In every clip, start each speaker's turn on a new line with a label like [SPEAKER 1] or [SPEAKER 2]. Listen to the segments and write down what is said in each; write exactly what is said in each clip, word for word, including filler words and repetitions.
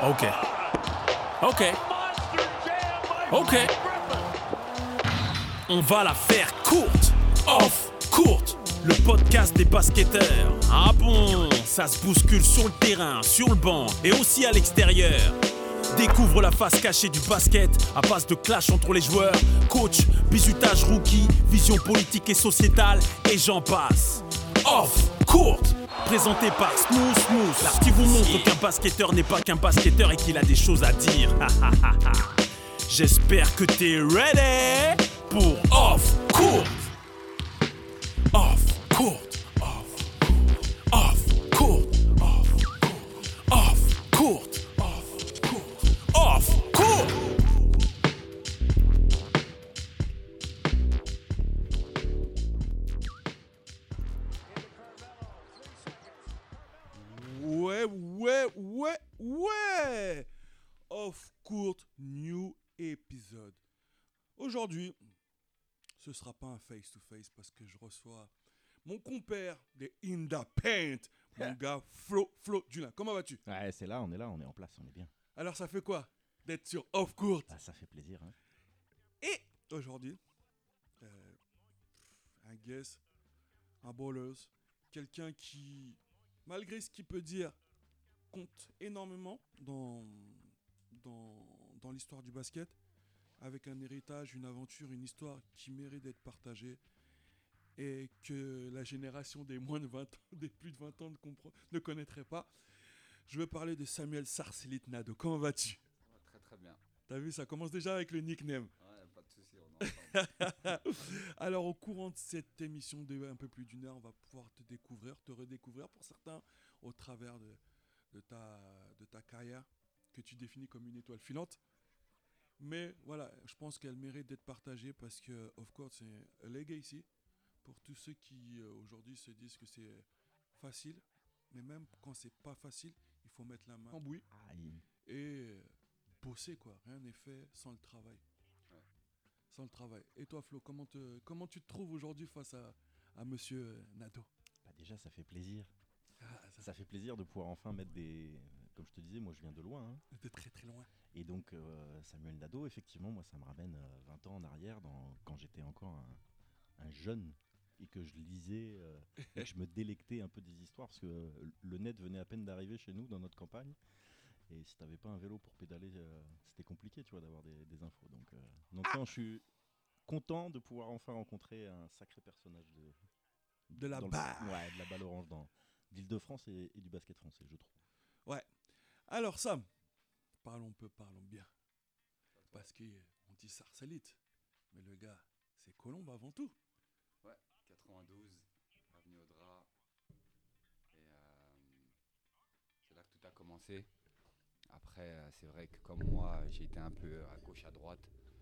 [SPEAKER 1] Ok. Ok. Ok. On va la faire courte. Off courte. Le podcast des basketteurs. Ah bon, ça se bouscule sur le terrain, sur le banc et aussi à l'extérieur. Découvre la face cachée du basket à base de clash entre les joueurs, coach, bizutage rookie, vision politique et sociétale et j'en passe. Off courte. Présenté par Smooth Smooth, là qui vous montre qu'un basketteur n'est pas qu'un basketteur et qu'il a des choses à dire. J'espère que t'es ready pour Off Court. Off Court. Off Court. Off Court. Off Court. Off Court.
[SPEAKER 2] Ouais, ouais, ouais, ouais. Off Court, new épisode. Aujourd'hui, ce sera pas un face-to-face parce que je reçois mon compère des In The Paint, mon gars Flo, Flo Julien. Comment vas-tu?
[SPEAKER 3] Ouais, c'est là, on est là, on est en place, on est bien.
[SPEAKER 2] Alors, ça fait quoi d'être sur Off Court?
[SPEAKER 3] Ah, ça fait plaisir, hein.
[SPEAKER 2] Et aujourd'hui, euh, un guest, un balleuse, quelqu'un qui, malgré ce qu'il peut dire, compte énormément dans, dans, dans l'histoire du basket, avec un héritage, une aventure, une histoire qui mérite d'être partagée et que la génération des moins de vingt ans, des plus de vingt ans ne, compre- ne connaîtrait pas. Je veux parler de Samuel Sarcelit Nadeau. Comment vas-tu?
[SPEAKER 4] Ouais, très très bien.
[SPEAKER 2] T'as vu, ça commence déjà avec le nickname.
[SPEAKER 4] Ouais, pas de soucis, on est ensemble.
[SPEAKER 2] Alors, au courant de cette émission de un peu plus d'une heure, on va pouvoir te découvrir, te redécouvrir pour certains, au travers de, de, ta, de ta carrière que tu définis comme une étoile filante. Mais voilà, je pense qu'elle mérite d'être partagée parce que, of course, c'est un legacy pour tous ceux qui euh, aujourd'hui se disent que c'est facile. Mais même quand c'est pas facile, il faut mettre la main en bouille
[SPEAKER 3] Aïe.
[SPEAKER 2] et euh, bosser, quoi. Rien n'est fait sans le travail.
[SPEAKER 4] Ouais.
[SPEAKER 2] Sans le travail. Et toi, Flo, comment, te, comment tu te trouves aujourd'hui face à, à Monsieur Nadeau?
[SPEAKER 3] Bah déjà, ça fait plaisir.
[SPEAKER 2] Ah, ça
[SPEAKER 3] Ça fait plaisir de pouvoir enfin mettre des... Comme je te disais, moi je viens de loin, hein.
[SPEAKER 2] fait de très très loin.
[SPEAKER 3] Et donc euh, Samuel Nadeau, effectivement, moi ça me ramène euh, vingt ans en arrière, dans... quand j'étais encore un, un jeune et que je lisais euh, et que je me délectais un peu des histoires, parce que euh, le net venait à peine d'arriver chez nous, dans notre campagne. Et si t'avais pas un vélo pour pédaler, euh, c'était compliqué, tu vois, d'avoir des, des infos. Donc, euh, donc non, je suis content de pouvoir enfin rencontrer un sacré personnage de,
[SPEAKER 2] De la
[SPEAKER 3] dans le-
[SPEAKER 2] barre.
[SPEAKER 3] Ouais, de la balle orange dans d'Île-de-France et, et du basket français, je trouve.
[SPEAKER 2] Ouais. Alors, Sam, parlons peu, parlons bien. Parce qu'on dit Sarcelite. Mais le gars, c'est Colombe avant tout.
[SPEAKER 4] Ouais, quatre-vingt-douze, avenue Audra. Et euh, c'est là que tout a commencé. Après, euh, c'est vrai que comme moi, j'ai été un peu à gauche, à droite.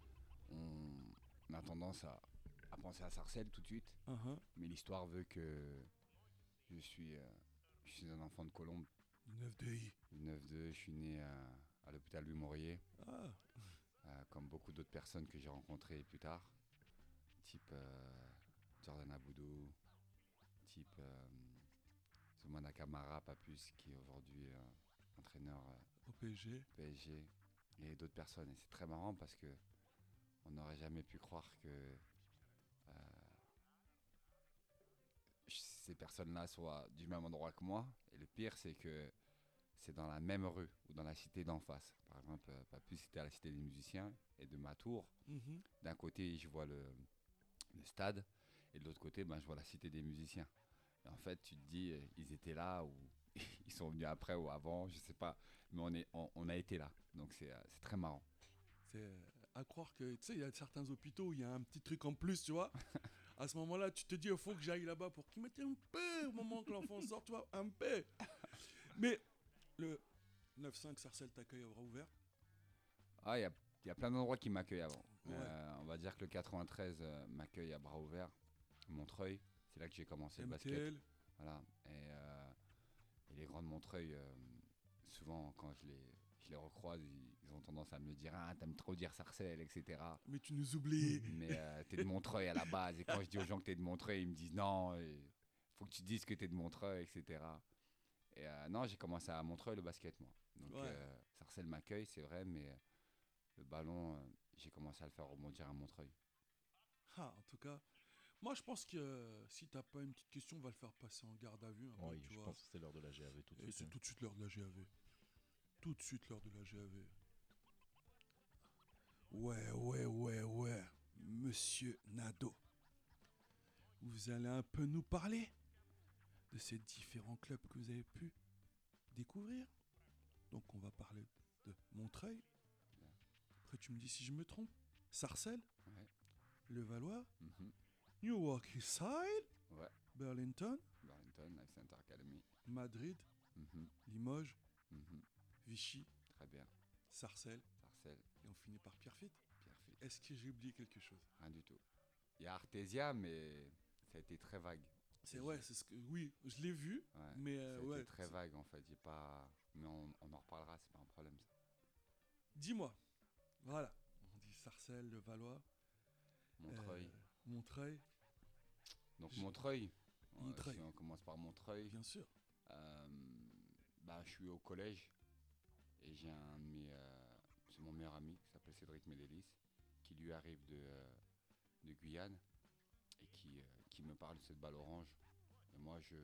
[SPEAKER 4] On, on a tendance à, à penser à Sarcelles tout de suite.
[SPEAKER 2] Uh-huh.
[SPEAKER 4] Mais l'histoire veut que je suis, euh, je suis un enfant de Colombes.
[SPEAKER 2] neuf deux i.
[SPEAKER 4] neuf deux, je suis né euh, à l'hôpital Louis Maurier.
[SPEAKER 2] Ah.
[SPEAKER 4] Euh, comme beaucoup d'autres personnes que j'ai rencontrées plus tard, type euh, Jordan Aboudou, type euh, Zoumana Kamara, Papus, qui est aujourd'hui euh, entraîneur euh,
[SPEAKER 2] Au P S G.
[SPEAKER 4] P S G, et d'autres personnes. Et c'est très marrant parce que on n'aurait jamais pu croire que euh, ces personnes-là soient du même endroit que moi. Et le pire, c'est que c'est dans la même rue ou dans la cité d'en face. Par exemple, euh, Papus c'était à la cité des musiciens et de ma tour.
[SPEAKER 2] Mhm.
[SPEAKER 4] D'un côté, je vois le, le stade et de l'autre côté, ben, je vois la cité des musiciens. Et en fait, tu te dis, euh, ils étaient là ou ils sont venus après ou avant, je sais pas. Mais on, est, on, on a été là. Donc c'est, euh, c'est très marrant.
[SPEAKER 2] C'est euh, à croire que, tu sais, il y a certains hôpitaux où il y a un petit truc en plus, tu vois. À ce moment-là, tu te dis, il faut que j'aille là-bas pour qu'ils mettent un peu au moment que l'enfant sort, tu vois, un peu. Mais le neuf cinq Sarcelles t'accueille à bras ouverts.
[SPEAKER 4] Ah, il y a, il y a plein d'endroits qui m'accueillent avant.
[SPEAKER 2] Ouais.
[SPEAKER 4] Euh, on va dire que le quatre-vingt-treize euh, m'accueille à bras ouverts. Montreuil, c'est là que j'ai commencé le
[SPEAKER 2] M
[SPEAKER 4] basket.
[SPEAKER 2] T L.
[SPEAKER 4] Voilà. Et, euh, et les grands de Montreuil, euh, souvent quand je les, je les recroise, ils, ils ont tendance à me dire ah, t'aimes trop dire Sarcelles, et cetera.
[SPEAKER 2] Mais tu nous oublies.
[SPEAKER 4] Mais euh, t'es de Montreuil à la base. Et quand je dis aux gens que t'es de Montreuil, ils me disent non, il faut que tu dises que t'es de Montreuil, et cetera. Et euh, non, j'ai commencé à Montreuil le basket, moi. Donc,
[SPEAKER 2] Ouais.
[SPEAKER 4] euh, Sarcelles m'accueille, c'est vrai, mais euh, le ballon, euh, j'ai commencé à le faire rebondir à Montreuil.
[SPEAKER 2] Ah, en tout cas, moi je pense que euh, si t'as pas une petite question, on va le faire passer en garde à vue un peu,
[SPEAKER 3] Oui,
[SPEAKER 2] tu
[SPEAKER 3] je
[SPEAKER 2] vois.
[SPEAKER 3] pense que c'est l'heure de la G A V tout de
[SPEAKER 2] Et
[SPEAKER 3] suite.
[SPEAKER 2] c'est
[SPEAKER 3] hein.
[SPEAKER 2] tout de suite l'heure de la G A V. Tout de suite l'heure de la G A V. Ouais, ouais, ouais, ouais. Monsieur Nadeau. Vous allez un peu nous parler de ces différents clubs que vous avez pu découvrir. Donc on va parler de Montreuil. Après tu me dis si je me trompe. Sarcelles,
[SPEAKER 4] Ouais.
[SPEAKER 2] Levallois,
[SPEAKER 4] Mhm.
[SPEAKER 2] Newark East Side,
[SPEAKER 4] Ouais.
[SPEAKER 2] Burlington,
[SPEAKER 4] Burlington, Life Center Academy.
[SPEAKER 2] Madrid,
[SPEAKER 4] Mhm.
[SPEAKER 2] Limoges,
[SPEAKER 4] Mhm.
[SPEAKER 2] Vichy,
[SPEAKER 4] Très bien.
[SPEAKER 2] Sarcelles,
[SPEAKER 4] Sarcelles,
[SPEAKER 2] et on finit par Pierrefitte.
[SPEAKER 4] Pierrefitte.
[SPEAKER 2] Est-ce que j'ai oublié quelque chose?
[SPEAKER 4] Rien du tout. Il y a Artesia, mais ça a été très vague.
[SPEAKER 2] C'est ouais, c'est ce que oui, je l'ai vu,
[SPEAKER 4] Ouais.
[SPEAKER 2] mais
[SPEAKER 4] Ça
[SPEAKER 2] euh,
[SPEAKER 4] a
[SPEAKER 2] ouais.
[SPEAKER 4] été très
[SPEAKER 2] c'est-
[SPEAKER 4] vague en fait. J'ai pas. Mais on, on en reparlera, c'est pas un problème ça.
[SPEAKER 2] Dis-moi, voilà, on dit Sarcelles, le Valois,
[SPEAKER 4] Montreuil.
[SPEAKER 2] euh, Montreuil,
[SPEAKER 4] Donc
[SPEAKER 2] J-
[SPEAKER 4] Montreuil. Euh,
[SPEAKER 2] Montreuil.
[SPEAKER 4] si on commence par Montreuil.
[SPEAKER 2] bien sûr.
[SPEAKER 4] euh, bah, je suis au collège et j'ai un de mes. euh, c'est mon meilleur ami qui s'appelle Cédric Médélis, qui lui arrive de, euh, de Guyane et qui, euh, qui me parle de cette balle orange. Et moi, je.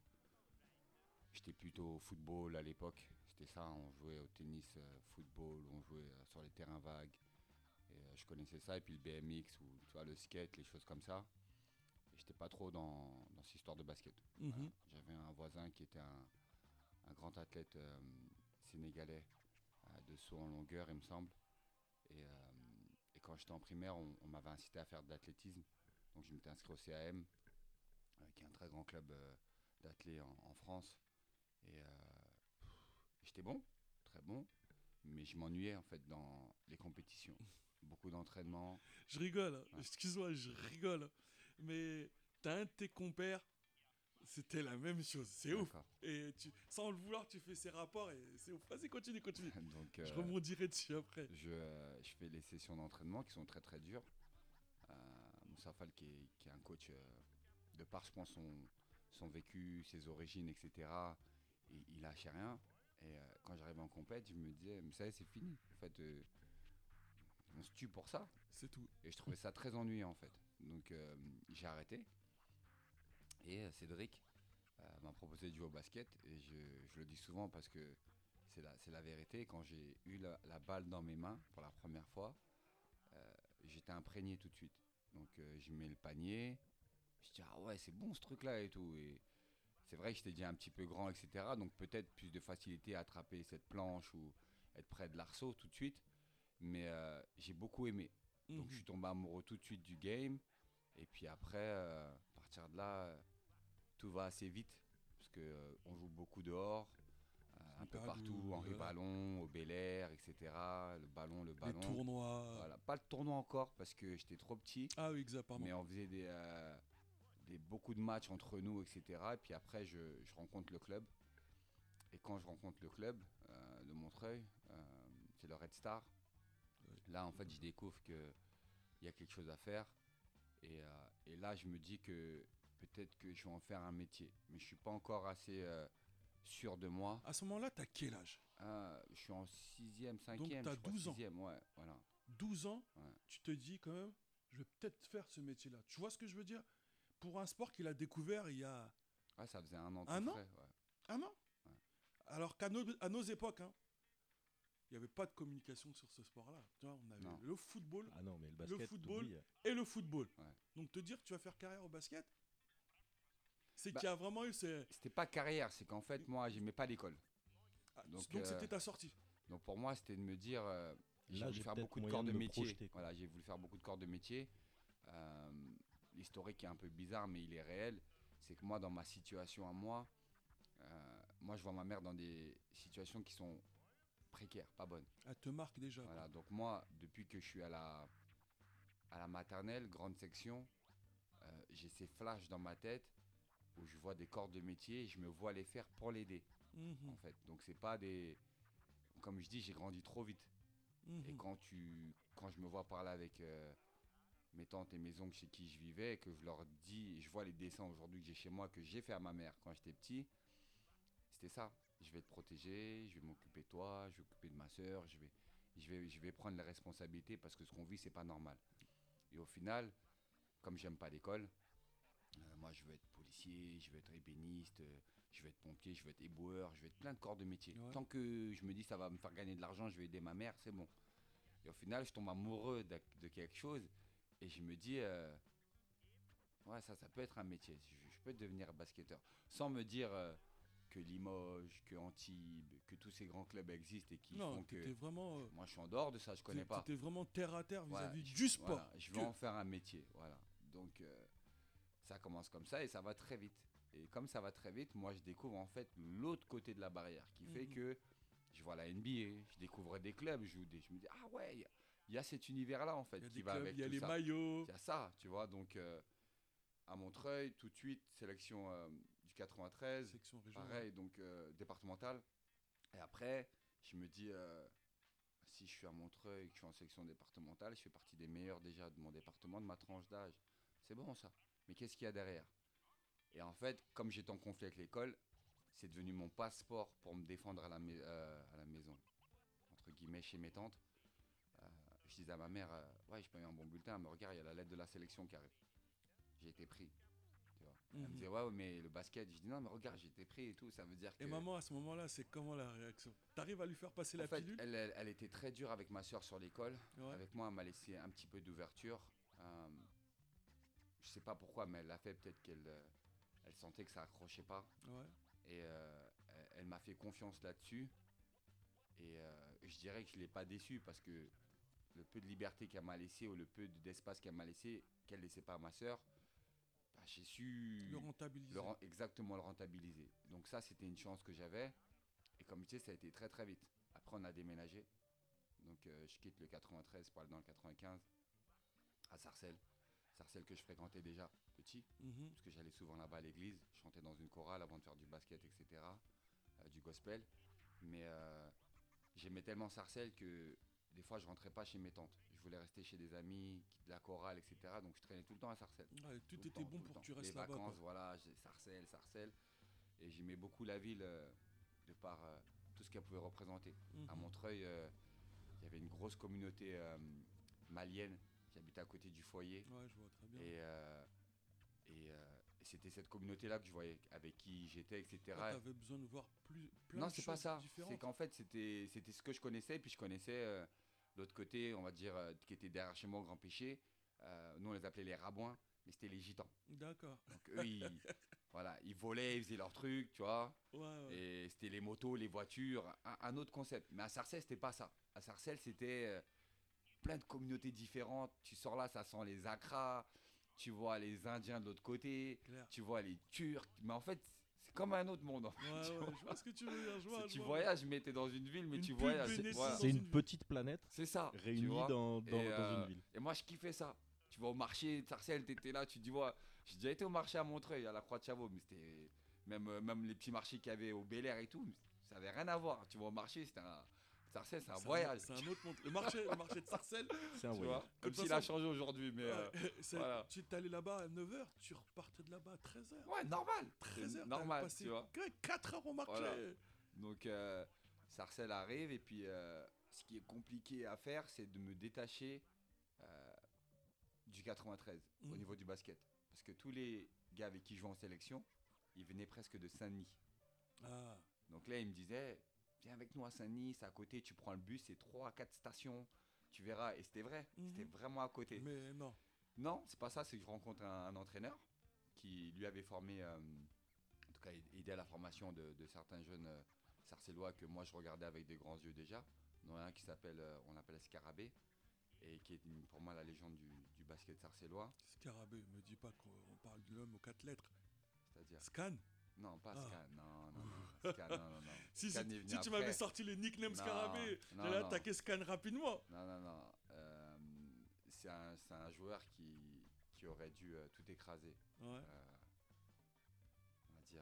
[SPEAKER 4] J'étais plutôt au football à l'époque. C'était ça, on jouait au tennis, euh, football, on jouait euh, sur les terrains vagues. Et euh, je connaissais ça, et puis le B M X ou tu vois, le skate, les choses comme ça. Et j'étais pas trop dans, dans cette histoire de basket.
[SPEAKER 2] Mhm.
[SPEAKER 4] Voilà. J'avais un voisin qui était un, un grand athlète euh, sénégalais euh, de saut en longueur, il me semble. Et, euh, et quand j'étais en primaire, on, on m'avait incité à faire de l'athlétisme. Donc je m'étais inscrit au C A M, euh, qui est un très grand club euh, d'athlètes en, en France. Et euh, j'étais bon, très bon, mais je m'ennuyais en fait dans les compétitions. Beaucoup d'entraînement.
[SPEAKER 2] Je rigole, hein.
[SPEAKER 4] Ouais.
[SPEAKER 2] Excuse-moi, je rigole, hein. Mais t'as un de tes compères, c'était la même chose, c'est ouf.
[SPEAKER 4] D'accord.
[SPEAKER 2] Et tu, sans le vouloir, tu fais ces rapports et c'est ouf. Vas-y, continue, continue.
[SPEAKER 4] Donc
[SPEAKER 2] Je
[SPEAKER 4] euh,
[SPEAKER 2] rebondirai dessus après.
[SPEAKER 4] je, euh, je fais les sessions d'entraînement qui sont très très dures. Euh, Moussa Fall qui est, qui est un coach euh, de par je pense son, son vécu, ses origines, et cetera. Et il lâchait rien. Et euh, quand j'arrivais en compète, je me disais, mais ça y est, c'est fini. En fait, euh, on se tue pour ça.
[SPEAKER 2] C'est tout.
[SPEAKER 4] Et je trouvais ça très ennuyant en fait. Donc euh, j'ai arrêté. Et euh, Cédric euh, m'a proposé de jouer au basket. Et je, je le dis souvent parce que c'est la, c'est la vérité. Quand j'ai eu la, la balle dans mes mains pour la première fois, euh, j'étais imprégné tout de suite. Donc euh, je mets le panier. Je dis ah ouais c'est bon ce truc là et tout. Et c'est vrai que j'étais déjà un petit peu grand, et cetera. Donc peut-être plus de facilité à attraper cette planche ou être près de l'arceau tout de suite. Mais euh, j'ai beaucoup aimé. Donc
[SPEAKER 2] Mhm.
[SPEAKER 4] je suis tombé amoureux tout de suite du game. Et puis après, euh, à partir de là, euh, tout va assez vite. Parce qu'on joue beaucoup dehors, euh, un peu
[SPEAKER 2] Hyper
[SPEAKER 4] partout,
[SPEAKER 2] doux,
[SPEAKER 4] Henri
[SPEAKER 2] voilà.
[SPEAKER 4] Ballon, au Bel Air, et cetera. Le ballon, le
[SPEAKER 2] Les
[SPEAKER 4] ballon.
[SPEAKER 2] tournois.
[SPEAKER 4] Voilà. Pas le tournoi encore parce que j'étais trop petit.
[SPEAKER 2] Ah oui, exact, pardon.
[SPEAKER 4] Mais on faisait des, euh, des, beaucoup de matchs entre nous, et cetera. Et puis après, je, je rencontre le club. Et quand je rencontre le club euh, de Montreuil, euh, c'est le Red Star.
[SPEAKER 2] Oui.
[SPEAKER 4] Là, en fait, je découvre qu'il y a quelque chose à faire. Et, euh, et là, je me dis que peut-être que je vais en faire un métier. Mais je ne suis pas encore assez euh, sûr de moi.
[SPEAKER 2] À ce moment-là, t'as quel âge?
[SPEAKER 4] Ah, je suis en sixième, cinquième.
[SPEAKER 2] t'as
[SPEAKER 4] je crois,
[SPEAKER 2] douze ans.
[SPEAKER 4] sixième, ouais, voilà.
[SPEAKER 2] douze ans,
[SPEAKER 4] Ouais.
[SPEAKER 2] tu te dis quand même, je vais peut-être faire ce métier-là. Tu vois ce que je veux dire? Pour un sport qu'il a découvert il y a
[SPEAKER 4] Ouais, ça faisait un an.
[SPEAKER 2] Un
[SPEAKER 4] tout
[SPEAKER 2] an
[SPEAKER 4] frais, ouais.
[SPEAKER 2] un an.
[SPEAKER 4] Ouais.
[SPEAKER 2] Alors qu'à nos, à nos époques, hein, il n'y avait pas de communication sur ce sport-là. Tu vois, on avait
[SPEAKER 4] Non.
[SPEAKER 2] le football
[SPEAKER 3] Ah non, mais le basket,
[SPEAKER 2] football,
[SPEAKER 3] t'oublies.
[SPEAKER 2] et le football.
[SPEAKER 4] Ouais.
[SPEAKER 2] Donc te dire que tu vas faire carrière au basket, c'est
[SPEAKER 4] Bah,
[SPEAKER 2] qu'il y a vraiment eu ces...
[SPEAKER 4] C'était pas carrière, c'est qu'en fait, moi, j'aimais pas l'école.
[SPEAKER 2] Ah,
[SPEAKER 4] donc,
[SPEAKER 2] donc
[SPEAKER 4] euh,
[SPEAKER 2] c'était ta sortie.
[SPEAKER 4] Donc pour moi, c'était de me dire, euh, j'ai
[SPEAKER 3] Là,
[SPEAKER 4] voulu
[SPEAKER 3] j'ai
[SPEAKER 4] faire
[SPEAKER 3] peut-être
[SPEAKER 4] beaucoup de
[SPEAKER 3] moyen
[SPEAKER 4] corps
[SPEAKER 3] de
[SPEAKER 4] de
[SPEAKER 3] me
[SPEAKER 4] métier.
[SPEAKER 3] projeter, quoi.
[SPEAKER 4] Voilà, j'ai voulu faire beaucoup de corps de métier. Euh, L'historique est un peu bizarre, mais il est réel. C'est que moi, dans ma situation à moi, euh, moi, je vois ma mère dans des situations qui sont précaires, pas bonnes.
[SPEAKER 2] Elle te marque déjà. quoi.
[SPEAKER 4] Voilà, donc moi, depuis que je suis à la, à la maternelle, grande section, euh, j'ai ces flashs dans ma tête où je vois des corps de métier et je me vois les faire pour l'aider,
[SPEAKER 2] Mhm,
[SPEAKER 4] en fait. Donc c'est pas des... Comme je dis, j'ai grandi trop vite.
[SPEAKER 2] mhm.
[SPEAKER 4] Et quand, tu, quand je me vois parler avec euh, mes tantes et mes oncles chez qui je vivais, et que je leur dis, je vois les dessins aujourd'hui que j'ai chez moi, que j'ai fait à ma mère quand j'étais petit, c'était c'était ça. Je vais te protéger, je vais m'occuper de toi, je vais m'occuper de ma soeur, je vais, je, vais, je vais prendre les responsabilités parce que ce qu'on vit, c'est pas normal. Et au final, comme j'aime pas l'école, euh, moi je veux être policier, je veux être ébéniste, euh, je veux être pompier, je veux être éboueur, je veux être plein de corps de métier.
[SPEAKER 2] Ouais.
[SPEAKER 4] Tant que je me dis ça va me faire gagner de l'argent, je vais aider ma mère, c'est bon. Et au final, je tombe amoureux de, de quelque chose et je me dis, euh, ouais, ça, ça peut être un métier. Je, je peux devenir basketteur. Sans me dire euh, que Limoges, que Antibes, que tous ces grands clubs existent et qui
[SPEAKER 2] Non,
[SPEAKER 4] font
[SPEAKER 2] t'étais
[SPEAKER 4] que.
[SPEAKER 2] vraiment, euh,
[SPEAKER 4] Moi, je suis en dehors de ça, je connais
[SPEAKER 2] t'é-
[SPEAKER 4] pas.
[SPEAKER 2] t'étais vraiment terre à terre
[SPEAKER 4] Voilà,
[SPEAKER 2] vis-à-vis
[SPEAKER 4] je-
[SPEAKER 2] du sport.
[SPEAKER 4] voilà, je vais
[SPEAKER 2] Que-
[SPEAKER 4] en faire un métier. Voilà. Donc, euh, ça commence comme ça et ça va très vite. Et comme ça va très vite, moi, je découvre en fait l'autre côté de la barrière qui fait
[SPEAKER 2] Mhm.
[SPEAKER 4] que je vois la N B A, je découvre des clubs, je, joue des, je me dis, ah ouais, il y a- il y, a cet univers-là en fait
[SPEAKER 2] Il y a
[SPEAKER 4] qui
[SPEAKER 2] des
[SPEAKER 4] va
[SPEAKER 2] clubs,
[SPEAKER 4] avec
[SPEAKER 2] il y a
[SPEAKER 4] tout
[SPEAKER 2] les
[SPEAKER 4] ça.
[SPEAKER 2] maillots.
[SPEAKER 4] Il y a ça, tu vois. Donc, euh, à Montreuil, tout de suite, sélection euh, du quatre-vingt-treize,
[SPEAKER 2] Section régionale.
[SPEAKER 4] pareil, donc euh, départementale. Et après, je me dis, euh, si je suis à Montreuil et que je suis en sélection départementale, je fais partie des meilleurs déjà de mon département, de ma tranche d'âge. C'est bon ça. Mais qu'est-ce qu'il y a derrière? Et en fait, comme j'étais en conflit avec l'école, c'est devenu mon passeport pour me défendre à la, mai- euh, à la maison, entre guillemets, chez mes tantes. Euh, je disais à ma mère, euh, ouais, j'ai pas eu un bon bulletin, mais regarde, il y a la lettre de la sélection qui arrive. J'ai été pris. Tu vois. Elle me
[SPEAKER 2] Mhm.
[SPEAKER 4] disait, ouais, ouais, mais le basket, je dis, non, mais regarde, j'ai été pris et tout, ça veut dire que.
[SPEAKER 2] Et maman, à ce moment-là, c'est comment la réaction? T'arrives à lui faire passer
[SPEAKER 4] En
[SPEAKER 2] la
[SPEAKER 4] fait,
[SPEAKER 2] pilule?
[SPEAKER 4] elle, elle, elle était très dure avec ma soeur sur l'école.
[SPEAKER 2] Ouais.
[SPEAKER 4] Avec moi, elle m'a laissé un petit peu d'ouverture. Euh, je sais pas pourquoi, mais elle l'a fait, peut-être qu'elle euh, elle sentait que ça accrochait pas.
[SPEAKER 2] Ouais.
[SPEAKER 4] Et euh, elle, elle m'a fait confiance là-dessus. Et euh, je dirais que je ne l'ai pas déçue parce que le peu de liberté qu'elle m'a laissé ou le peu d'espace qu'elle m'a laissé, qu'elle ne laissait pas à ma soeur, bah, j'ai su
[SPEAKER 2] Le rentabiliser.
[SPEAKER 4] le ren- exactement le rentabiliser. Donc ça, c'était une chance que j'avais. Et comme tu sais, ça a été très très vite. Après, on a déménagé. Donc euh, je quitte le quatre-vingt-treize pour aller dans le quatre-vingt-quinze à Sarcelles. Sarcelles que je fréquentais déjà petit,
[SPEAKER 2] Mhm.
[SPEAKER 4] parce que j'allais souvent là-bas à l'église. Je chantais dans une chorale avant de faire du basket, et cetera. euh, du gospel. Mais euh, j'aimais tellement Sarcelles que des fois je rentrais pas chez mes tantes. Je voulais rester chez des amis, de la chorale, et cetera. Donc je traînais tout le temps à Sarcelles.
[SPEAKER 2] Ouais, tout
[SPEAKER 4] Tout le
[SPEAKER 2] était
[SPEAKER 4] temps,
[SPEAKER 2] bon
[SPEAKER 4] tout le
[SPEAKER 2] pour
[SPEAKER 4] temps.
[SPEAKER 2] que tu restes
[SPEAKER 4] Les
[SPEAKER 2] là-bas.
[SPEAKER 4] vacances,
[SPEAKER 2] quoi.
[SPEAKER 4] voilà, j'ai- Sarcelles, Sarcelles. Et j'aimais beaucoup la ville euh, de par euh, tout ce qu'elle pouvait représenter.
[SPEAKER 2] Mhm.
[SPEAKER 4] À Montreuil, euh, il y avait une grosse communauté euh, malienne qui habitait à côté du foyer.
[SPEAKER 2] Ouais, je vois très bien.
[SPEAKER 4] Et, euh, et, euh, et c'était cette communauté-là que je voyais, avec qui j'étais, et cetera.
[SPEAKER 2] Ah, t'avais besoin de voir plus, plein
[SPEAKER 4] Non,
[SPEAKER 2] de
[SPEAKER 4] c'est
[SPEAKER 2] choses
[SPEAKER 4] pas ça.
[SPEAKER 2] différentes.
[SPEAKER 4] C'est qu'en fait, c'était c'était ce que je connaissais. Puis je connaissais euh, l'autre côté, on va dire, euh, qui était derrière chez moi, au Grand Péché. Euh, nous, on les appelait les Rabouins, mais c'était les Gitans.
[SPEAKER 2] D'accord.
[SPEAKER 4] Donc eux, ils, voilà, ils volaient, ils faisaient leurs trucs, tu vois.
[SPEAKER 2] Ouais, ouais.
[SPEAKER 4] Et c'était les motos, les voitures, un, un autre concept. Mais à Sarcelles, c'était pas ça. À Sarcelles, c'était euh, plein de communautés différentes. Tu sors là, ça sent les Accras. Tu vois les Indiens de l'autre côté.
[SPEAKER 2] Clair.
[SPEAKER 4] Tu vois les Turcs. Mais en fait, c'est comme un autre monde. En fait,
[SPEAKER 2] Ouais,
[SPEAKER 4] tu
[SPEAKER 2] ouais,
[SPEAKER 4] vois.
[SPEAKER 2] je vois ce que tu veux dire. Je vois,
[SPEAKER 4] C'est-
[SPEAKER 2] je
[SPEAKER 4] tu
[SPEAKER 2] vois.
[SPEAKER 4] voyages, mais t'es dans une ville, mais
[SPEAKER 2] Une
[SPEAKER 4] tu
[SPEAKER 2] pub
[SPEAKER 4] voyages.
[SPEAKER 2] Benetton
[SPEAKER 4] Voilà.
[SPEAKER 2] dans
[SPEAKER 3] C'est
[SPEAKER 2] une
[SPEAKER 3] une
[SPEAKER 2] ville.
[SPEAKER 3] petite planète
[SPEAKER 4] C'est ça. tu
[SPEAKER 3] réunie
[SPEAKER 4] vois.
[SPEAKER 3] dans, dans,
[SPEAKER 4] Et,
[SPEAKER 3] dans
[SPEAKER 4] euh,
[SPEAKER 3] une ville.
[SPEAKER 4] Et moi, je kiffais ça. Tu vas au marché de Sarcelles, t'étais là, tu dis, ouais, j'ai déjà été au marché à Montreuil, à la Croix de Chavaux, mais c'était. Même, euh, même les petits marchés qu'il y avait au Bel Air et tout, ça avait rien à voir. Tu vas au marché, c'était un. Sarcelles, c'est un
[SPEAKER 2] C'est
[SPEAKER 4] voyage.
[SPEAKER 2] C'est un autre monde. Le marché, le marché de Sarcelles.
[SPEAKER 3] C'est un
[SPEAKER 4] Tu
[SPEAKER 3] voyage.
[SPEAKER 4] vois, comme
[SPEAKER 2] toute
[SPEAKER 4] s'il a
[SPEAKER 2] façon-
[SPEAKER 4] changé aujourd'hui, mais. euh,
[SPEAKER 2] Ouais, c'est-
[SPEAKER 4] voilà.
[SPEAKER 2] Tu es allé là-bas à neuf heures, tu repartais de là-bas à treize heures.
[SPEAKER 4] Ouais, normal.
[SPEAKER 2] treize
[SPEAKER 4] C'est
[SPEAKER 2] heures,
[SPEAKER 4] normal,
[SPEAKER 2] passé
[SPEAKER 4] tu vois.
[SPEAKER 2] quatre heures au marché.
[SPEAKER 4] Voilà. Donc, euh, Sarcelles arrive, et puis euh, ce qui est compliqué à faire, c'est de me détacher euh, du quatre-vingt-treize au
[SPEAKER 2] Mhm.
[SPEAKER 4] niveau du basket. Parce que tous les gars avec qui je jouais en sélection, ils venaient presque de Saint-Denis.
[SPEAKER 2] Ah,
[SPEAKER 4] Donc là, ils me disaient, viens avec nous à Saint-Denis, c'est à côté, tu prends le bus, c'est trois à quatre stations, tu verras. Et c'était vrai,
[SPEAKER 2] Mhm.
[SPEAKER 4] c'était vraiment à côté.
[SPEAKER 2] mais non.
[SPEAKER 4] Non, c'est pas ça, c'est que je rencontre un, un entraîneur qui lui avait formé, euh, en tout cas aidé à la formation de, de certains jeunes euh, sarcellois que moi je regardais avec des grands yeux déjà. Il y en a un qui s'appelle, euh, on l'appelle Scarabée, et qui est une- pour moi la légende du, du basket sarcellois,
[SPEAKER 2] Scarabée, me dis pas qu'on parle de l'homme aux quatre lettres.
[SPEAKER 4] c'est-à-dire,
[SPEAKER 2] Scan.
[SPEAKER 4] non pas
[SPEAKER 2] Ah.
[SPEAKER 4] Scan, non, non, non, Scan, non, non, non.
[SPEAKER 2] Si,
[SPEAKER 4] Scan
[SPEAKER 2] si,
[SPEAKER 4] est venu
[SPEAKER 2] si tu
[SPEAKER 4] après.
[SPEAKER 2] m'avais sorti les nicknames
[SPEAKER 4] Non,
[SPEAKER 2] Scarabée,
[SPEAKER 4] non,
[SPEAKER 2] j'allais
[SPEAKER 4] non.
[SPEAKER 2] attaquer Scan rapidement.
[SPEAKER 4] Non, non, non. Euh, c'est un, c'est un joueur qui, qui aurait dû euh, tout écraser.
[SPEAKER 2] Ouais.
[SPEAKER 4] Euh, on va dire.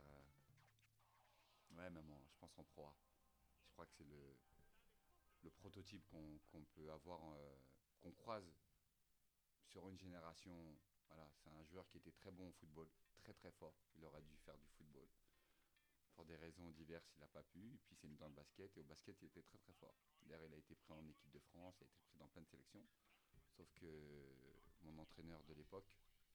[SPEAKER 4] euh, ouais, même en- je pense en Pro A. Je crois que c'est le, le prototype qu'on qu'on peut avoir, euh, qu'on croise sur une génération. Voilà, c'est un joueur qui était très bon au football, très très fort. Il aurait dû faire du football. pour des raisons diverses, il n'a pas pu. Et puis, il s'est mis dans le basket. Et au basket, il était très très fort. D'ailleurs, il a été pris en équipe de France, il a été pris dans plein de sélections. Sauf que mon entraîneur de l'époque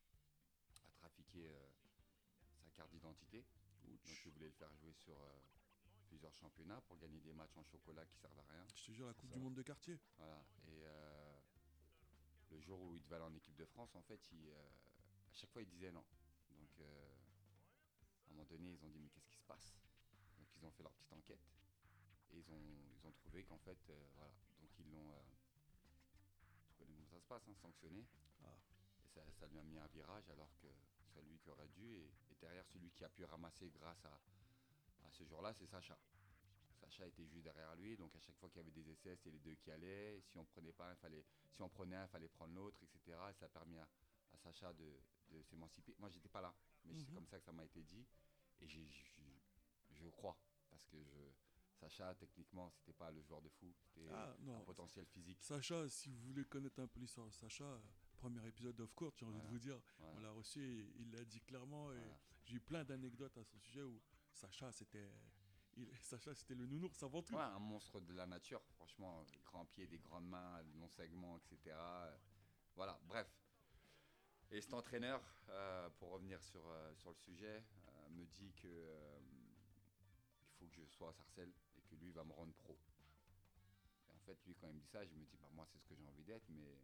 [SPEAKER 4] a trafiqué euh, sa carte d'identité. Donc, il voulait le faire jouer sur euh, plusieurs championnats pour gagner des matchs en chocolat qui servent à rien.
[SPEAKER 2] Je te jure, la
[SPEAKER 3] C'est
[SPEAKER 2] Coupe
[SPEAKER 3] ça.
[SPEAKER 2] du Monde de quartier.
[SPEAKER 4] Voilà. Et euh, le jour où il devait aller en équipe de France, en fait, il, euh, à chaque fois, il disait non. Donc, euh, à un moment donné, ils ont dit mais qu'est-ce qui se passe? Donc, ils ont fait leur petite enquête et ils ont, ils ont trouvé qu'en fait, euh, voilà. Donc, ils l'ont, euh, tu connais comment ça se passe, hein, sanctionné.
[SPEAKER 2] Ah.
[SPEAKER 4] Et ça, ça lui a mis un virage alors que c'est lui qui aurait dû. Et, et derrière, celui qui a pu ramasser grâce à, à ce jour-là, c'est Sacha. Sacha était juste derrière lui, donc à chaque fois qu'il y avait des essais, c'était les deux qui allaient. Si on prenait pas un, fallait, si on prenait un, il fallait prendre l'autre, et cetera. Et ça a permis à, à Sacha de, de s'émanciper. Moi, j'étais pas là, mais
[SPEAKER 2] Mhm.
[SPEAKER 4] c'est comme ça que ça m'a été dit. Et j'ai, j'ai- je crois, parce que je, Sacha, techniquement, c'était pas le joueur de fou, c'était
[SPEAKER 2] Ah,
[SPEAKER 4] un
[SPEAKER 2] non.
[SPEAKER 4] potentiel physique.
[SPEAKER 2] Sacha, si vous voulez connaître un peu l'histoire de Sacha, euh, premier épisode d'Off Court, j'ai envie
[SPEAKER 4] Voilà.
[SPEAKER 2] de vous dire,
[SPEAKER 4] Voilà.
[SPEAKER 2] on l'a reçu, et il l'a dit clairement, et
[SPEAKER 4] Voilà.
[SPEAKER 2] j'ai eu plein d'anecdotes à son sujet où Sacha, c'était, il- Sacha, c'était le nounours avant tout.
[SPEAKER 4] Ouais, un monstre de la nature, franchement, des grands pieds, des grandes mains, des longs segments, et cetera. Euh, Voilà, bref. Et cet entraîneur, euh, pour revenir sur, euh, sur le sujet, euh, me dit que euh, il faut que je sois à Sarcelles et que lui va me rendre pro. Et en fait, lui, quand il me dit ça, je me dis, bah, moi, c'est ce que j'ai envie d'être, mais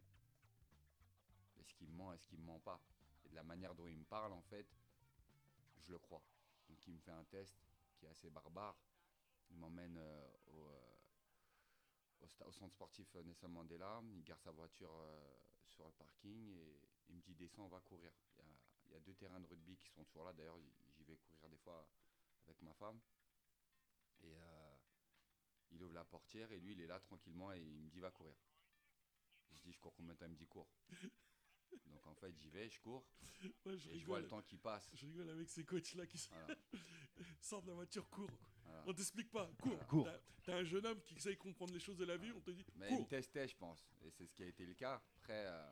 [SPEAKER 4] est-ce qu'il me ment, est-ce qu'il me ment pas? Et de la manière dont il me parle, en fait, je le crois. Donc, il me fait un test qui est assez barbare. Il m'emmène euh, au, euh, au, sta- au centre sportif euh, Nelson Mandela. Il gare sa voiture euh, sur le parking et il me dit descends, on va courir. Il y a, il y a deux terrains de rugby qui sont toujours là. D'ailleurs, j'y j'y vais courir des fois avec ma femme. Et euh, il ouvre la portière et lui, il est là tranquillement et il me dit va courir. Je dis je cours combien de temps? Il me dit cours. Donc en fait, j'y vais, je cours
[SPEAKER 2] Moi, je
[SPEAKER 4] et je vois le
[SPEAKER 2] rigole,
[SPEAKER 4] temps qui passe.
[SPEAKER 2] je rigole avec ces coachs-là qui
[SPEAKER 4] Voilà,
[SPEAKER 2] sortent de la voiture, cours.
[SPEAKER 4] voilà.
[SPEAKER 2] On t'explique pas, cours.
[SPEAKER 4] Voilà.
[SPEAKER 3] Cours.
[SPEAKER 2] T'as- T'as un jeune homme qui essaye de comprendre les choses de la vie, on te dit,
[SPEAKER 4] Mais il me
[SPEAKER 2] cours.
[SPEAKER 4] testait, je pense. Et c'est ce qui a été le cas. Après, euh,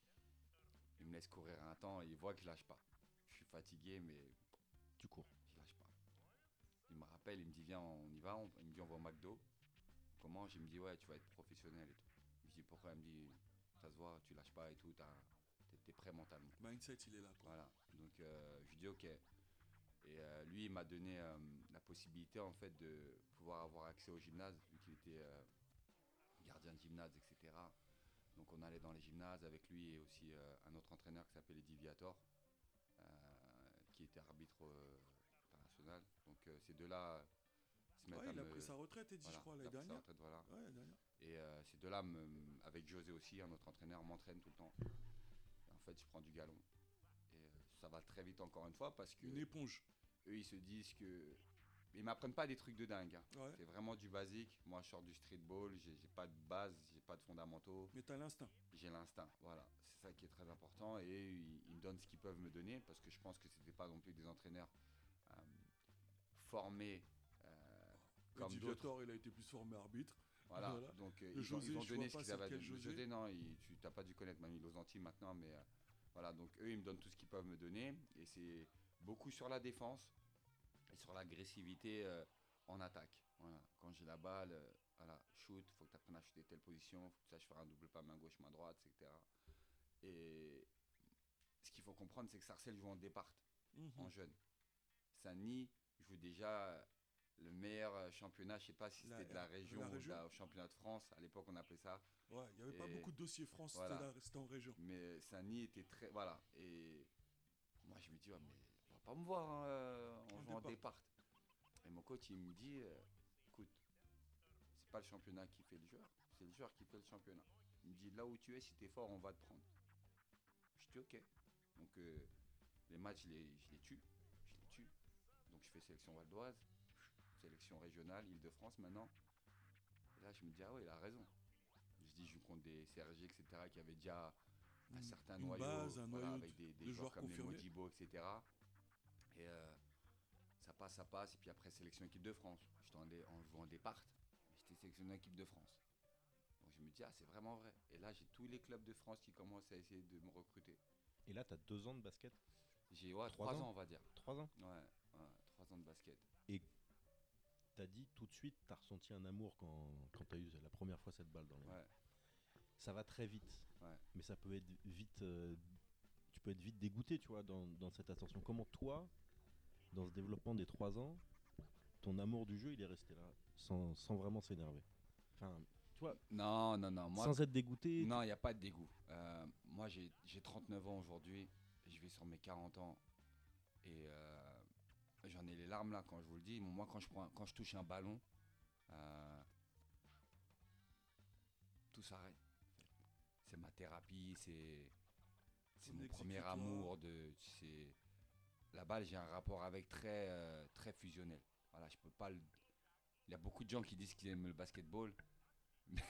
[SPEAKER 4] il me laisse courir un temps et il voit que je lâche pas. Je suis fatigué, mais
[SPEAKER 3] Tu cours.
[SPEAKER 4] je lâche pas. Il me rappelle, il me dit viens, on y va. On- il me dit on va au McDo. Comment? Je me dis ouais, tu vas être professionnel et tout. Je dis pourquoi? Il me dit ça se voit, tu lâches pas et tout, t'as- t'es t'es prêt mentalement.
[SPEAKER 2] Mindset, il est là, quoi.
[SPEAKER 4] Voilà. Donc euh, je lui dis ok. Et euh, lui, il m'a donné euh, la possibilité en fait de pouvoir avoir accès au gymnase vu qu'il était euh, gardien de gymnase, et cetera. Donc on allait dans les gymnases avec lui et aussi euh, un autre entraîneur qui s'appelait Eddy Viator, euh, qui était arbitre euh, international. Donc euh, ces deux-là se mettent
[SPEAKER 2] Ouais,
[SPEAKER 4] à
[SPEAKER 2] il a
[SPEAKER 4] me...
[SPEAKER 2] pris sa retraite, Eddy,
[SPEAKER 4] voilà,
[SPEAKER 2] je crois,
[SPEAKER 4] il a
[SPEAKER 2] l'année
[SPEAKER 4] pris sa
[SPEAKER 2] dernière.
[SPEAKER 4] retraite, voilà.
[SPEAKER 2] Ouais, l'année dernière.
[SPEAKER 4] Et euh, ces deux-là, me- avec José aussi, un autre entraîneur, m'entraînent tout le temps. Et en fait, je prends du galon. Et euh, ça va très vite encore une fois parce que
[SPEAKER 2] Une éponge.
[SPEAKER 4] eux, ils se disent que... Ils m'apprennent pas des trucs de dingue. hein.
[SPEAKER 2] Ouais.
[SPEAKER 4] C'est vraiment du basique. Moi, je sors du streetball, j'ai j'ai pas de base, j'ai pas de fondamentaux.
[SPEAKER 2] Mais t'as l'instinct.
[SPEAKER 4] J'ai l'instinct, voilà, c'est ça qui est très important et ils, ils me donnent ce qu'ils peuvent me donner parce que je pense que c'était pas non plus des entraîneurs euh, formés euh, comme
[SPEAKER 2] Eddy
[SPEAKER 4] d'autres.
[SPEAKER 2] Viator, il a été plus formé arbitre.
[SPEAKER 4] Voilà,
[SPEAKER 2] Voilà.
[SPEAKER 4] donc euh,
[SPEAKER 2] Le
[SPEAKER 4] ils, ont,
[SPEAKER 2] José,
[SPEAKER 4] ils ont
[SPEAKER 2] je
[SPEAKER 4] donné
[SPEAKER 2] vois
[SPEAKER 4] ce
[SPEAKER 2] pas
[SPEAKER 4] qu'ils avaient à
[SPEAKER 2] c'est
[SPEAKER 4] donner.
[SPEAKER 2] quel
[SPEAKER 4] Le
[SPEAKER 2] José.
[SPEAKER 4] José, non, il, tu t'as pas dû connaître Mamie aux Antilles maintenant, mais euh, voilà, donc eux ils me donnent tout ce qu'ils peuvent me donner et c'est beaucoup sur la défense et sur l'agressivité euh, en attaque. Voilà, quand j'ai la balle, euh, voilà, shoot, faut que tu apprennes à shooter telle position, faut que tu saches faire un double pas main gauche, main droite, et cetera. Et ce qu'il faut comprendre, c'est que Sarcelles joue en départ,
[SPEAKER 2] Mhm.
[SPEAKER 4] en jeune. Sani joue déjà le meilleur euh, championnat, je sais pas si
[SPEAKER 2] La
[SPEAKER 4] c'était de la
[SPEAKER 2] R-
[SPEAKER 4] région
[SPEAKER 2] la
[SPEAKER 4] ou de
[SPEAKER 2] région.
[SPEAKER 4] la- au championnat de France, à l'époque on appelait ça.
[SPEAKER 2] Ouais, il n'y avait pas
[SPEAKER 4] Et
[SPEAKER 2] beaucoup de dossiers France,
[SPEAKER 4] voilà.
[SPEAKER 2] c'était là, c'était en région.
[SPEAKER 4] Mais Sani était très. Voilà. Et moi je me dis, ouais, mais on va pas me voir hein, euh, en
[SPEAKER 2] En
[SPEAKER 4] jouant en
[SPEAKER 2] départ.
[SPEAKER 4] départ. Et mon coach il me dit, euh, écoute, c'est pas le championnat qui fait le joueur, c'est le joueur qui fait le championnat. Il me dit, là où tu es, si tu es fort, on va te prendre. Je dis, ok. Donc euh, les matchs, je les, je les tue. Je les tue. Donc je fais sélection valdoise, sélection régionale, Île-de-France maintenant. Et là je me dis, ah ouais, il a raison. Je dis, je joue contre des C R G, et cetera, qui avaient déjà un
[SPEAKER 2] Une-
[SPEAKER 4] certain
[SPEAKER 2] une
[SPEAKER 4] noyau,
[SPEAKER 2] base, un
[SPEAKER 4] voilà,
[SPEAKER 2] noyau
[SPEAKER 4] avec des, des
[SPEAKER 2] de
[SPEAKER 4] joueurs
[SPEAKER 2] joueurs
[SPEAKER 4] comme les
[SPEAKER 2] confirmés.
[SPEAKER 4] Modibo, et cetera. Et euh, ça passe, ça passe. Et puis après, sélection équipe de France. J'étais en, dé- en jouant en départ, j'étais sélectionné en équipe de France. Donc je me dis, ah, c'est vraiment vrai. Et là, j'ai tous les clubs de France qui commencent à essayer de me recruter.
[SPEAKER 3] Et là, tu as deux ans de basket.
[SPEAKER 4] J'ai ouais,
[SPEAKER 3] Trois
[SPEAKER 4] trois
[SPEAKER 3] ans
[SPEAKER 4] ans, on va dire.
[SPEAKER 3] Trois ans.
[SPEAKER 4] Ouais, ouais, trois ans de basket.
[SPEAKER 3] Et t'as dit tout de suite, t'as ressenti un amour quand, quand t'as eu la première fois cette balle dans les mains.
[SPEAKER 4] Ouais.
[SPEAKER 3] Ça va très vite,
[SPEAKER 4] Ouais.
[SPEAKER 3] mais ça peut être vite, euh, tu peux être vite dégoûté, tu vois, dans, dans cette attention. Comment toi, dans ce développement des trois ans, ton amour du jeu, il est resté là, sans, sans vraiment s'énerver. Enfin, tu vois,
[SPEAKER 4] Non, non, non. Moi,
[SPEAKER 3] sans être dégoûté.
[SPEAKER 4] non, il n'y a pas de dégoût. Euh, moi, j'ai, j'ai trente-neuf ans aujourd'hui. Je vais sur mes quarante ans. Et euh, j'en ai les larmes là quand je vous le dis. Moi, quand je, prends, quand je touche un ballon, euh, tout s'arrête. C'est ma thérapie, c'est, c'est
[SPEAKER 2] Ton
[SPEAKER 4] mon premier
[SPEAKER 2] exécutoire.
[SPEAKER 4] amour. De, c'est, la balle, j'ai un rapport avec très, euh, très fusionnel. Voilà, je peux pas le- Il y a beaucoup de gens qui disent qu'ils aiment le basketball. Mais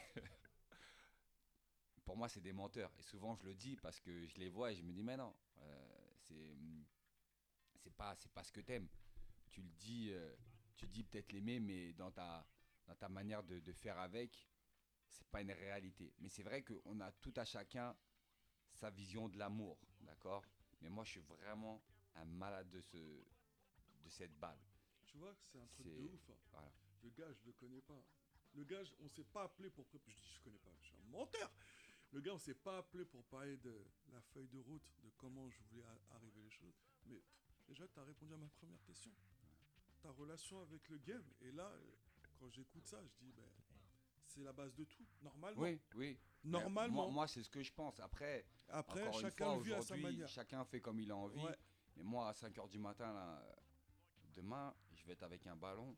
[SPEAKER 4] pour moi, c'est des menteurs. Et souvent, je le dis parce que je les vois et je me dis, mais non, euh, c'est, c'est pas, c'est pas ce que t'aimes. Tu le dis, euh, tu dis peut-être l'aimer, mais dans ta, dans ta manière de, de faire avec, c'est pas une réalité. Mais c'est vrai qu'on a tout à chacun sa vision de l'amour, d'accord? Mais moi, je suis vraiment un malade de, ce, de cette balle.
[SPEAKER 2] Tu vois que c'est un truc
[SPEAKER 4] C'est-
[SPEAKER 2] de ouf. Hein.
[SPEAKER 4] Voilà.
[SPEAKER 2] Le gars, je le connais pas. Le gars, je- on s'est pas appelé pour préparer. Je dis, je connais pas, je suis un menteur. Le gars, on s'est pas appelé pour parler de la feuille de route, de comment je voulais a- arriver les choses. Mais pff, déjà, tu as répondu à ma première question. Ta relation avec le game. Et là, euh, quand j'écoute ça, je dis, ben, c'est la base de tout. Normalement.
[SPEAKER 4] Oui, oui. Mais
[SPEAKER 2] Normalement.
[SPEAKER 4] Moi, moi c'est ce que je pense. Après,
[SPEAKER 2] Après,
[SPEAKER 4] encore une
[SPEAKER 2] chacun
[SPEAKER 4] fois,
[SPEAKER 2] le vit à sa
[SPEAKER 4] aujourd'hui,
[SPEAKER 2] manière.
[SPEAKER 4] chacun fait comme il a envie.
[SPEAKER 2] Ouais.
[SPEAKER 4] Mais moi, à cinq heures du matin, là, euh, demain, je vais être avec un ballon.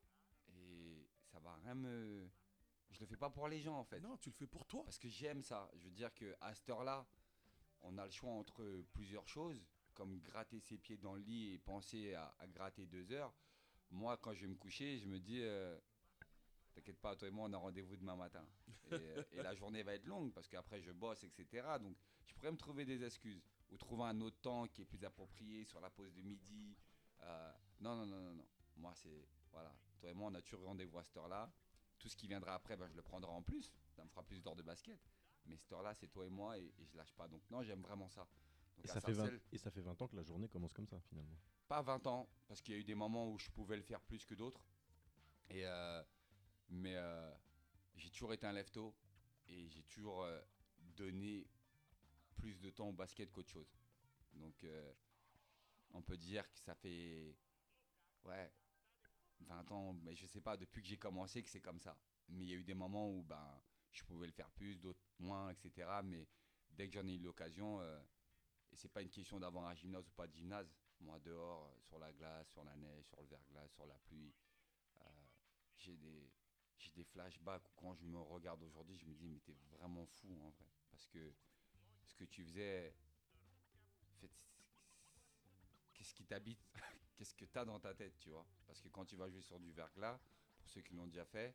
[SPEAKER 4] Et ça va rien me... Je le fais pas pour les gens, en fait.
[SPEAKER 2] Non, tu le fais pour toi.
[SPEAKER 4] Parce que j'aime ça. Je veux dire qu'à cette heure-là, on a le choix entre plusieurs choses, comme gratter ses pieds dans le lit et penser à, à gratter deux heures. Moi, quand je vais me coucher, je me dis, euh, t'inquiète pas, toi et moi, on a rendez-vous demain matin. Et, euh, et la journée va être longue parce qu'après, je bosse, et cetera. Donc, je pourrais me trouver des excuses ou trouver un autre temps qui est plus approprié sur la pause de midi. Euh, non, non, non, non, non. Moi, c'est, voilà, toi et moi, on a toujours rendez-vous à cette heure-là. Tout ce qui viendra après, ben, je le prendrai en plus. Ça me fera plus d'heures de basket. Mais cette heure-là, c'est toi et moi et, et je lâche pas. Donc, non, j'aime vraiment ça. Donc,
[SPEAKER 3] Et
[SPEAKER 4] à
[SPEAKER 3] ça, fait vingt,
[SPEAKER 4] Sarcelles,
[SPEAKER 3] et ça fait vingt ans que la journée commence comme ça, finalement.
[SPEAKER 4] pas vingt ans, parce qu'il y a eu des moments où je pouvais le faire plus que d'autres. Et euh, mais euh, j'ai toujours été un lève-tôt et j'ai toujours euh, donné plus de temps au basket qu'autre chose. Donc, euh, on peut dire que ça fait ouais, vingt ans, mais je sais pas, depuis que j'ai commencé que c'est comme ça. Mais il y a eu des moments où ben, je pouvais le faire plus, d'autres moins, et cetera. Mais dès que j'en ai eu l'occasion, euh, et c'est pas une question d'avoir un gymnase ou pas de gymnase, moi dehors, euh, sur la glace, sur la neige, sur le verglas, sur la pluie, euh, j'ai des, j'ai des flashbacks où quand je me regarde aujourd'hui, je me dis mais t'es vraiment fou en vrai. Parce que ce que tu faisais, en fait, qu'est-ce qui t'habite? Qu'est-ce que t'as dans ta tête, tu vois? Parce que quand tu vas jouer sur du verglas, pour ceux qui l'ont déjà fait,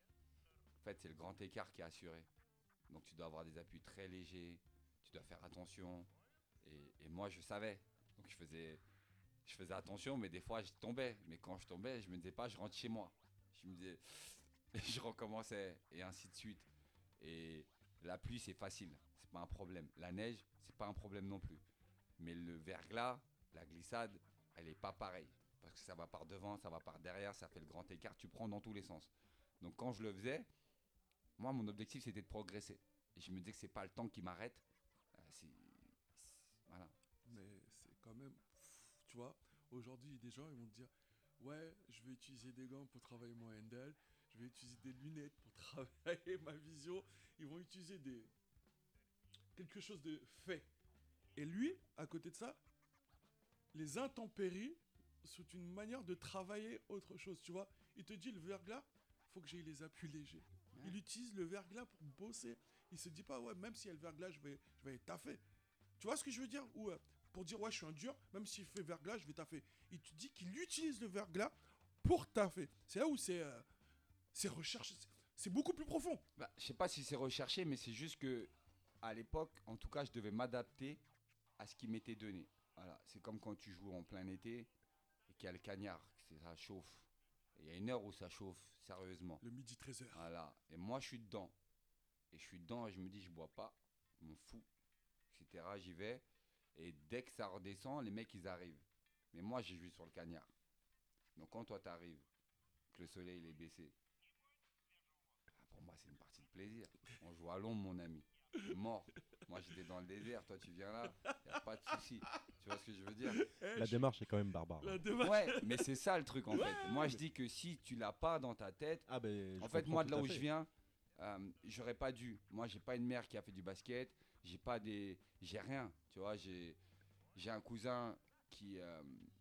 [SPEAKER 4] en fait c'est le grand écart qui est assuré. Donc tu dois avoir des appuis très légers, tu dois faire attention. Et, et moi je savais, donc je faisais, je faisais attention, mais des fois je tombais. Mais quand je tombais, je me disais pas je rentre chez moi. Je me disais, je recommençais et ainsi de suite. Et la pluie c'est facile, c'est pas un problème. La neige c'est pas un problème non plus. Mais le verglas, la glissade, elle est pas pareille. Parce que ça va par devant, ça va par derrière, ça fait le grand écart, tu prends dans tous les sens. Donc quand je le faisais, moi mon objectif c'était de progresser. Et je me disais que c'est pas le temps qui m'arrête. Euh, c'est, c'est- voilà.
[SPEAKER 2] Mais c'est quand même, pff, tu vois, aujourd'hui, des gens, ils vont te dire, ouais, je vais utiliser des gants pour travailler mon handle, je vais utiliser des lunettes pour travailler ma vision. Ils vont utiliser des quelque chose de fait. Et lui, à côté de ça, les intempéries sont une manière de travailler autre chose, tu vois. Il te dit, le verglas, faut que j'aie les appuis légers.
[SPEAKER 4] Ouais.
[SPEAKER 2] Il utilise le verglas pour bosser. Il se dit pas, ouais, même s'il y a le verglas, je vais, je vais taffer. Tu vois ce que je veux dire? Ou euh, pour dire, ouais, je suis un dur, même s'il fait verglas, je vais taffer. Il te dit qu'il utilise le verglas pour taffer. C'est là où c'est euh, c'est recherché. c'est- C'est beaucoup plus profond.
[SPEAKER 4] Bah, je sais pas si c'est recherché, mais c'est juste que à l'époque, en tout cas, je devais m'adapter à ce qui m'était donné. Voilà, c'est comme quand tu joues en plein été et qu'il y a le cagnard, que ça chauffe. Et il y a une heure où ça chauffe sérieusement.
[SPEAKER 2] Le midi treize heures.
[SPEAKER 4] Voilà. Et moi, je suis dedans. Et je suis dedans et je me dis, je bois pas, je m'en fous, et cetera. J'y vais. Et dès que ça redescend, les mecs, ils arrivent. Mais moi, j'ai joué sur le cagnard. Donc quand toi, t'arrives, que le soleil il est baissé. Ah, pour moi, c'est une partie de plaisir. On joue à l'ombre, mon ami. Mort. Moi, j'étais dans le désert. Toi, tu viens là. Y a pas de souci. Tu vois ce que je veux dire?
[SPEAKER 2] Eh,
[SPEAKER 3] La
[SPEAKER 2] je-
[SPEAKER 3] démarche est quand même barbare.
[SPEAKER 2] La
[SPEAKER 3] hein.
[SPEAKER 2] démarche.
[SPEAKER 4] Ouais, mais c'est ça le truc en
[SPEAKER 2] Ouais,
[SPEAKER 4] fait. Moi,
[SPEAKER 2] ouais,
[SPEAKER 4] je dis que si tu l'as pas dans ta tête,
[SPEAKER 3] Ah ben,
[SPEAKER 4] en fait, moi, de là où je viens, euh, j'aurais pas dû. Moi, j'ai pas une mère qui a fait du basket. J'ai pas des, j'ai rien. Tu vois, j'ai, j'ai un cousin qui euh,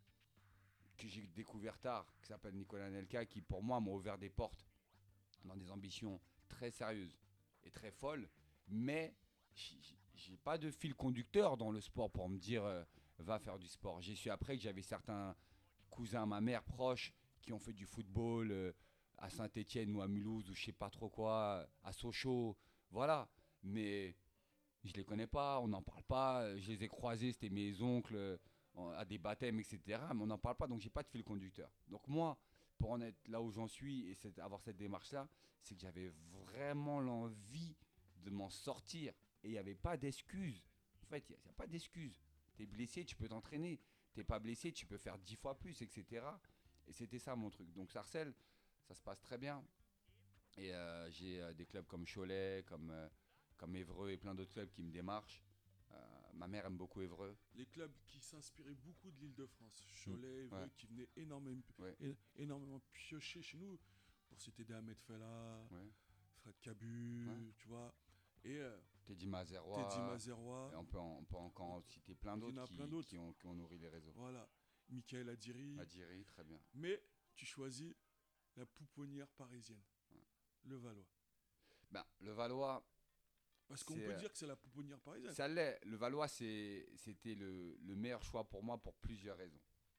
[SPEAKER 4] que j'ai découvert tard, qui s'appelle Nicolas Nelka, qui pour moi m'a ouvert des portes dans des ambitions très sérieuses et très folles. Mais j'ai j'ai pas de fil conducteur dans le sport pour me dire euh, va faire du sport. J'ai su après que j'avais certains cousins à ma mère proches qui ont fait du football euh, à Saint-Étienne ou à Mulhouse ou je sais pas trop quoi, à Sochaux, voilà. Mais je les connais pas, on n'en parle pas. Je les ai croisés, c'était mes oncles euh, en- à des baptêmes, et cetera. Mais on n'en parle pas, donc j'ai pas de fil conducteur. Donc moi, pour en être là où j'en suis et cette- avoir cette démarche-là, c'est que j'avais vraiment l'envie de m'en sortir. Et il n'y avait pas d'excuses. En fait, il n'y a, y a pas d'excuses. Tu es blessé, tu peux t'entraîner. Tu n'es pas blessé, tu peux faire dix fois plus, et cetera. Et c'était ça mon truc. Donc Sarcelles, ça se passe très bien. Et euh, j'ai euh, des clubs comme Cholet, comme, euh, comme Évreux et plein d'autres clubs qui me démarchent. Euh, ma mère aime beaucoup Évreux.
[SPEAKER 2] Les clubs qui s'inspiraient beaucoup de l'île de France. Cholet, Évreux,
[SPEAKER 4] Ouais.
[SPEAKER 2] qui venaient énormément,
[SPEAKER 4] Ouais.
[SPEAKER 2] é- énormément piocher chez nous. Pour citer des Ahmed Fella,
[SPEAKER 4] Ouais.
[SPEAKER 2] Fred Cabu,
[SPEAKER 4] Ouais.
[SPEAKER 2] tu vois. Et euh,
[SPEAKER 4] Teddy Mazerois.
[SPEAKER 2] Teddy Mazerois.
[SPEAKER 4] Et on peut, en- on peut encore en citer plein
[SPEAKER 2] Il y en
[SPEAKER 4] d'autres
[SPEAKER 2] a
[SPEAKER 4] qui,
[SPEAKER 2] plein d'autres.
[SPEAKER 4] qui ont, qui ont nourri les réseaux.
[SPEAKER 2] Voilà. Michael Adiri.
[SPEAKER 4] Adiri, très bien.
[SPEAKER 2] Mais tu choisis la pouponnière parisienne.
[SPEAKER 4] Ouais.
[SPEAKER 2] Le Valois.
[SPEAKER 4] Ben, le Valois,
[SPEAKER 2] Parce qu'on
[SPEAKER 4] C'est,
[SPEAKER 2] peut
[SPEAKER 4] euh,
[SPEAKER 2] dire que c'est la pouponnière parisienne.
[SPEAKER 4] ça l'est. Le Valois, c'est- c'était le, le meilleur choix pour moi pour plusieurs raisons.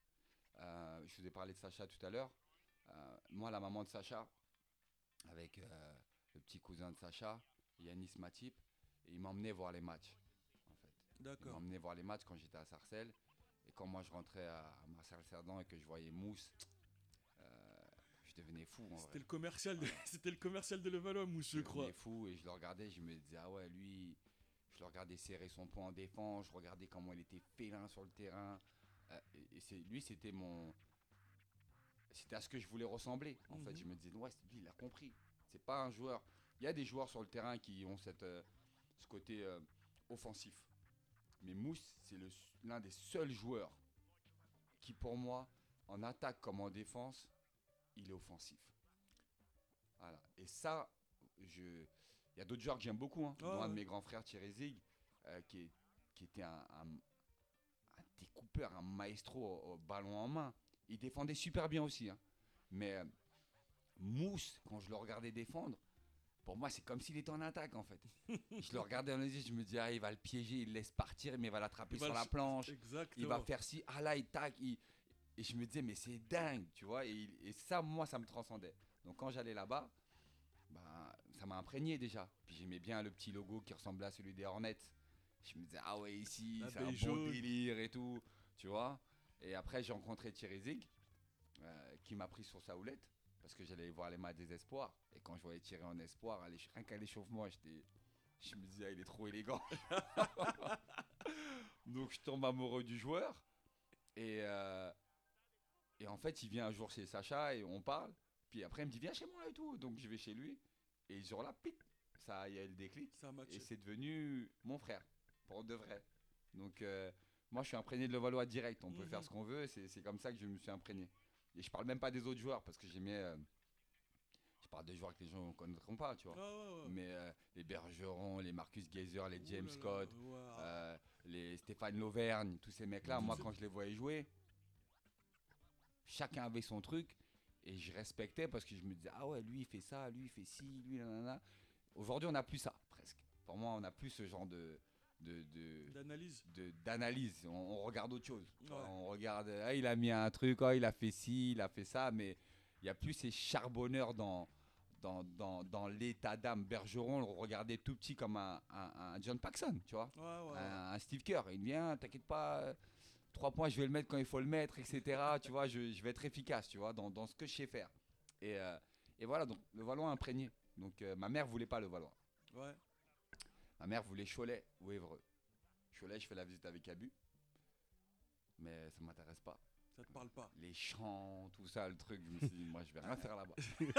[SPEAKER 4] Euh, je vous ai parlé de Sacha tout à l'heure. Euh, moi, la maman de Sacha, avec euh, le petit cousin de Sacha, Yanis Matip, et il m'emmenait voir les matchs. En fait. Il
[SPEAKER 2] D'accord.
[SPEAKER 4] m'emmenait voir les matchs quand j'étais à Sarcelles. Et quand moi je rentrais à, à Marseille-Cerdan et que je voyais Mousse, euh, je devenais fou. En
[SPEAKER 2] C'était
[SPEAKER 4] vrai.
[SPEAKER 2] le commercial de, c'était le commercial de Le Valois, Mousse, je
[SPEAKER 4] Je
[SPEAKER 2] crois.
[SPEAKER 4] devenais fou et je le regardais, je me disais, ah ouais, lui, je le regardais serrer son poing en défense, je regardais comment il était félin sur le terrain. Euh, et et c'est, lui, c'était mon. C'était à ce que je voulais ressembler. En fait,
[SPEAKER 2] Mhm.
[SPEAKER 4] je me disais, ouais, lui, il a compris. C'est pas un joueur. Il y a des joueurs sur le terrain qui ont cette, euh, ce côté euh, offensif. Mais Mousse, c'est le, l'un des seuls joueurs qui, pour moi, en attaque comme en défense, il est offensif. Voilà. Et ça, je... il y a d'autres joueurs que j'aime beaucoup. Hein,
[SPEAKER 2] Ah
[SPEAKER 4] dont un de
[SPEAKER 2] ouais.
[SPEAKER 4] mes grands frères, Thierry Zig, euh, qui, est- qui était un, un, un découpeur, un maestro au, au ballon en main. Il défendait super bien aussi. Hein. Mais euh, Mousse, quand je le regardais défendre, pour moi, c'est comme s'il était en attaque en fait. Je le regardais dans les yeux, je me disais, ah, il va le piéger, il le laisse partir, mais il va l'attraper
[SPEAKER 2] Il va
[SPEAKER 4] sur
[SPEAKER 2] le
[SPEAKER 4] la
[SPEAKER 2] ch-
[SPEAKER 4] planche.
[SPEAKER 2] Exactement.
[SPEAKER 4] Il va faire ci, ah là, il tac. il- Et je me disais, mais c'est dingue, tu vois. Et, il- et ça, moi, ça me transcendait. Donc quand j'allais là-bas, ben, ça m'a imprégné déjà. Puis j'aimais bien le petit logo qui ressemblait à celui des Hornets. Je me disais, ah ouais, ici,
[SPEAKER 2] La
[SPEAKER 4] c'est un
[SPEAKER 2] baie
[SPEAKER 4] bon
[SPEAKER 2] jaune.
[SPEAKER 4] délire et tout, tu vois. Et après, j'ai rencontré Thierry Zig, euh, qui m'a pris sur sa houlette, parce que j'allais voir les matchs des espoirs. Et quand je voyais Thierry en espoir, à l'éch- rien qu'à l'échauffement, j'étais, je me disais, ah, il est trop élégant. Donc je tombe amoureux du joueur. Et, euh, et en fait, il vient un jour chez Sacha et on parle. Puis après, il me dit, viens chez moi et tout. Donc je vais chez lui. Et ce jour-là, pit, ça, il y a eu le déclic.
[SPEAKER 2] Ça a matché.
[SPEAKER 4] Et c'est devenu mon frère, pour de vrai. Donc euh, moi, je suis imprégné de Levallois direct. On peut
[SPEAKER 2] Mhm.
[SPEAKER 4] faire ce qu'on veut. C'est, c'est comme ça que je me suis imprégné. Et je parle même pas des autres joueurs parce que j'aimais. euh, je parle des joueurs que les gens ne connaîtront pas, tu vois.
[SPEAKER 2] Ah ouais, ouais.
[SPEAKER 4] Mais euh, les Bergeron, les Marcus Geyser, les
[SPEAKER 2] Ouh
[SPEAKER 4] James
[SPEAKER 2] là là,
[SPEAKER 4] Scott,
[SPEAKER 2] ouais.
[SPEAKER 4] euh, les Stéphane Lauvergne, tous ces mecs-là,
[SPEAKER 2] Tous
[SPEAKER 4] moi
[SPEAKER 2] ces-
[SPEAKER 4] quand je les voyais jouer, chacun avait son truc et je respectais parce que je me disais, ah ouais, lui il fait ça, lui il fait ci, lui nanana. Aujourd'hui on n'a plus ça, presque. Pour moi on n'a plus ce genre de, de, de,
[SPEAKER 2] D'analyse.
[SPEAKER 4] de- d'analyse, on, on regarde autre chose. Tu vois.
[SPEAKER 2] Ouais.
[SPEAKER 4] On regarde, ah, il a mis un truc, oh, il a fait ci, il a fait ça, mais il n'y a plus ces charbonneurs dans, dans, dans, dans l'état d'âme. Bergeron, on le regardait tout petit comme un, un, un John Paxson, tu vois,
[SPEAKER 2] Ouais, ouais, ouais.
[SPEAKER 4] un, un Steve Kerr. Il vient, t'inquiète pas, euh, trois points, je vais le mettre quand il faut le mettre, et cetera. Tu vois, je, je vais être efficace, tu vois, dans, dans ce que je sais faire. Et, euh, et voilà, donc le Valois imprégné. Donc euh, ma mère voulait pas le Valois.
[SPEAKER 2] Ouais.
[SPEAKER 4] Ma mère voulait Cholet ou Évreux. Cholet, je fais la visite avec Abu. Mais ça m'intéresse pas.
[SPEAKER 2] Ça te parle pas.
[SPEAKER 4] Les chants, tout ça, le truc. Je me suis dit, moi, je vais rien faire là-bas.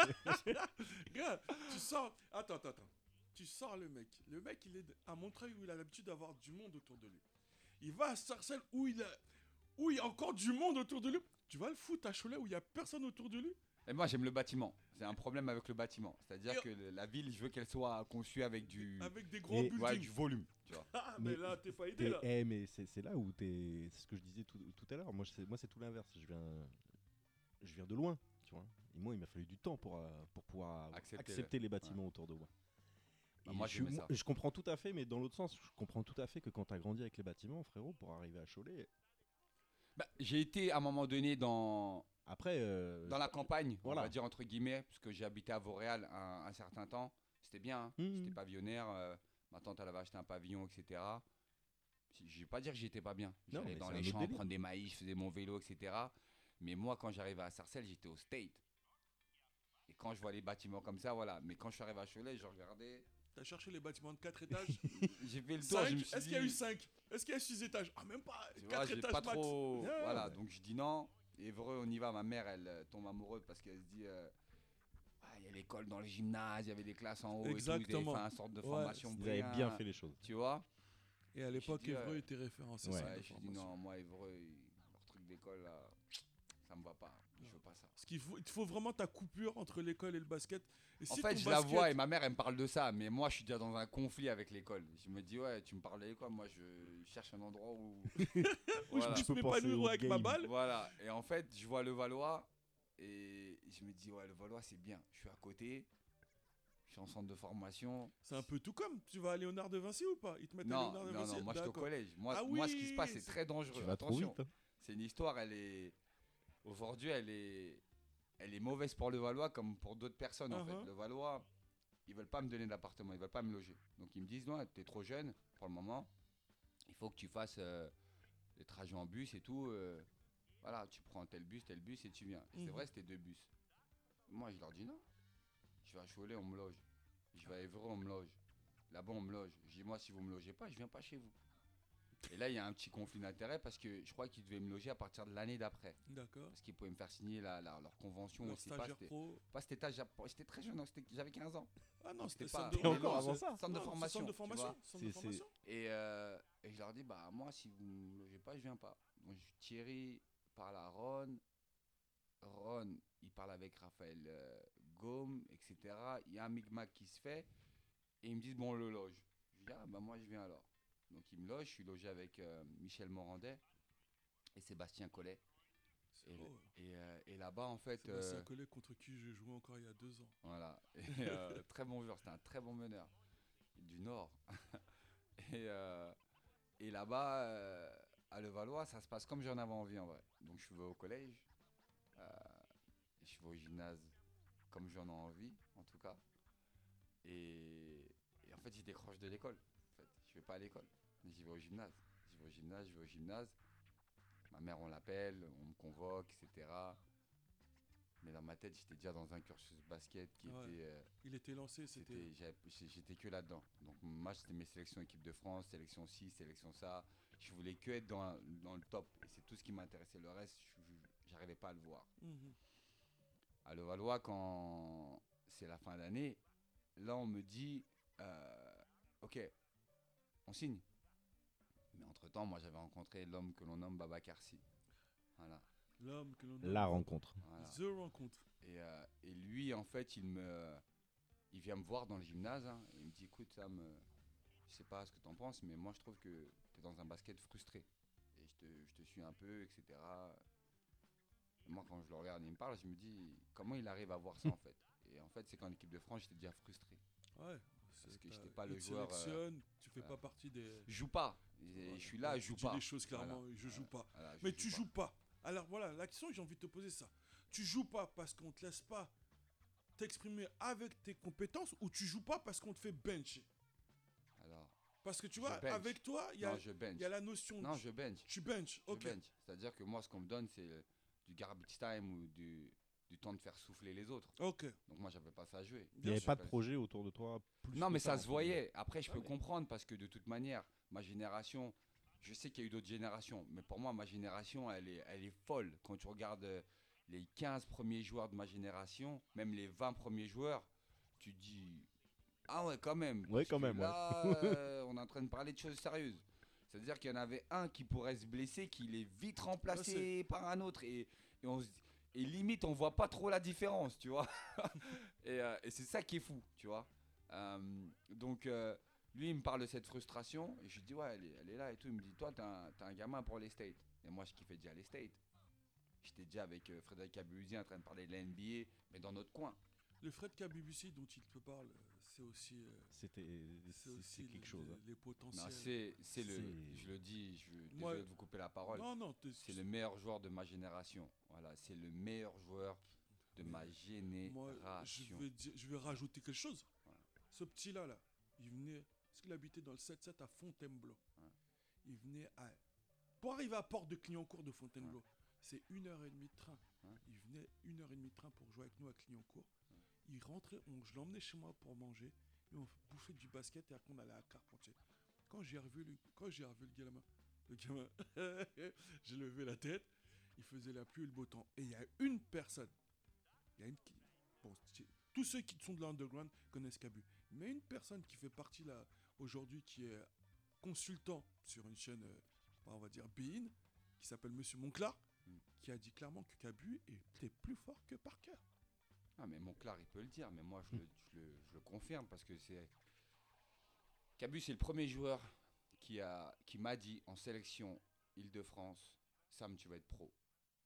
[SPEAKER 2] Regarde, tu sors. Attends, attends, attends. Tu sors le mec. Le mec, il est à Montreuil où il a l'habitude d'avoir du monde autour de lui. Il va à Sarcelles où il, a... où il y a encore du monde autour de lui. Tu vas le foutre à Cholet où il n'y a personne autour de lui.
[SPEAKER 4] Et moi, j'aime le bâtiment. C'est un problème avec le bâtiment. C'est-à-dire
[SPEAKER 2] Et-
[SPEAKER 4] que le- la ville, je veux qu'elle soit conçue avec du,
[SPEAKER 2] Avec des gros
[SPEAKER 3] Et-
[SPEAKER 2] buildings.
[SPEAKER 4] ouais, du volume. Tu vois.
[SPEAKER 2] Ah, mais,
[SPEAKER 3] Mais-
[SPEAKER 2] là, t'es pas aidé
[SPEAKER 3] T'es-
[SPEAKER 2] là.
[SPEAKER 3] eh, mais c'est c'est là où t'es. C'est ce que je disais tout, tout à l'heure. Moi, c'est- moi, c'est tout l'inverse. Je viens, je viens de loin, tu vois. Et moi, il m'a fallu du temps pour, euh, pour pouvoir
[SPEAKER 4] Accepter
[SPEAKER 3] accepter,
[SPEAKER 4] le-
[SPEAKER 3] les bâtiments autour de moi.
[SPEAKER 4] Bah,
[SPEAKER 3] Et
[SPEAKER 4] moi,
[SPEAKER 3] je,
[SPEAKER 4] j'aimais
[SPEAKER 3] suis-
[SPEAKER 4] ça.
[SPEAKER 3] je comprends tout à fait, mais dans l'autre sens, je comprends tout à fait que quand t'as grandi avec les bâtiments, frérot, pour arriver à Cholet.
[SPEAKER 4] Bah, j'ai été à un moment donné dans,
[SPEAKER 3] Après, euh,
[SPEAKER 4] dans la campagne,
[SPEAKER 3] Voilà.
[SPEAKER 4] on va dire entre guillemets, parce que j'ai habité à Vauréal un, un certain temps. C'était bien, hein.
[SPEAKER 3] Mhm.
[SPEAKER 4] J'étais pavillonnaire. euh, ma tante, elle avait acheté un pavillon, et cetera. Si- Je vais pas dire que j'étais pas bien.
[SPEAKER 3] Non,
[SPEAKER 4] J'allais
[SPEAKER 3] mais
[SPEAKER 4] dans
[SPEAKER 3] c'est
[SPEAKER 4] les
[SPEAKER 3] un autre
[SPEAKER 4] champs,
[SPEAKER 3] délire.
[SPEAKER 4] prendre des maïs, je faisais mon vélo, et cetera. Mais moi, quand j'arrivais à Sarcelles, j'étais au State. Et quand je vois les bâtiments comme ça, voilà. Mais quand je suis arrivé à Cholet, je regardais.
[SPEAKER 2] T'as cherché les bâtiments de quatre étages.
[SPEAKER 4] J'ai fait le tour,
[SPEAKER 2] cinq
[SPEAKER 4] je me suis
[SPEAKER 2] Est-ce qu'il y a
[SPEAKER 4] dit-
[SPEAKER 2] eu cinq Est-ce qu'il y a eu six étages? Ah, même pas.
[SPEAKER 4] Tu vois,
[SPEAKER 2] quatre
[SPEAKER 4] j'ai
[SPEAKER 2] étages
[SPEAKER 4] pas
[SPEAKER 2] max.
[SPEAKER 4] trop.
[SPEAKER 3] Ouais,
[SPEAKER 4] Voilà,
[SPEAKER 3] ouais.
[SPEAKER 4] donc je dis non. Évreux, on y va. Ma mère, elle euh, tombe amoureuse parce qu'elle se dit euh, ah, il y a l'école dans le gymnase, il y avait des classes en haut.
[SPEAKER 2] Exactement.
[SPEAKER 4] Et tout, ils avaient fait une sorte de
[SPEAKER 2] Ouais,
[SPEAKER 4] formation.
[SPEAKER 3] ils avaient
[SPEAKER 4] brillant,
[SPEAKER 3] bien fait les choses.
[SPEAKER 4] Tu vois.
[SPEAKER 2] Et à l'époque,
[SPEAKER 4] dit,
[SPEAKER 2] Évreux
[SPEAKER 4] ouais.
[SPEAKER 2] était référencé.
[SPEAKER 3] Ouais.
[SPEAKER 2] centre
[SPEAKER 4] Ouais,
[SPEAKER 2] de
[SPEAKER 4] je dis
[SPEAKER 2] formation.
[SPEAKER 4] non, moi, Évreux, ils- leur truc d'école, là, ça me va pas. Je veux pas ça.
[SPEAKER 2] Parce qu'il faut, il te faut vraiment ta coupure entre l'école et le basket. Et
[SPEAKER 4] En
[SPEAKER 2] si
[SPEAKER 4] fait,
[SPEAKER 2] ton
[SPEAKER 4] je la
[SPEAKER 2] basket-
[SPEAKER 4] vois et ma mère, elle me parle de ça. Mais moi, je suis déjà dans un conflit avec l'école. Je me dis, ouais, tu me parles de l'école. Moi, je cherche un endroit où.
[SPEAKER 2] où je
[SPEAKER 4] Voilà.
[SPEAKER 2] puisse
[SPEAKER 3] peux penser
[SPEAKER 2] m'épanouir
[SPEAKER 3] au
[SPEAKER 2] avec ma
[SPEAKER 3] game.
[SPEAKER 2] balle.
[SPEAKER 4] Voilà, et en fait, je vois le Valois et je me dis, ouais, le Valois, c'est bien. Je suis à côté, je suis en centre de formation.
[SPEAKER 2] C'est un peu tout comme. Tu vas à Léonard de Vinci ou pas? Ils te mettent à
[SPEAKER 4] Non,
[SPEAKER 2] Léonard de
[SPEAKER 4] non,
[SPEAKER 2] Vinci.
[SPEAKER 4] non, moi, je suis au
[SPEAKER 2] D'accord.
[SPEAKER 4] collège. Moi,
[SPEAKER 2] Ah
[SPEAKER 4] moi, ce qui
[SPEAKER 2] oui,
[SPEAKER 4] se passe, c'est
[SPEAKER 2] c'est-
[SPEAKER 4] très dangereux.
[SPEAKER 3] Tu vas trop
[SPEAKER 4] Attention,
[SPEAKER 3] vite. hein.
[SPEAKER 4] c'est une histoire, elle est. Aujourd'hui, elle est. Elle est mauvaise pour le Valois comme pour d'autres personnes, en
[SPEAKER 2] Uh-huh.
[SPEAKER 4] fait. Le Valois, ils veulent pas me donner d'appartement, ils veulent pas me loger. Donc, ils me disent, non, t'es trop jeune pour le moment. Il faut que tu fasses euh, les trajets en bus et tout. euh, voilà, tu prends tel bus, tel bus et tu viens. Et c'est
[SPEAKER 2] Mhm.
[SPEAKER 4] vrai, c'était deux bus. Moi, je leur dis non. Je vais à Cholet, on me loge. Je vais à Évreux, on me loge. Là-bas, on me loge. Je dis, moi, si vous me logez pas, je viens pas chez vous. Et là, il y a un petit conflit d'intérêt parce que je crois qu'ils devaient me loger à partir de l'année d'après.
[SPEAKER 2] D'accord.
[SPEAKER 4] Parce qu'ils pouvaient me faire signer la, la- leur convention.
[SPEAKER 2] Leur
[SPEAKER 4] aussi, pas,
[SPEAKER 2] stagiaire
[SPEAKER 4] c'était
[SPEAKER 2] pro.
[SPEAKER 4] pas cet étage, j'étais très jeune, hein, c'était- j'avais quinze ans.
[SPEAKER 2] Ah non, c'était
[SPEAKER 4] C'était pas-
[SPEAKER 2] centre de
[SPEAKER 3] Et encore
[SPEAKER 2] non,
[SPEAKER 3] avant
[SPEAKER 2] c'est-
[SPEAKER 3] ça.
[SPEAKER 4] Centre de
[SPEAKER 2] non, c'est
[SPEAKER 4] formation.
[SPEAKER 2] Centre de
[SPEAKER 4] tu
[SPEAKER 2] formation.
[SPEAKER 4] vois.
[SPEAKER 2] Centre de
[SPEAKER 3] C'est- c'est-
[SPEAKER 2] formation.
[SPEAKER 4] Et, euh, et je leur dis, bah moi, si vous ne me logez pas, je viens pas. Donc Thierry parle à Ron. Ron, il parle avec Raphaël euh, Gaume, et cetera. Il y a un micmac qui se fait. Et ils me disent, bon, on le loge. Je dis, ah bah moi, je viens alors. Donc ils me logent. Je suis logé avec euh, Michel Morandet et Sébastien Collet.
[SPEAKER 2] C'est
[SPEAKER 4] Et,
[SPEAKER 2] beau.
[SPEAKER 4] et, euh, et là-bas, en fait.
[SPEAKER 2] Sébastien
[SPEAKER 4] euh,
[SPEAKER 2] Collet contre qui j'ai joué encore il y a deux ans.
[SPEAKER 4] Voilà. Et, euh, très bon joueur, c'était un très bon meneur. Du Nord. et euh, et là-bas, euh, à Levallois, ça se passe comme j'en avais envie en vrai. Donc je vais au collège, euh, je vais au gymnase comme j'en ai envie, en tout cas. Et, et en fait, j'y décroche de l'école. En fait, je vais pas à l'école, mais j'y vais au gymnase. Je vais au gymnase, je vais au gymnase. Ma mère, on l'appelle, on me convoque, et cetera. Mais dans ma tête, j'étais déjà dans un cursus basket qui
[SPEAKER 2] Ouais.
[SPEAKER 4] était. euh,
[SPEAKER 2] Il était lancé, c'était.
[SPEAKER 4] c'était- j'avais- j'ai- J'étais que là-dedans. Donc, moi, c'était mes sélections équipe de France, sélection ci, sélection ça. Je voulais que être dans, dans le top. Et c'est tout ce qui m'intéressait. Le reste, je- j'arrivais pas à le voir.
[SPEAKER 2] Mhm.
[SPEAKER 4] À Levallois, quand c'est la fin d'année, là, on me dit euh, ok, on signe. Mais entre-temps, moi, j'avais rencontré l'homme que l'on nomme Baba Karsi. Voilà.
[SPEAKER 2] L'homme que l'on
[SPEAKER 3] La
[SPEAKER 2] nomme
[SPEAKER 3] rencontre.
[SPEAKER 4] voilà.
[SPEAKER 2] The rencontre.
[SPEAKER 4] Et, euh, et lui, en fait, il me, il vient me voir dans le gymnase. Hein, et il me dit, écoute, Sam, euh, je sais pas ce que t'en penses, mais moi, je trouve que t'es dans un basket frustré. Et je te, je te suis un peu, et cetera. Et moi, quand je le regarde, il me parle, je me dis, comment il arrive à voir ça, en fait. Et en fait, c'est qu'en équipe de France, j'étais déjà frustré.
[SPEAKER 2] Ouais.
[SPEAKER 4] Parce
[SPEAKER 2] c'est-
[SPEAKER 4] que
[SPEAKER 2] t'as-
[SPEAKER 4] j'étais pas
[SPEAKER 2] il
[SPEAKER 4] le
[SPEAKER 2] te
[SPEAKER 4] joueur, euh,
[SPEAKER 2] sélectionne, tu fais
[SPEAKER 4] voilà.
[SPEAKER 2] pas partie des.
[SPEAKER 4] Je joue pas. Et
[SPEAKER 2] Voilà.
[SPEAKER 4] je suis là, je
[SPEAKER 2] Tu
[SPEAKER 4] joue
[SPEAKER 2] dis
[SPEAKER 4] pas.
[SPEAKER 2] les choses clairement,
[SPEAKER 4] Voilà.
[SPEAKER 2] je joue
[SPEAKER 4] Voilà.
[SPEAKER 2] pas.
[SPEAKER 4] Voilà, je
[SPEAKER 2] Mais tu
[SPEAKER 4] pas.
[SPEAKER 2] joues pas. Alors voilà, la question, j'ai envie de te poser ça. Tu joues pas parce qu'on te laisse pas t'exprimer avec tes compétences ou tu joues pas parce qu'on te fait bench.
[SPEAKER 4] Alors,
[SPEAKER 2] Parce que tu
[SPEAKER 4] Je
[SPEAKER 2] vois,
[SPEAKER 4] bench.
[SPEAKER 2] avec toi, il y a,
[SPEAKER 4] non, je bench.
[SPEAKER 2] il y a la notion.
[SPEAKER 4] Non,
[SPEAKER 2] de-
[SPEAKER 4] je bench.
[SPEAKER 2] Tu bench,
[SPEAKER 4] Je
[SPEAKER 2] ok.
[SPEAKER 4] bench. C'est-à-dire que moi, ce qu'on me donne, c'est euh, du garbage time ou du, du temps de faire souffler les autres.
[SPEAKER 2] Ok.
[SPEAKER 4] Donc moi, j'avais pas ça à jouer.
[SPEAKER 3] Il n'y avait
[SPEAKER 4] sûr.
[SPEAKER 3] pas de projet autour de toi. Plus
[SPEAKER 4] Non,
[SPEAKER 3] que
[SPEAKER 4] mais ça
[SPEAKER 3] en
[SPEAKER 4] se
[SPEAKER 3] fait.
[SPEAKER 4] voyait. Après, je
[SPEAKER 2] Ah,
[SPEAKER 4] peux
[SPEAKER 2] mais-
[SPEAKER 4] comprendre parce que de toute manière, ma génération, je sais qu'il y a eu d'autres générations, mais pour moi, ma génération, elle est, elle est folle. Quand tu regardes euh, les quinze premiers joueurs de ma génération, même les vingt premiers joueurs, tu te dis, ah ouais, quand même.
[SPEAKER 3] Ouais,
[SPEAKER 4] parce
[SPEAKER 3] quand
[SPEAKER 4] que
[SPEAKER 3] même,
[SPEAKER 4] Là, euh, on est en train de parler de choses sérieuses. C'est-à-dire qu'il y en avait un qui pourrait se blesser, qu'il est vite remplacé
[SPEAKER 2] Ouais,
[SPEAKER 4] par un autre. Et, et, on se- et limite, on voit pas trop la différence, tu vois. et euh, et c'est ça qui est fou, tu vois. Euh, donc, euh, lui, il me parle de cette frustration. Et je lui dis, ouais, elle est, elle est là et tout. Il me dit, toi, t'es un, t'es un gamin pour les States. Et moi, je kiffais déjà les States. J'étais déjà avec euh, Frédéric Abuzi en train de parler de la N B A, mais dans notre coin.
[SPEAKER 2] Le Fred K B B C dont il te parle, euh, c'est aussi, euh,
[SPEAKER 3] C'était
[SPEAKER 2] c'est
[SPEAKER 3] c'est
[SPEAKER 2] aussi
[SPEAKER 3] c'est
[SPEAKER 2] les,
[SPEAKER 3] quelque chose.
[SPEAKER 2] les-
[SPEAKER 3] hein.
[SPEAKER 2] les
[SPEAKER 4] Non,
[SPEAKER 2] potentiels.
[SPEAKER 4] c'est, c'est le,
[SPEAKER 3] C'est-
[SPEAKER 4] je le dis, je désolé
[SPEAKER 2] Moi-
[SPEAKER 4] de vous couper la parole.
[SPEAKER 2] Non, non, t'es-
[SPEAKER 4] C'est le meilleur joueur de ma génération. Voilà, c'est le meilleur joueur de ma
[SPEAKER 2] moi,
[SPEAKER 4] génération.
[SPEAKER 2] je vais, dire- je vais rajouter quelque chose.
[SPEAKER 4] Voilà.
[SPEAKER 2] Ce petit-là, là, il venait, parce qu'il habitait dans le sept sept à Fontainebleau.
[SPEAKER 4] Ouais.
[SPEAKER 2] Il venait à, pour arriver à Porte de Clignancourt de Fontainebleau, c'est une heure et demie de train.
[SPEAKER 4] Ouais.
[SPEAKER 2] Il venait une heure et demie de train pour jouer avec nous à Clignancourt. Il rentrait, on, je l'emmenais chez moi pour manger, et on bouffait du basket et après on allait à Carpentier. Quand j'ai revu le, quand j'ai revu le gamin, le gamin, j'ai levé la tête, il faisait la pluie et le beau temps. Et il y a une personne, il y a une qui, bon, c'est- tous ceux qui sont de l'underground connaissent Cabu, mais une personne qui fait partie là aujourd'hui, qui est consultant sur une chaîne, euh, on va dire Bein, qui s'appelle Monsieur Monclar,
[SPEAKER 4] Mm.
[SPEAKER 2] qui a dit clairement que Cabu était plus fort que Parker.
[SPEAKER 4] Ah, mais Monclar, il peut le dire, mais moi, je, le, je le- je le confirme parce que c'est. Cabu, c'est le premier joueur qui, a, qui m'a dit en sélection Île-de-France, Sam, tu vas être pro.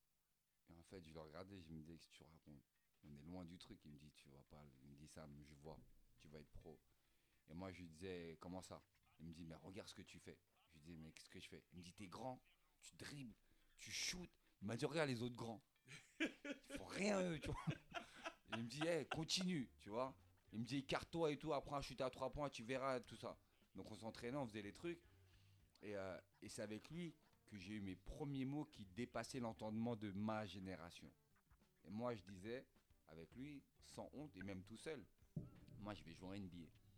[SPEAKER 4] Et en fait, je le regardais, je me disais, qu'est-ce que tu racontes? On est loin du truc. Il me dit, tu vas pas. Il me dit, Sam, je vois, tu vas être pro. Et moi, je lui disais, comment ça? Il me dit, mais regarde ce que tu fais. Je lui dis, mais qu'est-ce que je fais? Il me dit, t'es grand, tu dribbles, tu shootes. Il m'a dit, regarde les autres grands. Ils font rien, eux, tu vois. Et il me dit, hey, continue, tu vois. Il me dit, écarte-toi et tout, apprends à shooter à trois points, tu verras tout ça. Donc on s'entraînait, on faisait les trucs. Et, euh, et c'est avec lui que j'ai eu mes premiers mots qui dépassaient l'entendement de ma génération. Et moi, je disais, avec lui, sans honte et même tout seul, moi, je vais jouer en N B A.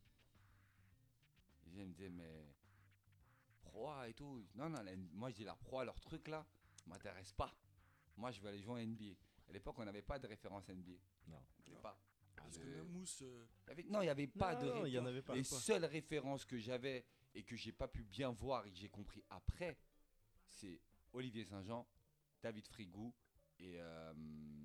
[SPEAKER 4] Et il me disait, mais pro A et tout. Non, non, la- moi, je dis, la pro A, leur truc là, m'intéresse pas. Moi, je vais aller jouer en N B A. À l'époque, on n'avait pas de référence N B A.
[SPEAKER 3] Non.
[SPEAKER 4] On n'avait pas.
[SPEAKER 2] Parce
[SPEAKER 4] Je-
[SPEAKER 2] que même Mousse, euh,
[SPEAKER 4] Il y avait- non, il n'y avait pas de
[SPEAKER 3] Non, il y en
[SPEAKER 4] référence.
[SPEAKER 3] avait pas.
[SPEAKER 4] Les
[SPEAKER 2] pas.
[SPEAKER 4] seules références que j'avais et que j'ai pas pu bien voir et que j'ai compris après, c'est Olivier Saint-Jean, David Frigou et euh,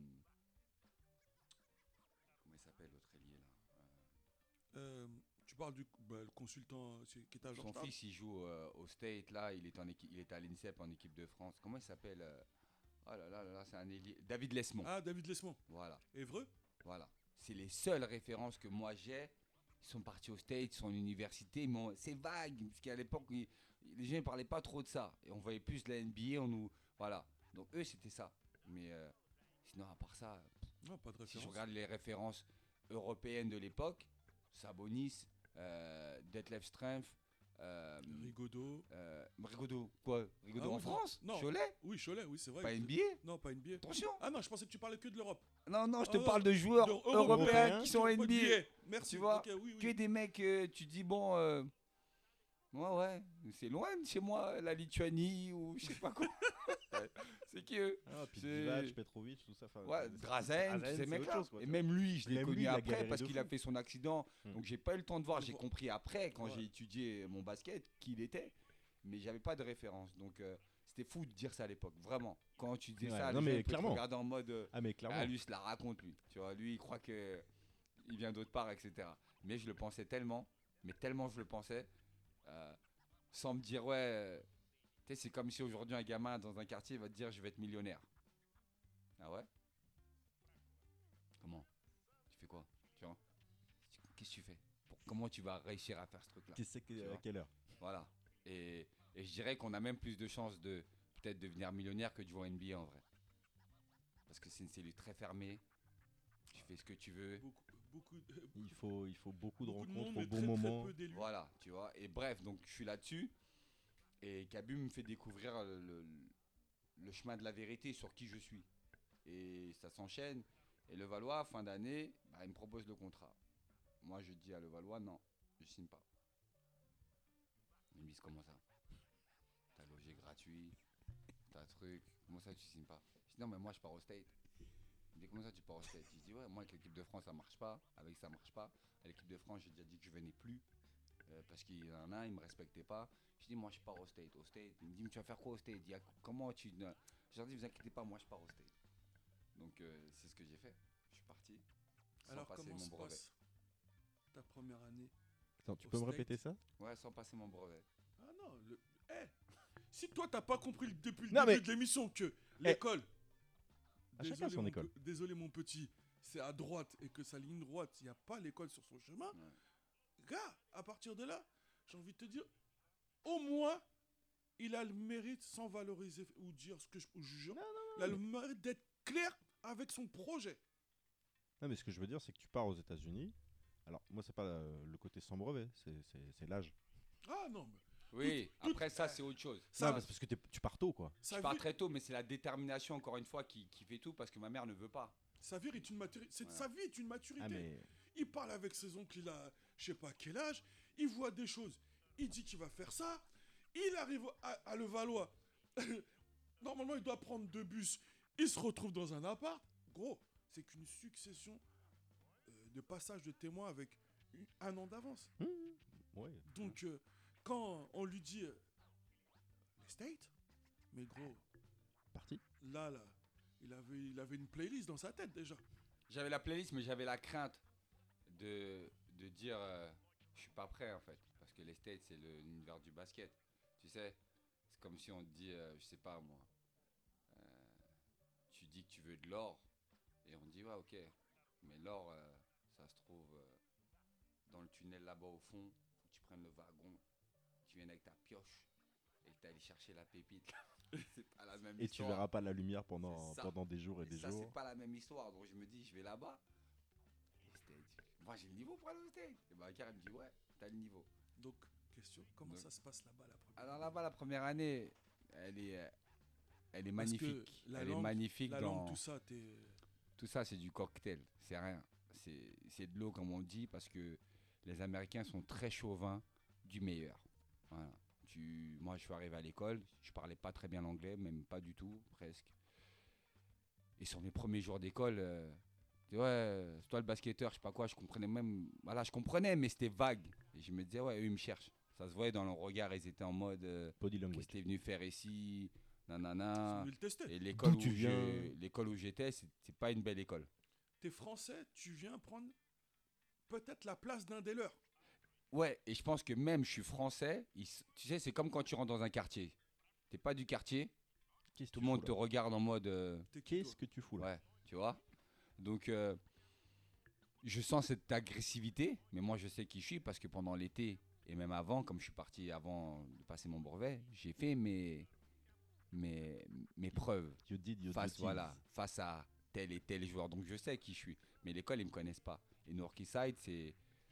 [SPEAKER 4] comment il s'appelle l'autre ailier là.
[SPEAKER 2] euh, tu parles du bah, le consultant euh, c'est- qui est à
[SPEAKER 4] Son
[SPEAKER 2] Georgetown.
[SPEAKER 4] fils il joue euh, au State là, il est en équipe, il est à l'INSEP en équipe de France. Comment il s'appelle euh, Oh là là là là, c'est un ailier. David Lesmond.
[SPEAKER 2] Ah, David Lesmond.
[SPEAKER 4] Voilà.
[SPEAKER 2] Évreux.
[SPEAKER 4] Voilà. C'est les seules références que moi j'ai. Ils sont partis au States, ils sont en université, mais on- c'est vague, parce qu'à l'époque, ils- les gens ne parlaient pas trop de ça. Et on voyait plus de la N B A, on nous. Voilà. Donc eux, c'était ça. Mais euh, sinon, à part ça,
[SPEAKER 2] Non, pas de
[SPEAKER 4] si
[SPEAKER 2] référence.
[SPEAKER 4] je regarde les références européennes de l'époque, Sabonis, euh, Detlef Strempf, euh,
[SPEAKER 2] Rigaudot.
[SPEAKER 4] euh, Rigaudot, quoi Rigaudot
[SPEAKER 2] Ah
[SPEAKER 4] en
[SPEAKER 2] oui,
[SPEAKER 4] France
[SPEAKER 2] non.
[SPEAKER 4] Cholet
[SPEAKER 2] Oui, Cholet, oui, c'est vrai.
[SPEAKER 4] Pas
[SPEAKER 2] que-
[SPEAKER 4] N B A
[SPEAKER 2] Non, pas N B A.
[SPEAKER 4] Attention.
[SPEAKER 2] Ah non, je pensais que tu parlais que de l'Europe.
[SPEAKER 4] Non, non, je te
[SPEAKER 2] Ah,
[SPEAKER 4] parle
[SPEAKER 2] non.
[SPEAKER 4] de joueurs
[SPEAKER 2] De-
[SPEAKER 4] européens,
[SPEAKER 3] européens,
[SPEAKER 4] qui sont en
[SPEAKER 2] Pas
[SPEAKER 4] N
[SPEAKER 2] de
[SPEAKER 4] B A.
[SPEAKER 2] billets. Merci.
[SPEAKER 4] Tu vois,
[SPEAKER 2] Ok, oui, oui.
[SPEAKER 4] Que des mecs, euh, tu te dis, bon, euh, ouais, ouais, c'est loin de chez moi, la Lituanie ou je sais pas quoi. C'est qui eux
[SPEAKER 3] Ah, puis
[SPEAKER 4] C'est-
[SPEAKER 3] Divac, Petrovic, tout ça. enfin,
[SPEAKER 4] Ouais,
[SPEAKER 3] c'est-
[SPEAKER 4] Drazen,
[SPEAKER 3] Drazen,
[SPEAKER 4] tous ces
[SPEAKER 3] c'est autre
[SPEAKER 4] mecs-là.
[SPEAKER 3] chose, quoi,
[SPEAKER 4] Et
[SPEAKER 3] tu
[SPEAKER 4] même lui, je l'ai
[SPEAKER 3] Même
[SPEAKER 4] connu
[SPEAKER 3] lui, il a
[SPEAKER 4] après
[SPEAKER 3] galéré
[SPEAKER 4] parce
[SPEAKER 3] de
[SPEAKER 4] qu'il a
[SPEAKER 3] fou.
[SPEAKER 4] fait son accident.
[SPEAKER 3] Hmm.
[SPEAKER 4] Donc j'ai pas eu le temps de voir.
[SPEAKER 2] Je
[SPEAKER 4] J'ai
[SPEAKER 2] vois.
[SPEAKER 4] compris après, quand
[SPEAKER 2] Ouais.
[SPEAKER 4] j'ai étudié mon basket, qui il était. Mais j'avais pas de référence. Donc euh, c'était fou de dire ça à l'époque. Vraiment. Quand tu disais
[SPEAKER 3] Ouais,
[SPEAKER 4] ça,
[SPEAKER 3] non,
[SPEAKER 4] les
[SPEAKER 3] mais
[SPEAKER 4] gens ils peuvent te
[SPEAKER 3] clairement.
[SPEAKER 4] regarder en mode. euh,
[SPEAKER 3] Ah, mais clairement.
[SPEAKER 4] ah, lui, se la raconte, lui. Tu vois, lui, il croit que il vient d'autre part, et cetera. Mais je le pensais tellement, mais tellement je le pensais, euh, sans me dire, ouais, euh, tu sais, c'est comme si aujourd'hui un gamin dans un quartier va te dire, je vais être millionnaire. Ah ouais? Comment? Tu fais quoi? Tu vois? Qu'est-ce que tu fais? Pour- comment tu vas réussir à faire ce truc-là?
[SPEAKER 3] Qu'est-ce que c'est
[SPEAKER 4] Tu
[SPEAKER 3] que- à
[SPEAKER 4] vois.
[SPEAKER 3] quelle heure?
[SPEAKER 4] Voilà. Et, et je dirais qu'on a même plus de chances de peut-être devenir millionnaire que de jouer en N B A en vrai. Parce que c'est une cellule très fermée. Tu fais ce que tu veux.
[SPEAKER 2] Beaucoup, beaucoup, de-
[SPEAKER 3] Il faut, il faut beaucoup de
[SPEAKER 2] beaucoup de
[SPEAKER 3] rencontres
[SPEAKER 2] monde,
[SPEAKER 3] au
[SPEAKER 2] mais
[SPEAKER 3] bon
[SPEAKER 2] très,
[SPEAKER 3] moment.
[SPEAKER 2] très peu d'élus.
[SPEAKER 4] Voilà, tu vois. Et bref, donc je suis là-dessus. Et Cabu me fait découvrir le, le- le chemin de la vérité sur qui je suis. Et ça s'enchaîne. Et le Valois, fin d'année, bah, il me propose le contrat. Moi, je dis à le Valois, non, je signe pas. Ils me disent comment ça? T'as logé gratuit, t'as un truc. Comment ça, tu signes pas? Je dis non, mais moi, je pars au State. Il me dit comment ça, tu pars au State? Je dis ouais, moi, avec l'équipe de France, ça marche pas. Avec ça, marche pas. À l'équipe de France, j'ai déjà dit que je venais plus. Euh, parce qu'il y en a un, il me respectait pas. Je dis moi, je pars au State. Au State. Il me dit mais tu vas faire quoi au State? Il dit ah, comment tu. Ne... Je leur dis vous inquiétez pas, moi, je pars au State. Donc, euh, c'est ce que j'ai fait. Je suis parti. Sans
[SPEAKER 2] Alors,
[SPEAKER 4] passer
[SPEAKER 2] comment
[SPEAKER 4] mon
[SPEAKER 2] se
[SPEAKER 4] brevet.
[SPEAKER 2] passe ta première année?
[SPEAKER 3] Attends, tu
[SPEAKER 2] Au
[SPEAKER 3] peux me
[SPEAKER 2] States.
[SPEAKER 3] répéter ça?
[SPEAKER 4] Ouais, sans passer mon brevet.
[SPEAKER 2] Ah non, le... Eh, si toi, t'as pas compris depuis le
[SPEAKER 3] Non,
[SPEAKER 2] début
[SPEAKER 3] mais-
[SPEAKER 2] de l'émission que l'école...
[SPEAKER 3] À chacun son
[SPEAKER 2] mon
[SPEAKER 3] école.
[SPEAKER 2] pe- Désolé, mon petit, c'est à droite et que sa ligne droite, il n'y a pas l'école sur son chemin.
[SPEAKER 4] Ouais.
[SPEAKER 2] Gars, à partir de là, j'ai envie de te dire, au moins, il a le mérite, sans valoriser ou dire ce que je ou jugeant, il a le mérite d'être clair avec son projet.
[SPEAKER 3] Non, mais ce que je veux dire, c'est que tu pars aux États-Unis. Alors, moi, c'est pas euh, le côté sans brevet, c'est- c'est c'est l'âge.
[SPEAKER 2] Ah non, mais
[SPEAKER 4] Oui,
[SPEAKER 2] Tout-
[SPEAKER 4] après
[SPEAKER 2] tout-
[SPEAKER 4] ça, c'est autre chose.
[SPEAKER 2] ça,
[SPEAKER 3] Non, mais c'est parce que t'es- tu pars tôt, quoi.
[SPEAKER 2] sa,
[SPEAKER 4] Je pars
[SPEAKER 2] vie,
[SPEAKER 4] très tôt, mais c'est la détermination, encore une fois, qui, qui fait tout parce que ma mère ne veut pas.
[SPEAKER 2] sa vie est une maturité. c'est-
[SPEAKER 4] Ouais.
[SPEAKER 2] Sa vie est une maturité.
[SPEAKER 3] Ah, mais
[SPEAKER 2] Il parle avec ses oncles, il a je sais pas quel âge, il voit des choses, il dit qu'il va faire ça, il arrive à, à Levallois. Normalement, il doit prendre deux bus, il se retrouve dans un appart. Gros, c'est qu'une succession euh, de passages de témoins avec une- un an d'avance.
[SPEAKER 3] ouais.
[SPEAKER 2] Donc, euh, quand on lui dit euh, les States, mais gros,
[SPEAKER 3] Parti.
[SPEAKER 2] là, là, il avait, il avait une playlist dans sa tête déjà.
[SPEAKER 4] J'avais la playlist, mais j'avais la crainte de, de dire euh, je suis pas prêt en fait. Parce que les States, c'est le- l'univers du basket. Tu sais, c'est comme si on te dit, euh, je sais pas moi, euh, tu dis que tu veux de l'or. Et on te dit, ouais, ok. Mais l'or, euh, ça se trouve euh, dans le tunnel là-bas au fond. Faut que tu prennes le wagon. Tu viennes avec ta pioche et que tu allé chercher la pépite. C'est pas la même
[SPEAKER 3] Et tu
[SPEAKER 4] histoire.
[SPEAKER 3] verras pas la lumière pendant,
[SPEAKER 4] C'est ça.
[SPEAKER 3] pendant des jours et,
[SPEAKER 4] Et
[SPEAKER 3] des
[SPEAKER 4] ça,
[SPEAKER 3] jours.
[SPEAKER 4] c'est pas la même histoire. Donc je me dis, je vais là-bas. Les States. Moi, j'ai le niveau pour aller aux States. Et bah, Karim me dit, ouais, t'as le niveau.
[SPEAKER 2] Donc, question, comment
[SPEAKER 4] Donc-
[SPEAKER 2] ça se passe là-bas la première
[SPEAKER 4] Alors là-bas, la première année, elle est, euh, elle est
[SPEAKER 2] Parce que
[SPEAKER 4] magnifique.
[SPEAKER 2] la
[SPEAKER 4] Elle
[SPEAKER 2] langue-
[SPEAKER 4] est magnifique
[SPEAKER 2] La
[SPEAKER 4] dans
[SPEAKER 2] langue, tout ça, t'es...
[SPEAKER 4] tout ça, c'est du cocktail. C'est rien. C'est, c'est de l'eau, comme on dit, parce que les Américains sont très chauvins du meilleur. Voilà. Tu, moi, je suis arrivé à l'école, je parlais pas très bien l'anglais, même pas du tout, presque. Et sur mes premiers jours d'école, euh, ouais, c'est toi le basketteur, je sais pas quoi, je comprenais même, voilà, je comprenais, mais c'était vague. Et je me disais, ouais, eux, ils me cherchent. Ça se voyait dans leur regard, ils étaient en mode, euh,
[SPEAKER 3] Body
[SPEAKER 4] qu'est-ce
[SPEAKER 3] language.
[SPEAKER 4] que t'es venu faire ici,
[SPEAKER 2] Ils
[SPEAKER 4] nanana.
[SPEAKER 2] sont venus le tester.
[SPEAKER 4] Et l'école
[SPEAKER 3] D'où
[SPEAKER 4] où,
[SPEAKER 3] tu viens
[SPEAKER 4] je- l'école où j'étais, c'est, c'est pas une belle école.
[SPEAKER 2] T'es français, tu viens prendre peut-être la place d'un des leurs.
[SPEAKER 4] Ouais, et je pense que même je suis français, ils s- tu sais, c'est comme quand tu rentres dans un quartier. T'es pas du quartier,
[SPEAKER 3] Qu'est-ce que
[SPEAKER 4] tout
[SPEAKER 3] tu
[SPEAKER 4] le monde
[SPEAKER 3] fous
[SPEAKER 4] te
[SPEAKER 3] là
[SPEAKER 4] regarde en mode. euh,
[SPEAKER 2] T'es qui,
[SPEAKER 3] Qu'est-ce
[SPEAKER 2] toi
[SPEAKER 3] que tu fous là?
[SPEAKER 4] ouais, tu vois. Donc, euh, je sens cette agressivité, mais moi je sais qui je suis parce que pendant l'été et même avant, comme je suis parti avant de passer mon brevet, j'ai fait mes, mes, mes preuves
[SPEAKER 3] You did your
[SPEAKER 4] face,
[SPEAKER 3] duties.
[SPEAKER 4] voilà, face à tel et tel joueur. Donc je sais qui je suis. Mais l'école, ils me connaissent pas. Et Northside, c'est.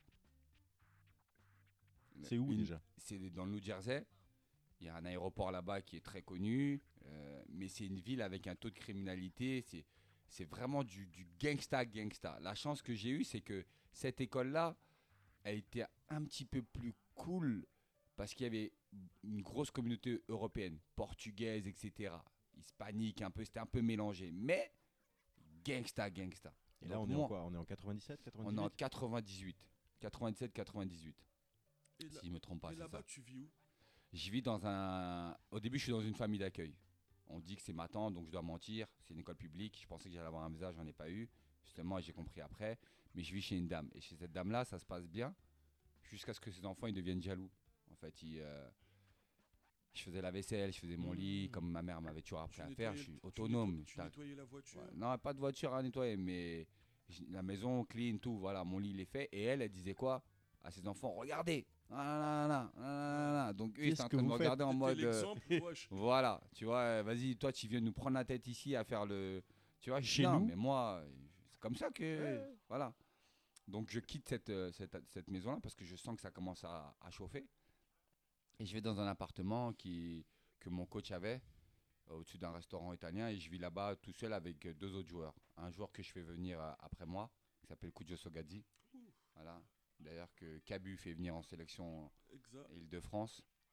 [SPEAKER 3] C'est où
[SPEAKER 4] une-
[SPEAKER 3] déjà?
[SPEAKER 4] C'est dans le New Jersey. Il y a un aéroport là-bas qui est très connu. euh, mais c'est une ville avec un taux de criminalité. C'est, c'est vraiment du, du gangsta gangsta. La chance que j'ai eue, c'est que cette école-là, elle était un petit peu plus cool parce qu'il y avait une grosse communauté européenne, portugaise, et cetera. Hispanique, un peu, c'était un peu mélangé. Mais gangsta gangsta.
[SPEAKER 3] Et là,
[SPEAKER 4] Donc
[SPEAKER 3] on est en
[SPEAKER 4] moi,
[SPEAKER 3] quoi? On est en quatre-vingt-dix-sept,
[SPEAKER 4] on
[SPEAKER 3] quatre-vingt-dix-huit?
[SPEAKER 4] est en quatre-vingt-dix-huit. quatre-vingt-dix-sept quatre-vingt-dix-huit.
[SPEAKER 2] Et, là-
[SPEAKER 4] Si je me trompe pas,
[SPEAKER 2] et
[SPEAKER 4] c'est
[SPEAKER 2] là-bas,
[SPEAKER 4] ça.
[SPEAKER 2] tu vis où?
[SPEAKER 4] Je vis dans un. Au début, je suis dans une famille d'accueil. On dit que c'est ma tante, donc je dois mentir. C'est une école publique. Je pensais que j'allais avoir un visage, j'en ai pas eu. Justement, j'ai compris après. Mais je vis chez une dame. Et chez cette dame-là, ça se passe bien. Jusqu'à ce que ses enfants ils deviennent jaloux. En fait, ils, euh, je faisais la vaisselle, je faisais mon lit,
[SPEAKER 2] Mmh.
[SPEAKER 4] comme ma mère m'avait toujours appris
[SPEAKER 2] Tu
[SPEAKER 4] à faire.
[SPEAKER 2] nettoyais-
[SPEAKER 4] Je suis
[SPEAKER 2] tu
[SPEAKER 4] autonome.
[SPEAKER 2] nettoies- Tu
[SPEAKER 4] T'as-
[SPEAKER 2] nettoyais la voiture.
[SPEAKER 4] Ouais, non, pas de voiture à nettoyer, mais j- la maison clean, tout. Voilà, mon lit, il est fait. Et elle, elle disait quoi à ses enfants? Regardez. Ah, là, là, là, là, là, là. Donc, eux, ils
[SPEAKER 3] Qu'est-ce
[SPEAKER 4] étaient en
[SPEAKER 3] que
[SPEAKER 4] train de me
[SPEAKER 3] vous
[SPEAKER 4] regarder en
[SPEAKER 2] T'étais
[SPEAKER 4] mode. euh,
[SPEAKER 2] l'exemple, wesh.
[SPEAKER 4] Voilà, tu vois, euh, vas-y, toi, tu viens nous prendre la tête ici à faire le. Tu vois, je dis,
[SPEAKER 3] Chez
[SPEAKER 4] non,
[SPEAKER 3] nous
[SPEAKER 4] mais moi, euh, c'est comme ça que.
[SPEAKER 3] Ouais.
[SPEAKER 4] Voilà. Donc, je quitte cette, euh, cette, cette maison-là parce que je sens que ça commence à, à chauffer. Et je vais dans un appartement qui, que mon coach avait, euh, au-dessus d'un restaurant italien, et je vis là-bas tout seul avec euh, deux autres joueurs. Un joueur que je fais venir euh, après moi, qui s'appelle Kujo Sogadzi.
[SPEAKER 2] Ouh.
[SPEAKER 4] Voilà. D'ailleurs, que Cabu fait venir en sélection
[SPEAKER 2] Exact.
[SPEAKER 4] Île-de-France.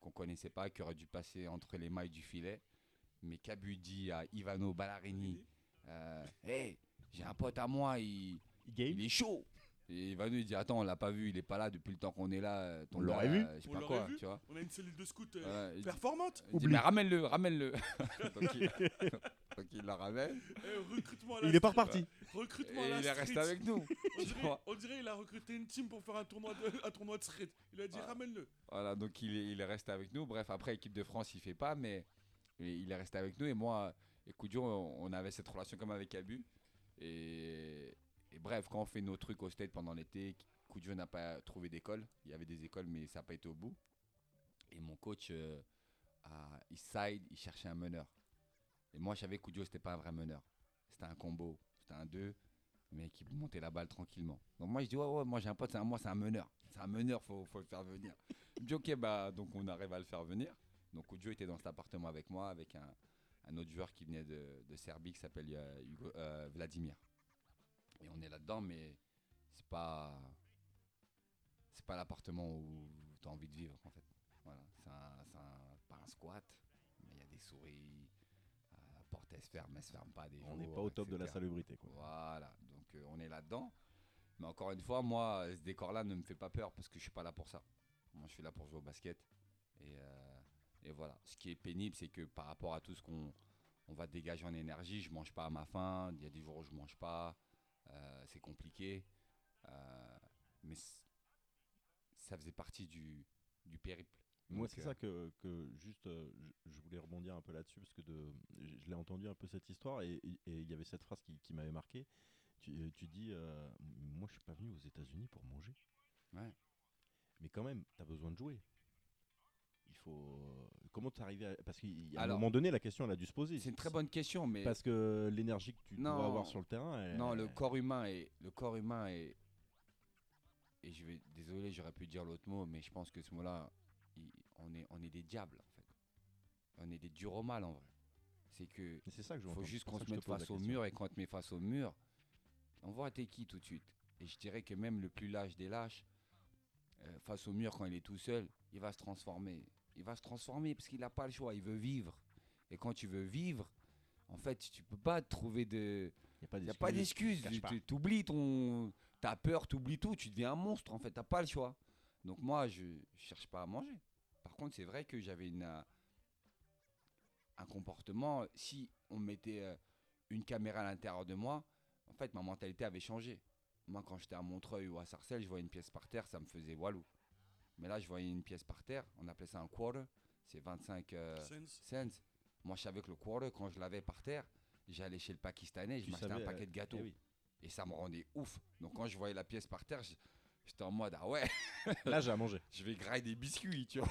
[SPEAKER 4] qu'on connaissait pas, qui aurait dû passer entre les mailles du filet. Mais Cabu dit à Ivano Ballarini, euh, hey, j'ai un pote à moi, il, il est chaud. Et Ivano il dit attends, on l'a pas vu, il est pas là depuis le temps qu'on est là. Ton
[SPEAKER 3] On
[SPEAKER 4] gars,
[SPEAKER 3] l'aurait vu.
[SPEAKER 4] euh, je sais
[SPEAKER 2] On
[SPEAKER 4] pas
[SPEAKER 2] l'aurait
[SPEAKER 4] quoi,
[SPEAKER 2] vu.
[SPEAKER 4] tu vois.
[SPEAKER 2] On a une cellule de scout euh,
[SPEAKER 4] Ouais, il dit-
[SPEAKER 2] performante.
[SPEAKER 4] il dit,
[SPEAKER 3] Oublie.
[SPEAKER 4] mais ramène-le, ramène-le. donc, il, donc il le ramène.
[SPEAKER 2] Eh, recrutement à la
[SPEAKER 3] Il est pas
[SPEAKER 2] street.
[SPEAKER 3] reparti.
[SPEAKER 2] Recrutement
[SPEAKER 4] Et
[SPEAKER 2] à la
[SPEAKER 4] il est
[SPEAKER 2] street.
[SPEAKER 4] resté avec nous.
[SPEAKER 2] On
[SPEAKER 4] tu
[SPEAKER 2] dirait,
[SPEAKER 4] vois.
[SPEAKER 2] on dirait il a recruté une team pour faire un tournoi de, un tournoi de street. Il a dit
[SPEAKER 4] Ah.
[SPEAKER 2] ramène-le.
[SPEAKER 4] Voilà, donc il est, il est resté avec nous. Bref, après, équipe de France, il fait pas, mais il est resté avec nous. Et moi, et Koudio, on, on avait cette relation comme avec Abu. Et, et bref, quand on fait nos trucs au Stade pendant l'été, Koudio n'a pas trouvé d'école. Il y avait des écoles, mais ça n'a pas été au bout. Et mon coach euh, à Eastside, il cherchait un meneur. Et moi, je savais que Koudio, c'était pas un vrai meneur. C'était un combo, c'était un deux, mais qui montait la balle tranquillement. Donc moi, je dis, ouais, ouais, moi j'ai un pote, c'est un, moi, c'est un meneur. C'est un meneur, faut, faut le faire venir. Il me dit, ok, bah, donc on arrive à le faire venir. Donc Koudio était dans cet appartement avec moi, avec un, un autre joueur qui venait de, de Serbie, qui s'appelle euh, Hugo- euh, Vladimir. Et on est là-dedans, mais c'est pas, c'est pas l'appartement où tu as envie de vivre, en fait. Voilà, c'est un, c'est un- pas un squat, mais il y a des souris. euh, La porte, elle se ferme, elle se ferme pas des
[SPEAKER 3] On n'est
[SPEAKER 4] jours,
[SPEAKER 3] pas au top de la
[SPEAKER 4] et cetera.
[SPEAKER 3] salubrité, quoi.
[SPEAKER 4] Voilà, donc euh, on est là-dedans. Mais encore une fois, moi, ce décor-là ne me fait pas peur parce que je suis pas là pour ça. Moi, je suis là pour jouer au basket. Et, euh, et voilà. Ce qui est pénible, c'est que par rapport à tout ce qu'on on va dégager en énergie, je mange pas à ma faim. Il y a des jours où je mange pas. Euh, c'est compliqué. Euh, mais c- ça faisait partie du, du périple.
[SPEAKER 3] Moi,
[SPEAKER 4] Donc,
[SPEAKER 3] c'est
[SPEAKER 4] euh,
[SPEAKER 3] ça que, que juste, euh, je, je voulais rebondir un peu là-dessus parce que de, je, je l'ai entendu un peu cette histoire et et- et il y avait cette phrase qui, qui m'avait marqué. Tu, euh, tu dis, euh, moi, je suis pas venu aux États-Unis pour manger.
[SPEAKER 4] Ouais.
[SPEAKER 3] Mais quand même, tu as besoin de jouer. Il faut. euh, Comment t'arriver à. Parce qu'à un
[SPEAKER 4] Alors,
[SPEAKER 3] moment donné, la question, elle a dû se poser.
[SPEAKER 4] C'est une très bonne question, mais
[SPEAKER 3] Parce que l'énergie que tu
[SPEAKER 4] Non.
[SPEAKER 3] dois avoir sur le terrain. Elle,
[SPEAKER 4] non, le corps humain est le corps humain est et je vais désolé, j'aurais pu dire l'autre mot, mais je pense que ce mot-là, il- on est on est des diables en fait. On est des durs au mal en vrai. C'est que
[SPEAKER 3] Mais c'est ça que je veux
[SPEAKER 4] faut
[SPEAKER 3] entendre,
[SPEAKER 4] juste
[SPEAKER 3] c'est pour
[SPEAKER 4] qu'on
[SPEAKER 3] ça
[SPEAKER 4] se
[SPEAKER 3] que je te
[SPEAKER 4] mette
[SPEAKER 3] pose la
[SPEAKER 4] face au
[SPEAKER 3] question.
[SPEAKER 4] mur et quand on te met face au mur, on voit t'es qui tout de suite. Et je dirais que même le plus lâche des lâches, euh, face au mur quand il est tout seul, il va se transformer. Il va se transformer parce qu'il n'a pas le choix, il veut vivre. Et quand tu veux vivre, en fait, tu peux pas te trouver de...
[SPEAKER 3] Il
[SPEAKER 4] Il n'y a pas d'excuse.
[SPEAKER 3] cache pas.
[SPEAKER 4] Tu oublies ton... Ta peur, tu oublies tout, tu deviens un monstre en fait, tu n'as pas le choix. Donc moi, je ne cherche pas à manger. Par contre, c'est vrai que j'avais une, euh, un comportement, si on mettait euh, une caméra à l'intérieur de moi, en fait, ma mentalité avait changé. Moi, quand j'étais à Montreuil ou à Sarcelles, je voyais une pièce par terre, ça me faisait walou. Mais là, je voyais une pièce par terre, on appelait ça un quarter, c'est vingt-cinq euh,
[SPEAKER 2] Sense.
[SPEAKER 4] cents. Moi, je savais que le quarter, quand je l'avais par terre, j'allais chez le Pakistanais, je
[SPEAKER 3] Tu
[SPEAKER 4] m'achetais
[SPEAKER 3] savais,
[SPEAKER 4] un paquet
[SPEAKER 3] euh,
[SPEAKER 4] de gâteaux.
[SPEAKER 3] eh oui.
[SPEAKER 4] Et ça me rendait ouf. Donc, quand je voyais la pièce par terre, je- j'étais en mode, ah ouais,
[SPEAKER 3] Là, j'ai à manger.
[SPEAKER 4] je vais grailler des biscuits, tu vois.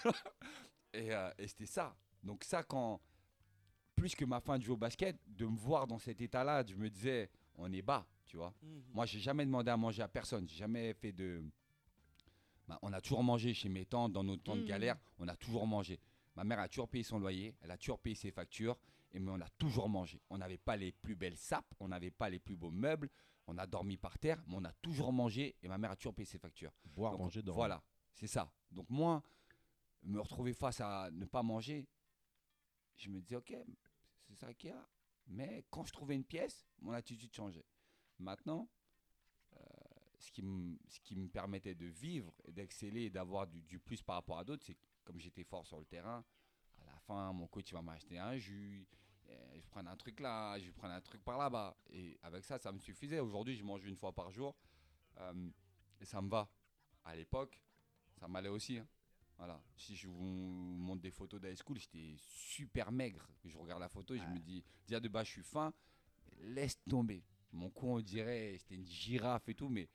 [SPEAKER 4] et euh, et c'était ça. Donc, ça, quand, plus que ma fin de jouer au basket, de me voir dans cet état-là, je me disais, on est bas, tu vois.
[SPEAKER 2] Mhm.
[SPEAKER 4] Moi, j'ai jamais demandé à manger à personne. J'ai jamais fait de. Bah, on a toujours mangé chez mes tantes, dans nos temps de
[SPEAKER 2] Mhm.
[SPEAKER 4] galère, on a toujours mangé. Ma mère a toujours payé son loyer, elle a toujours payé ses factures, et mais on a toujours mangé. On n'avait pas les plus belles sapes, on n'avait pas les plus beaux meubles, on a dormi par terre, mais on a toujours mangé, et ma mère a toujours payé ses factures.
[SPEAKER 3] Boire,
[SPEAKER 4] Donc,
[SPEAKER 3] manger, dormir.
[SPEAKER 4] Voilà, c'est ça. Donc moi, me retrouver face à ne pas manger, je me disais, ok, c'est ça qu'il y a. Mais quand je trouvais une pièce, mon attitude changeait. Maintenant, euh, ce, qui me, ce qui me permettait de vivre et d'exceller et d'avoir du, du plus par rapport à d'autres, c'est que comme j'étais fort sur le terrain, à la fin, mon coach il va m'acheter un jus, euh, je prends un truc là, je prends un truc par là-bas. Et avec ça, ça me suffisait. Aujourd'hui, je mange une fois par jour euh, et ça me va. À l'époque, ça m'allait aussi. Hein. Voilà. Si je vous montre des photos d'high school, j'étais super maigre. Je regarde la photo et je
[SPEAKER 3] Ouais.
[SPEAKER 4] me dis, déjà de bas, je suis fin. Laisse tomber. Mon cou, on dirait, c'était une girafe et tout, mais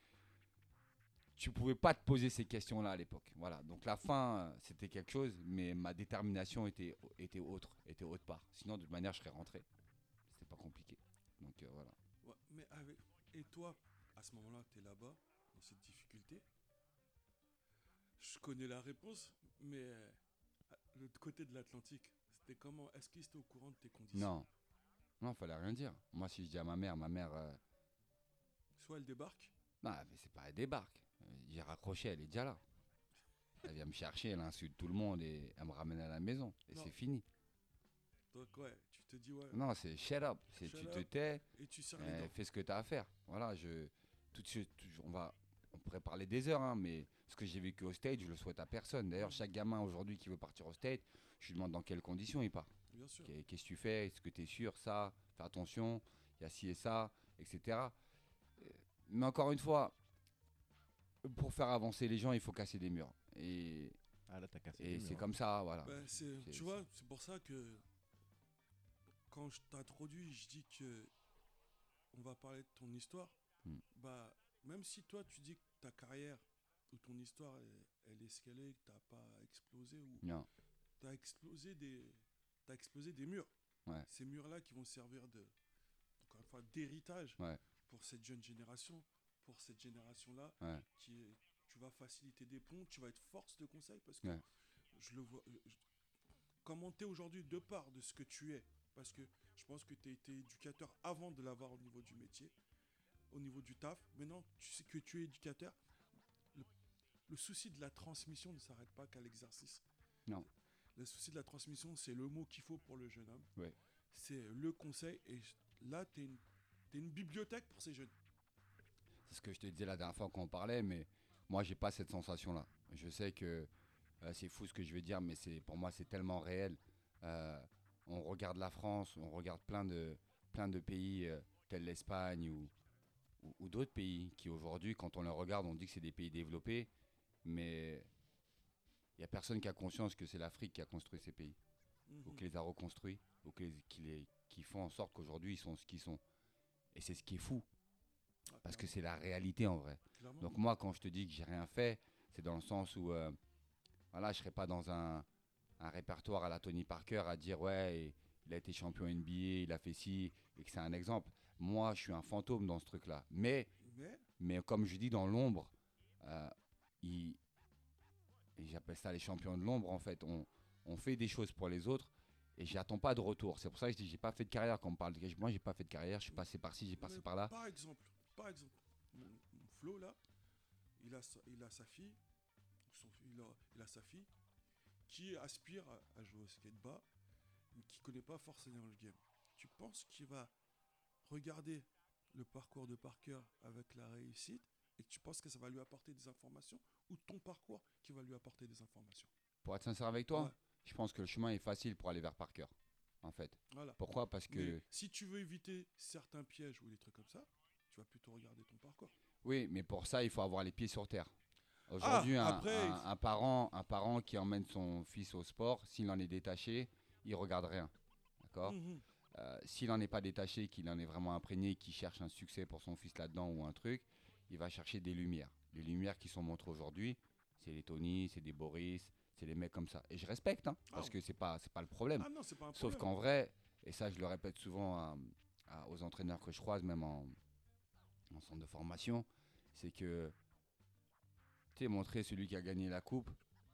[SPEAKER 4] tu pouvais pas te poser ces questions-là à l'époque. Voilà. Donc la fin, euh, c'était quelque chose, mais ma détermination était, était autre, était autre part. Sinon, de toute manière, je serais rentré. C'était pas compliqué. Donc euh, voilà.
[SPEAKER 2] Ouais, mais avec... Et toi, à ce moment-là, tu es là-bas, dans cette difficulté. Je connais la réponse, mais euh, à l'autre côté de l'Atlantique, c'était comment? Est-ce qu'ils étaient au courant de tes conditions?
[SPEAKER 4] Non. Non, fallait rien dire. Moi, si je dis à ma mère, ma mère, euh,
[SPEAKER 2] Soit elle débarque,
[SPEAKER 4] non, mais c'est pas, elle débarque. Euh, J'ai raccroché, elle est déjà là. Elle vient me chercher, elle insulte tout le monde et elle me ramène à la maison. Et
[SPEAKER 2] Non.
[SPEAKER 4] c'est fini.
[SPEAKER 2] Donc, ouais, tu te dis, ouais.
[SPEAKER 4] Non, c'est shut up. C'est
[SPEAKER 2] Shut
[SPEAKER 4] tu
[SPEAKER 2] up.
[SPEAKER 4] te tais,
[SPEAKER 2] Et tu serres les
[SPEAKER 4] euh,
[SPEAKER 2] dents.
[SPEAKER 4] fais ce que tu as à faire. Voilà, je, tout de suite, tout- on, va, on pourrait parler des heures, hein, mais ce que j'ai vécu au State, je le souhaite à personne. D'ailleurs, chaque gamin aujourd'hui qui veut partir au State, je lui demande dans quelles conditions il part.
[SPEAKER 2] Bien sûr.
[SPEAKER 4] Qu'est- Qu'est-ce que tu fais? Est-ce que tu es sûr? Ça, fais attention, il y a ci et ça, et cetera. Euh, Mais encore une fois, pour faire avancer les gens, il faut casser des murs. Et,
[SPEAKER 3] Ah là, t'as cassé.
[SPEAKER 4] et
[SPEAKER 3] les
[SPEAKER 4] c'est
[SPEAKER 3] murs,
[SPEAKER 4] comme ça, voilà.
[SPEAKER 2] Ben, c'est,
[SPEAKER 4] C'est-
[SPEAKER 2] tu vois, c'est pour ça que quand je t'introduis, je dis que on va parler de ton histoire.
[SPEAKER 4] Hmm.
[SPEAKER 2] Bah, même si toi tu dis que ta carrière ou ton histoire elle, elle est ce qu'elle est, que t'as pas explosé ou
[SPEAKER 4] Non.
[SPEAKER 2] t'as explosé des, t'as explosé des murs.
[SPEAKER 4] Ouais.
[SPEAKER 2] Ces murs-là qui vont servir de, encore une fois, d'héritage
[SPEAKER 4] Ouais.
[SPEAKER 2] pour cette jeune génération, pour cette génération-là,
[SPEAKER 4] Ouais.
[SPEAKER 2] qui est, tu vas faciliter des ponts, tu vas être force de conseil parce que
[SPEAKER 4] Ouais.
[SPEAKER 2] je le vois. je- comment tu es aujourd'hui de part de ce que tu es, parce que je pense que tu as été éducateur avant de l'avoir au niveau du métier, au niveau du taf. Maintenant, tu sais que tu es éducateur. Le, le souci de la transmission ne s'arrête pas qu'à l'exercice.
[SPEAKER 4] Non.
[SPEAKER 2] Le souci de la transmission, c'est le mot qu'il faut pour le jeune homme.
[SPEAKER 4] Ouais.
[SPEAKER 2] C'est le conseil. Et là, tu es une, t'es une bibliothèque pour ces jeunes.
[SPEAKER 4] C'est ce que je te disais la dernière fois quand on parlait, mais moi, j'ai pas cette sensation-là. Je sais que euh, c'est fou ce que je vais dire, mais c'est, pour moi, c'est tellement réel. Euh, on regarde la France, on regarde plein de, plein de pays euh, tels l'Espagne ou, ou, ou d'autres pays qui, aujourd'hui, quand on les regarde, on dit que c'est des pays développés, mais il n'y a personne qui a conscience que c'est l'Afrique qui a construit ces pays,
[SPEAKER 2] Mhm.
[SPEAKER 4] ou qui les a reconstruits, ou qui, les, qui, les, qui font en sorte qu'aujourd'hui, ils sont ce qu'ils sont. Et c'est ce qui est fou,
[SPEAKER 2] Ah,
[SPEAKER 4] parce que
[SPEAKER 2] clairement,
[SPEAKER 4] c'est la réalité en vrai.
[SPEAKER 2] clairement.
[SPEAKER 4] Donc moi, quand je te dis que j'ai rien fait, c'est dans le sens où euh, voilà, je serais pas dans un, un répertoire à la Tony Parker à dire ouais, il a été champion N B A, il a fait ci, et que c'est un exemple. Moi, je suis un fantôme dans ce truc-là. Mais,
[SPEAKER 2] Mais,
[SPEAKER 4] mais comme je dis, dans l'ombre, euh, il- et j'appelle ça les champions de l'ombre, en fait. On, on fait des choses pour les autres et j'attends pas de retour. C'est pour ça que je dis j'ai pas fait de carrière quand on me parle de moi, j'ai pas fait de carrière, je suis passé par-ci, j'ai passé
[SPEAKER 2] mais
[SPEAKER 4] par là.
[SPEAKER 2] par exemple, par exemple, mon, mon Flo là, il a sa, il a sa fille, son, il, a, il a sa fille qui aspire à, à jouer au skateboard, mais qui connaît pas forcément le game. Tu penses qu'il va regarder le parcours de Parker avec la réussite et que tu penses que ça va lui apporter des informations, ou ton parcours qui va lui apporter des informations?
[SPEAKER 4] Pour être sincère avec toi,
[SPEAKER 2] Ouais.
[SPEAKER 4] je pense que le chemin est facile pour aller vers Parker, en fait.
[SPEAKER 2] Voilà.
[SPEAKER 4] Pourquoi? Parce que
[SPEAKER 2] Mais si tu veux éviter certains pièges ou des trucs comme ça, tu vas plutôt regarder ton parcours.
[SPEAKER 4] oui, mais pour ça, il faut avoir les pieds sur terre. Aujourd'hui,
[SPEAKER 2] Ah,
[SPEAKER 4] un,
[SPEAKER 2] après,
[SPEAKER 4] un-
[SPEAKER 2] il faut-
[SPEAKER 4] un parent, un parent qui emmène son fils au sport, s'il en est détaché, il regarde rien. D'accord?
[SPEAKER 2] Mhm.
[SPEAKER 4] Euh, s'il n'en est pas détaché, qu'il en est vraiment imprégné, qu'il cherche un succès pour son fils là-dedans ou un truc, il va chercher des lumières. Les lumières qui sont montrées aujourd'hui, c'est les Tony, c'est des Boris, c'est les mecs comme ça. Et je respecte, hein, parce
[SPEAKER 2] Ah.
[SPEAKER 4] que c'est pas, c'est pas le problème.
[SPEAKER 2] Ah non, c'est pas un
[SPEAKER 4] Sauf
[SPEAKER 2] problème.
[SPEAKER 4] qu'en vrai, et ça je le répète souvent à- à- aux entraîneurs que je croise, même en, en centre de formation, c'est que tu sais, montrer celui qui a gagné la coupe,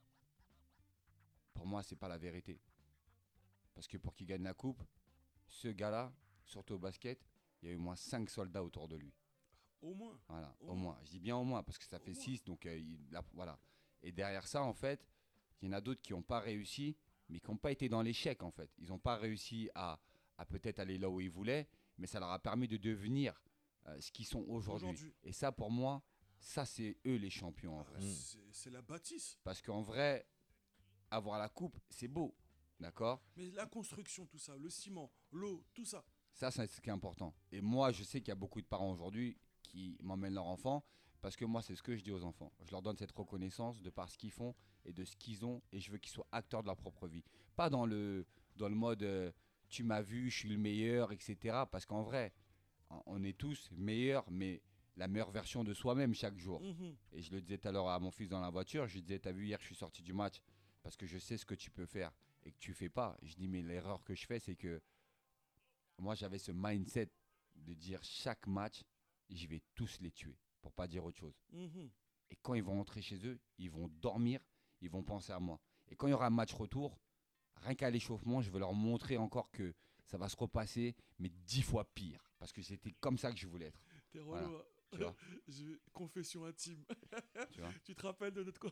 [SPEAKER 4] pour moi, c'est pas la vérité. Parce que pour qu'il gagne la coupe, ce gars-là, surtout au basket, il y a eu au moins cinq soldats autour de lui.
[SPEAKER 2] Au moins.
[SPEAKER 4] Voilà,
[SPEAKER 2] Au
[SPEAKER 4] au moins. Je dis bien au moins, parce que ça
[SPEAKER 2] Au
[SPEAKER 4] fait
[SPEAKER 2] moins.
[SPEAKER 4] six, donc euh, il a- voilà. Et derrière ça, en fait, il y en a d'autres qui n'ont pas réussi, mais qui n'ont pas été dans l'échec, en fait. Ils n'ont pas réussi à, à peut-être aller là où ils voulaient, mais ça leur a permis de devenir euh, ce qu'ils sont aujourd'hui.
[SPEAKER 2] Aujourd'hui.
[SPEAKER 4] Et ça, pour moi, ça, c'est eux les champions, en
[SPEAKER 2] Ah,
[SPEAKER 4] vrai.
[SPEAKER 3] Mm.
[SPEAKER 2] c'est, c'est la bâtisse.
[SPEAKER 4] Parce qu'en vrai, avoir la coupe, c'est beau, d'accord?
[SPEAKER 2] Mais la construction, tout ça, le ciment, l'eau, tout ça.
[SPEAKER 4] Ça, c'est ce qui est important. Et moi, je sais qu'il y a beaucoup de parents aujourd'hui qui m'emmènent leurs enfants, parce que moi, c'est ce que je dis aux enfants. Je leur donne cette reconnaissance de par ce qu'ils font et de ce qu'ils ont, et je veux qu'ils soient acteurs de leur propre vie. Pas dans le, dans le mode euh, tu m'as vu, je suis le meilleur, et cetera. Parce qu'en vrai, on- on est tous meilleurs, mais la meilleure version de soi-même chaque jour.
[SPEAKER 2] Mhm.
[SPEAKER 4] Et je le disais tout à l'heure à mon fils dans la voiture, je lui disais, t'as vu hier, je suis sorti du match parce que je sais ce que tu peux faire et que tu fais pas. Je dis, mais l'erreur que je fais, c'est que moi, j'avais ce mindset de dire chaque match, je vais tous les tuer, pour pas dire autre chose.
[SPEAKER 2] Mhm.
[SPEAKER 4] Et quand ils vont rentrer chez eux, ils vont dormir, ils vont penser à moi. Et quand il y aura un match retour, rien qu'à l'échauffement, je vais leur montrer encore que ça va se repasser, mais dix fois pire. Parce que c'était comme ça que je voulais être.
[SPEAKER 2] T'es relou,
[SPEAKER 4] Voilà.
[SPEAKER 2] hein.
[SPEAKER 4] tu vois.
[SPEAKER 2] Je- Confession intime.
[SPEAKER 4] Tu vois.
[SPEAKER 2] Tu te rappelles de notre co-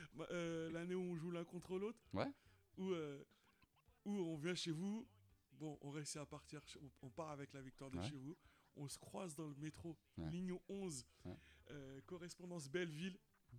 [SPEAKER 2] euh, l'année où on joue l'un contre l'autre?
[SPEAKER 4] Ouais.
[SPEAKER 2] Où, euh, où on vient chez vous. Bon, on réussit à partir. chez- On, on part avec la victoire de
[SPEAKER 4] Ouais.
[SPEAKER 2] chez vous. On se croise dans le métro.
[SPEAKER 4] Ouais.
[SPEAKER 2] Ligne onze.
[SPEAKER 4] Ouais.
[SPEAKER 2] euh, correspondance Belleville.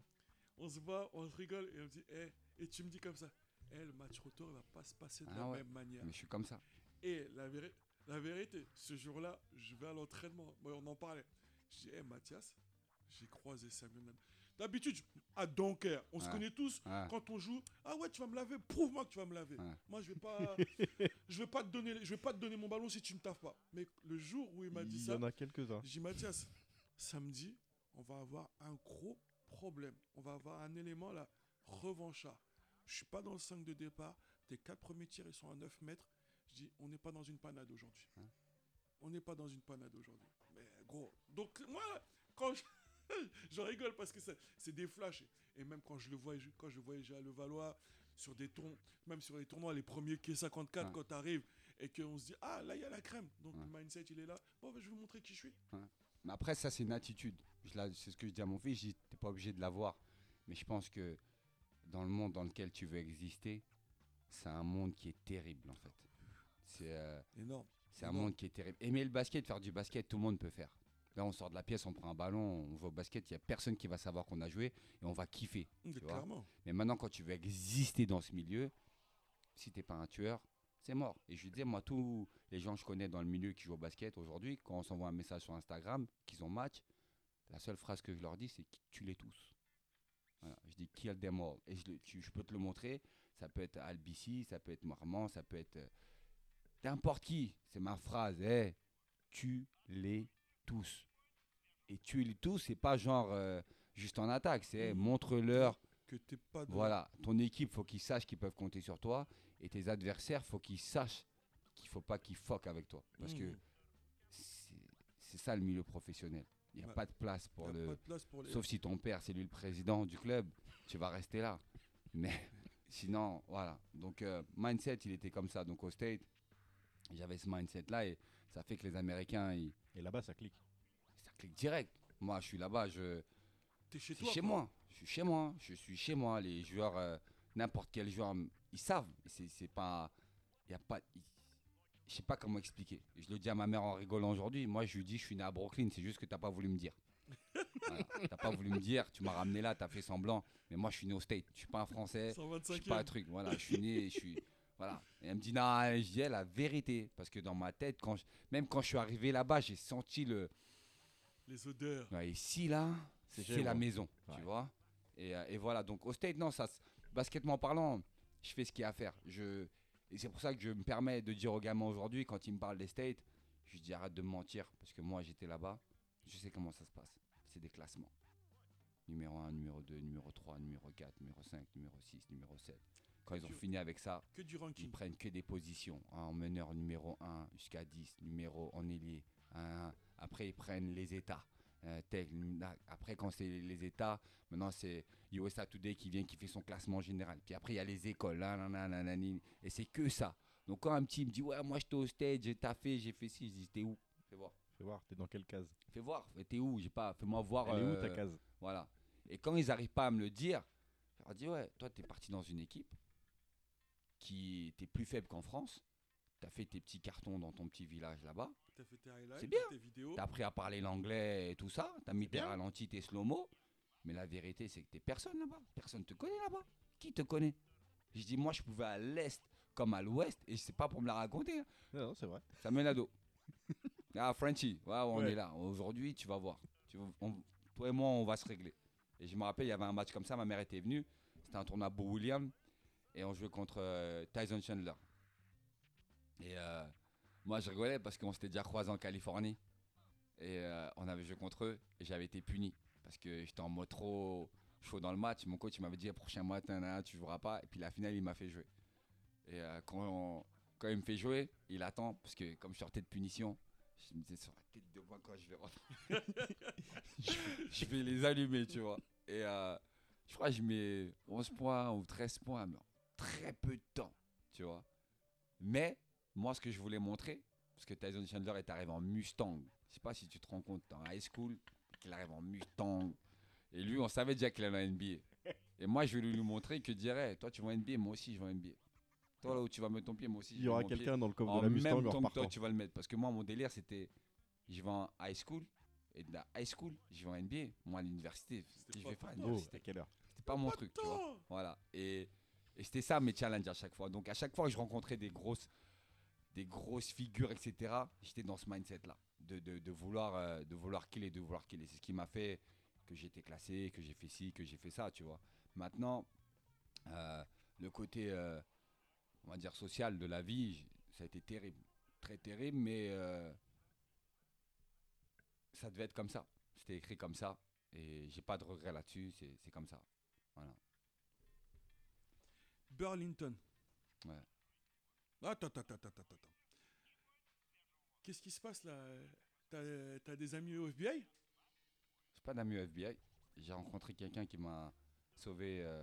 [SPEAKER 2] On se voit, on se rigole et on dit, Eh, et tu me dis comme ça. Eh, le match retour, il va pas se passer de
[SPEAKER 4] Ah
[SPEAKER 2] la
[SPEAKER 4] ouais.
[SPEAKER 2] même manière.
[SPEAKER 4] Mais je suis comme ça.
[SPEAKER 2] Et la, véri- la vérité, ce jour-là, je vais à l'entraînement. Moi, on en parlait. Je dis, hé Mathias, j'ai croisé Samuel Nana. D'habitude, je- à Dunker, on se
[SPEAKER 4] Ouais.
[SPEAKER 2] connaît tous.
[SPEAKER 4] Ouais.
[SPEAKER 2] Quand on joue, ah ouais, tu vas me laver, prouve-moi que tu vas me laver.
[SPEAKER 4] Ouais.
[SPEAKER 2] Moi, je vais pas, je vais pas te donner, je vais pas te donner mon ballon si tu me taffes pas. Mais le jour où il m'a dit
[SPEAKER 3] Il y
[SPEAKER 2] ça,
[SPEAKER 3] en a quelques-uns.
[SPEAKER 2] j'ai dit Mathias, samedi, on va avoir un gros problème. On va avoir un élément là, revanchard. Je suis pas dans le cinq de départ. Tes quatre premiers tirs, ils sont à neuf mètres. Je dis, on n'est pas dans une panade aujourd'hui.
[SPEAKER 4] Hein?
[SPEAKER 2] On n'est pas dans une panade aujourd'hui. Mais gros, donc moi, quand je, je rigole parce que c'est c'est des flashs. Et même quand je le voyais, quand je voyageais à Levallois, sur des tournois, même sur les tournois, les premiers K cinquante-quatre,
[SPEAKER 4] Ouais.
[SPEAKER 2] quand tu arrives et qu'on se dit, ah là, il y a la crème. Donc
[SPEAKER 4] Ouais.
[SPEAKER 2] le mindset, il est là. Bon, ben, je vais vous montrer qui je suis.
[SPEAKER 4] Mais après, ça, c'est une attitude. Je la- C'est ce que je dis à mon fils. Je dis, t'es pas obligé de l'avoir. Mais je pense que dans le monde dans lequel tu veux exister, c'est un monde qui est terrible, en fait. C'est euh,
[SPEAKER 2] Énorme.
[SPEAKER 4] c'est un
[SPEAKER 2] Non.
[SPEAKER 4] monde qui est terrible. Aimer le basket, faire du basket, tout le monde peut faire. Là, on sort de la pièce, on prend un ballon, on va au basket, il n'y a personne qui va savoir qu'on a joué et on va kiffer.
[SPEAKER 2] Mais
[SPEAKER 4] Tu vois.
[SPEAKER 2] clairement.
[SPEAKER 4] Mais maintenant, quand tu veux exister dans ce milieu, si t'es pas un tueur, c'est mort. Et je lui disais, moi, tous les gens que je connais dans le milieu qui jouent au basket aujourd'hui, quand on s'envoie un message sur Instagram, qu'ils ont match, la seule phrase que je leur dis, c'est tue-les tous. Voilà. Je dis kill them all. Et je, le- tu- je peux te le montrer. Ça peut être Albici, ça peut être Marmand, ça peut être euh, n'importe qui. C'est ma phrase. Hey, tue-les tous. Et tuer-les tous, c'est pas genre euh, juste en attaque. C'est hey,
[SPEAKER 2] Mhm.
[SPEAKER 4] montre-leur.
[SPEAKER 2] Que t'es pas de...
[SPEAKER 4] Voilà, ton équipe, faut qu'ils sachent qu'ils peuvent compter sur toi. Et tes adversaires, faut qu'ils sachent qu'il faut pas qu'ils fuck avec toi. Parce que
[SPEAKER 2] Mhm.
[SPEAKER 4] c'est c'est ça le milieu professionnel. Il n'y a
[SPEAKER 2] Ouais.
[SPEAKER 4] pas de place
[SPEAKER 2] Y
[SPEAKER 4] pour
[SPEAKER 2] a
[SPEAKER 4] le.
[SPEAKER 2] pas de place pour les...
[SPEAKER 4] Sauf si ton père, c'est lui le président du club, tu vas rester là. Mais sinon, voilà. Donc, euh, mindset, il était comme ça. Donc, au State, j'avais ce mindset-là et ça fait que les Américains, ils,
[SPEAKER 3] Et là-bas, ça clique.
[SPEAKER 4] ça clique direct. Moi, je suis là-bas, je.
[SPEAKER 2] T'es chez
[SPEAKER 4] C'est
[SPEAKER 2] toi.
[SPEAKER 4] chez
[SPEAKER 2] quoi.
[SPEAKER 4] moi. Je suis chez moi. Je suis chez moi. Les joueurs, euh, n'importe quel joueur, m- ils savent. C'est, c'est pas. Il y a pas. il- Je sais pas comment expliquer. Je le dis à ma mère en rigolant aujourd'hui. Moi, je lui dis, je suis né à Brooklyn. C'est juste que t'as pas voulu me dire. Voilà. T'as pas voulu me dire. Tu m'as ramené là. T'as fait semblant. Mais moi, je suis né au State. Je suis pas un Français. Je suis pas un
[SPEAKER 2] cent vingt-cinquième.
[SPEAKER 4] truc. Voilà. Je suis né. Je suis. Voilà. Et elle me dit, non, je dis la vérité. Parce que dans ma tête, quand je- même quand je suis arrivé là-bas, j'ai senti le.
[SPEAKER 2] Les odeurs.
[SPEAKER 4] Ouais, ici, là,
[SPEAKER 3] C'est
[SPEAKER 4] c'est
[SPEAKER 3] chez
[SPEAKER 4] la
[SPEAKER 3] moi.
[SPEAKER 4] maison, tu
[SPEAKER 3] Ouais.
[SPEAKER 4] vois. Et, euh, et voilà, donc au State, non, ça, s- basketement parlant, je fais ce qu'il y a à faire. Je, et c'est pour ça que je me permets de dire aux gamins aujourd'hui, quand ils me parlent des States, je dis arrête de me mentir, parce que moi, j'étais là-bas, je sais comment ça se passe. C'est des classements. Numéro un, numéro deux, numéro trois, numéro quatre, numéro cinq, numéro six, numéro sept. Quand ils ont
[SPEAKER 2] Tu-
[SPEAKER 4] fini avec ça,
[SPEAKER 2] Que du
[SPEAKER 4] ils
[SPEAKER 2] ranking.
[SPEAKER 4] prennent que des positions, hein, en meneur numéro un jusqu'à dix, numéro en ailier. Hein. Après, ils prennent les états. Euh, tel- na- après, quand c'est les états, maintenant c'est U S A Today qui vient, qui fait son classement général. Puis après, il y a les écoles, là, là, là, là, là, là, et c'est que ça. Donc quand un petit me dit, ouais, moi j'étais au stage, j'ai taffé, j'ai fait ci, je dis, t'es où? Fais voir.
[SPEAKER 3] Fais voir, t'es dans quelle case?
[SPEAKER 4] Fais voir, t'es où? J'ai pas, fais-moi voir.
[SPEAKER 3] Elle est où ta
[SPEAKER 4] euh,
[SPEAKER 3] case?
[SPEAKER 4] Voilà. Et quand ils n'arrivent pas à me le dire, je leur dis, ouais, toi, t'es parti dans une équipe qui était plus faible qu'en France. T'as fait tes petits cartons dans ton petit village là-bas.
[SPEAKER 2] T'as fait tes highlights,
[SPEAKER 4] C'est bien.
[SPEAKER 2] tes vidéos.
[SPEAKER 4] T'as appris à parler l'anglais et tout ça. T'as mis tes
[SPEAKER 3] bien.
[SPEAKER 4] ralentis, tes slow-mo. Mais la vérité, c'est que t'es personne là-bas. Personne te connaît là-bas. Qui te connaît? Je dis, moi, je pouvais à l'est comme à l'ouest. Et c'est pas pour me la raconter. Hein.
[SPEAKER 3] Non, non, c'est vrai.
[SPEAKER 4] Samuel Nadeau. Ah, Frenchy. Ouais, on
[SPEAKER 3] Ouais.
[SPEAKER 4] est là. Aujourd'hui, tu vas voir. Tu vas- on- toi et moi, on va se régler. Et je me rappelle, il y avait un match comme ça. Ma mère était venue. C'était un tournoi Beau William. Et on jouait contre euh, Tyson Chandler. Et euh, moi, je rigolais parce qu'on s'était déjà croisés en Californie. Et euh, on avait joué contre eux. Et j'avais été puni. Parce que j'étais en mode trop chaud dans le match. Mon coach il m'avait dit, le prochain match, nanana, tu joueras pas. Et puis la finale, il m'a fait jouer. Et euh, quand, on- quand il me fait jouer, il attend. Parce que comme je sortais de punition, je me disais, sur la tête de moi, quand je vais rentrer, je, je vais les allumer, tu vois. Et euh, je crois que je mets onze points ou treize points, mais en très peu de temps, tu vois. Mais moi, ce que je voulais montrer, parce que Tyson Chandler est arrivé en Mustang, je sais pas si tu te rends compte, en high school, qu'il arrive en Mustang. Et lui, on savait déjà qu'il allait en N B A. Et moi, je vais lui montrer que je dirais, toi, tu vas en N B A, moi aussi, je vais en N B A. Toi, là où tu vas mettre ton pied, moi aussi,
[SPEAKER 3] Il y aura quelqu'un dans le coffre de la Mustang
[SPEAKER 4] en même
[SPEAKER 3] en
[SPEAKER 4] temps que
[SPEAKER 3] repartant.
[SPEAKER 4] toi, tu vas le mettre. Parce que moi, mon délire, c'était, je vais en high school. Et de la high school, je vais en N B A. Moi, à l'université, je vais faire
[SPEAKER 3] Oh,
[SPEAKER 4] l'université.
[SPEAKER 3] à quelle heure?
[SPEAKER 4] C'était pas mon truc, tu vois. Voilà. Et, et c'était ça mes challenges à chaque fois. Donc, à chaque fois que je rencontrais des grosses, des grosses figures, et cetera, j'étais dans ce mindset-là. De, de, de, vouloir, euh, de vouloir killer, de vouloir killer. C'est ce qui m'a fait que j'ai été classé, que j'ai fait ci, que j'ai fait ça, tu vois. Maintenant, euh, le côté, euh, on va dire, social de la vie, ça a été terrible. Très terrible, mais euh, ça devait être comme ça. C'était écrit comme ça. Et j'ai pas de regrets là-dessus, c'est, c'est comme ça. Voilà.
[SPEAKER 2] Burlington.
[SPEAKER 4] Ouais.
[SPEAKER 2] Attends, attends, attends, attends, attends. Qu'est-ce qui se passe là? T'as, t'as des amis au F B I?
[SPEAKER 4] C'est pas d'amis au F B I. J'ai rencontré quelqu'un qui m'a sauvé, euh,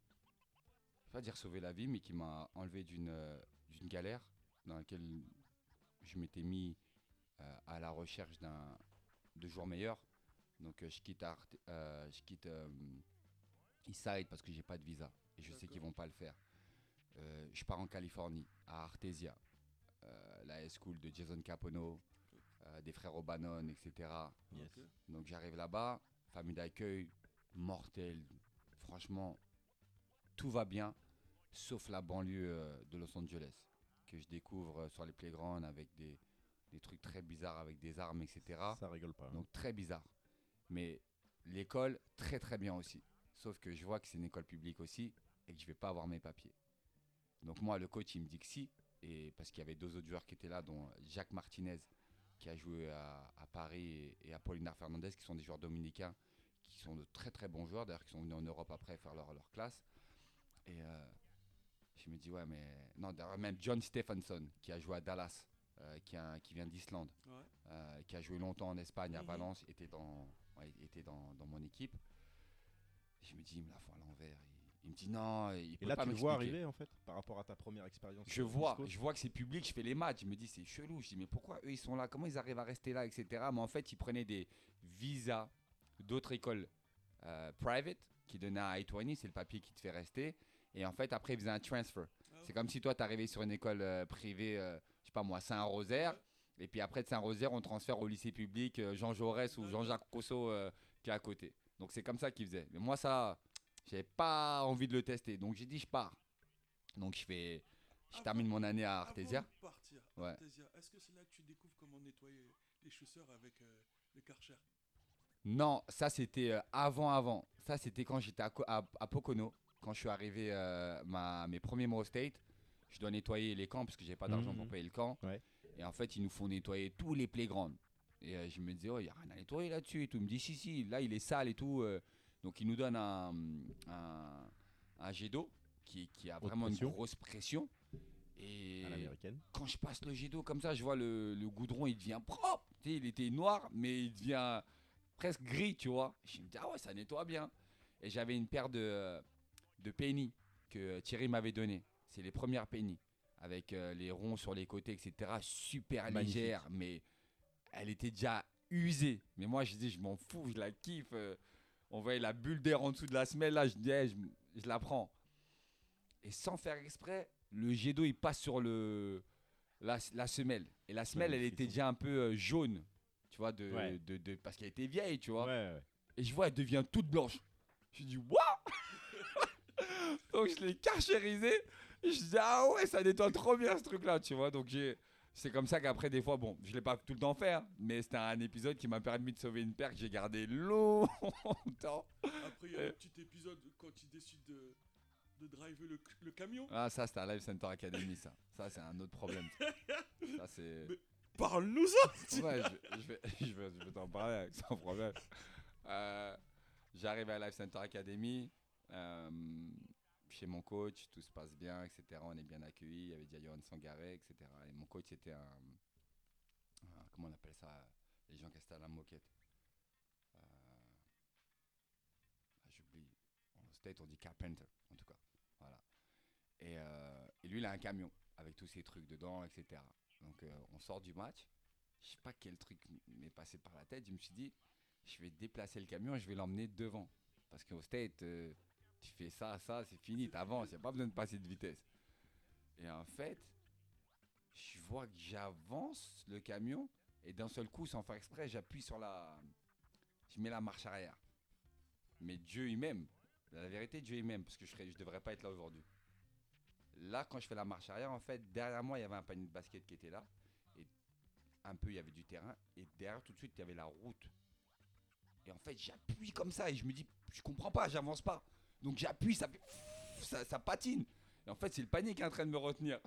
[SPEAKER 4] je vais pas dire sauvé la vie, mais qui m'a enlevé d'une, euh, d'une galère dans laquelle je m'étais mis euh, à la recherche d'un, de jours meilleurs. Donc euh, je quitte, Art, euh, je quitte euh, Eastside parce que j'ai pas de visa et je
[SPEAKER 2] D'accord.
[SPEAKER 4] sais qu'ils vont pas le faire. Euh, je pars en Californie, à Artesia, euh, la high school de Jason Capono, euh, des frères O'Bannon, et cetera.
[SPEAKER 3] Yes.
[SPEAKER 2] Ok.
[SPEAKER 4] Donc j'arrive là-bas, famille d'accueil, mortelle. Franchement, tout va bien, sauf la banlieue euh, de Los Angeles, que je découvre euh, sur les playgrounds avec des, des trucs très bizarres, avec des armes, et cetera.
[SPEAKER 3] Ça rigole pas. hein.
[SPEAKER 4] Donc très bizarre. Mais l'école, très très bien aussi. Sauf que je vois que c'est une école publique aussi et que je vais pas avoir mes papiers. Donc moi, le coach, il me dit que si. Et parce qu'il y avait deux autres joueurs qui étaient là, dont Jacques Martinez, qui a joué à, à Paris, et, et Apollinaire Fernandez, qui sont des joueurs dominicains, qui sont de très très bons joueurs, d'ailleurs, qui sont venus en Europe après faire leur, leur classe. Et euh, je me dis, ouais, mais... Non, d'ailleurs, même John Stephenson, qui a joué à Dallas, euh, qui, a, qui vient d'Islande,
[SPEAKER 2] Ouais.
[SPEAKER 4] euh, qui a joué longtemps en Espagne, à
[SPEAKER 2] Mhm.
[SPEAKER 4] Valence, était dans, ouais, était dans, dans mon équipe. Je me dis, il me la fout à l'envers. Il, il me dit non, il
[SPEAKER 3] Et
[SPEAKER 4] peut
[SPEAKER 3] là,
[SPEAKER 4] pas
[SPEAKER 3] tu le vois
[SPEAKER 4] m'expliquer.
[SPEAKER 3] arriver en fait, par rapport à ta première expérience.
[SPEAKER 4] Je
[SPEAKER 3] sur le
[SPEAKER 4] vois,
[SPEAKER 3] East Coast.
[SPEAKER 4] je vois que c'est public, je fais les matchs, je me dis c'est chelou, je dis mais pourquoi eux ils sont là, comment ils arrivent à rester là, et cetera. Mais en fait ils prenaient des visas d'autres écoles euh, private qui donnaient un I vingt, c'est le papier qui te fait rester. Et en fait après ils faisaient un transfer.
[SPEAKER 2] Ah,
[SPEAKER 4] C'est comme si toi tu arrivais sur une école euh, privée, euh, je sais pas moi, Saint-Rosaire, et puis après de Saint-Rosaire on transfère au lycée public euh, Jean Jaurès ou Jean-Jacques Rousseau euh, qui est à côté. Donc c'est comme ça qu'ils faisaient. Mais moi ça, j'avais pas envie de le tester, donc j'ai dit je pars. Donc je fais, je
[SPEAKER 2] Avant-
[SPEAKER 4] termine mon année à Artesia.
[SPEAKER 2] Avant de partir,
[SPEAKER 4] Ouais.
[SPEAKER 2] Artesia, est-ce que c'est là que tu découvres comment nettoyer les chaussures avec euh, le Karcher?
[SPEAKER 4] Non, ça c'était euh, avant avant. Ça c'était quand j'étais à, Co- à, à Pocono, quand je suis arrivé euh, ma, mes premiers mois au State. Je dois nettoyer les camps parce que j'ai pas d'argent
[SPEAKER 3] Mhm.
[SPEAKER 4] pour payer le camp.
[SPEAKER 3] Ouais.
[SPEAKER 4] Et en fait ils nous font nettoyer tous les playgrounds. Et euh, je me disais oh il y a rien à nettoyer là-dessus et tout. Il me dit si si là il est sale et tout. euh. Donc ils nous donnent un un, un jet d'eau qui, qui a
[SPEAKER 3] Haute
[SPEAKER 4] vraiment
[SPEAKER 3] pression.
[SPEAKER 4] une grosse pression. Et
[SPEAKER 3] À l'américaine.
[SPEAKER 4] quand je passe le jet d'eau comme ça, je vois le, le goudron, il devient propre. Tu sais, il était noir, mais il devient presque gris, tu vois. Je me dis, ah ouais, ça nettoie bien. Et j'avais une paire de, de pennies que Thierry m'avait donné. C'est les premières pennies, avec euh, les ronds sur les côtés, et cetera. Super
[SPEAKER 3] Magnifique.
[SPEAKER 4] légère, mais elle était déjà usée. Mais moi, je dis, je m'en fous, je la kiffe. euh. On voyait la bulle d'air en dessous de la semelle, là, je dis, eh, je, je la prends. Et sans faire exprès, le jet d'eau il passe sur le, la, la semelle. Et la semelle, elle
[SPEAKER 3] Magnifique,
[SPEAKER 4] était
[SPEAKER 3] ça.
[SPEAKER 4] déjà un peu euh, jaune, tu vois, de,
[SPEAKER 3] Ouais.
[SPEAKER 4] de, de- parce qu'elle était vieille, tu vois.
[SPEAKER 3] Ouais, ouais.
[SPEAKER 4] Et je vois, elle devient toute blanche. Je dis, waouh. Donc je l'ai carchérisée. Et je dis, ah ouais, ça nettoie trop bien ce truc-là, tu vois. Donc j'ai, c'est comme ça qu'après, des fois, bon, je l'ai pas tout le temps fait, hein, mais c'était un épisode qui m'a permis de sauver une paire que j'ai gardée longtemps.
[SPEAKER 2] Après, il y a le petit épisode quand il décide de, de driver le, le camion.
[SPEAKER 4] Ah, ça, c'était à Live Center Academy, ça. Ça, c'est un autre problème. Ça, c'est.
[SPEAKER 2] Mais parle-nous-en.
[SPEAKER 4] Ouais, je, je vais, je vais, je vais t'en parler avec sans problème. Euh, J'arrive à Life Center Academy, euh, chez mon coach, tout se passe bien, et cetera. On est bien accueillis, il y avait déjà Johan Sangaré, et cetera. Et mon coach était un, un- comment on appelle ça, les gens qui étaient à la moquette. Euh, ah, J'oublie. En state, on dit carpenter, en tout cas. Voilà. Et, euh, et lui, il a un camion avec tous ces trucs dedans, et cetera. Donc, euh, on sort du match. Je sais pas quel truc m'est passé par la tête. Je me suis dit, je vais déplacer le camion et je vais l'emmener devant. Parce qu'au State, euh, tu fais ça, ça, c'est fini, t'avances, il n'y a pas besoin de passer de vitesse. Et en fait, je vois que j'avance le camion et d'un seul coup, sans faire exprès, j'appuie sur la... Je mets la marche arrière. Mais Dieu, il m'aime. La vérité, Dieu, il m'aime parce que je ne devrais pas être là aujourd'hui. Là, quand je fais la marche arrière, en fait, derrière moi, il y avait un panier de basket qui était là. Et un peu, il y avait du terrain. Et derrière, tout de suite, il y avait la route. Et en fait, j'appuie comme ça et je me dis, je comprends pas, j'avance pas. Donc j'appuie, ça fait... Ça, ça patine. Et en fait, c'est le panier qui est en train de me retenir.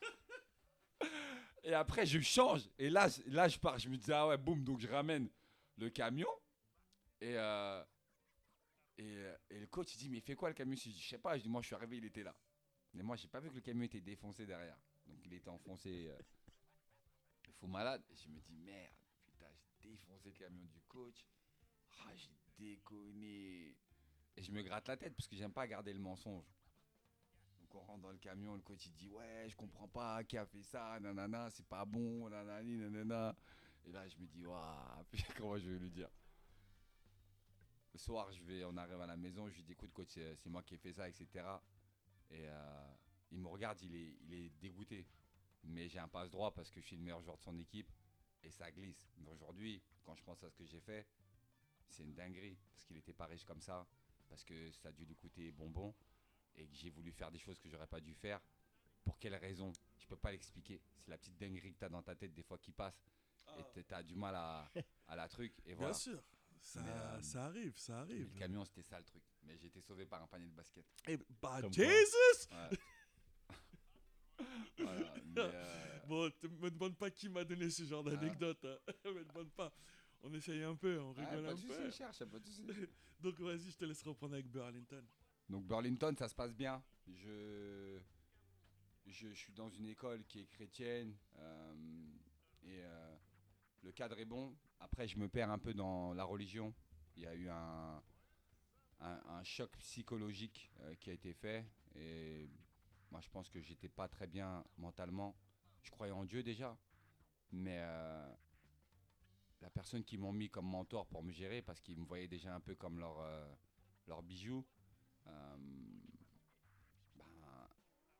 [SPEAKER 4] Et après, je change. Et là, là, je pars. Je me dis, ah ouais, boum. Donc, je ramène le camion. Et, euh, et, et le coach, il dit, mais il fait quoi le camion? Je dis, je sais pas. Je dis, moi, je suis arrivé, il était là. Mais moi, j'ai pas vu que le camion était défoncé derrière. Donc, il était enfoncé. Euh, fou malade. Et je me dis, merde, putain, j'ai défoncé le camion du coach. Ah, j'ai déconné. Et je me gratte la tête parce que j'aime pas garder le mensonge. Donc on rentre dans le camion, le coach il dit ouais, je comprends pas qui a fait ça, nanana, c'est pas bon, nanani, nanana. Et là je me dis waouh, comment je vais lui dire. Le soir, je vais, on arrive à la maison, je lui dis écoute coach, c'est, c'est moi qui ai fait ça, et cetera. Et euh, il me regarde, il est, il est dégoûté. Mais j'ai un passe droit parce que je suis le meilleur joueur de son équipe et ça glisse. Mais aujourd'hui, quand je pense à ce que j'ai fait, c'est une dinguerie parce qu'il était pas riche comme ça, parce que ça a dû lui coûter bonbon et que j'ai voulu faire des choses que j'aurais pas dû faire. Pour quelle raison? Je peux pas l'expliquer. C'est la petite dinguerie que t'as dans ta tête des fois qui passe et t'as du mal à, à la truc. Et voilà.
[SPEAKER 2] Bien sûr, ça,
[SPEAKER 4] Mais, euh,
[SPEAKER 2] ça arrive, ça
[SPEAKER 4] Mais
[SPEAKER 2] arrive.
[SPEAKER 4] le camion c'était ça le truc. Mais j'ai été sauvé par un panier de basket.
[SPEAKER 2] Eh bah,
[SPEAKER 3] Comme
[SPEAKER 2] Jesus!
[SPEAKER 4] Ouais. Voilà, mais, euh,
[SPEAKER 2] Bon, te- me demande pas qui m'a donné ce genre d'anecdote. Hein. me demande pas. On essaye un peu, on
[SPEAKER 4] ouais,
[SPEAKER 2] rigole
[SPEAKER 4] pas
[SPEAKER 2] un
[SPEAKER 4] de soucis,
[SPEAKER 2] peu.
[SPEAKER 4] je cherche, pas de soucis.
[SPEAKER 2] Donc vas-y, je te laisse reprendre avec Burlington.
[SPEAKER 4] Donc Burlington, ça se passe bien. Je, je, je suis dans une école qui est chrétienne euh, et euh, le cadre est bon. Après, je me perds un peu dans la religion. Il y a eu un, un, un choc psychologique euh, qui a été fait et moi, je pense que j'étais pas très bien mentalement. Je croyais en Dieu déjà, mais euh, la personne qui m'ont mis comme mentor pour me gérer, parce qu'ils me voyaient déjà un peu comme leur, euh, leur bijou, euh, ben,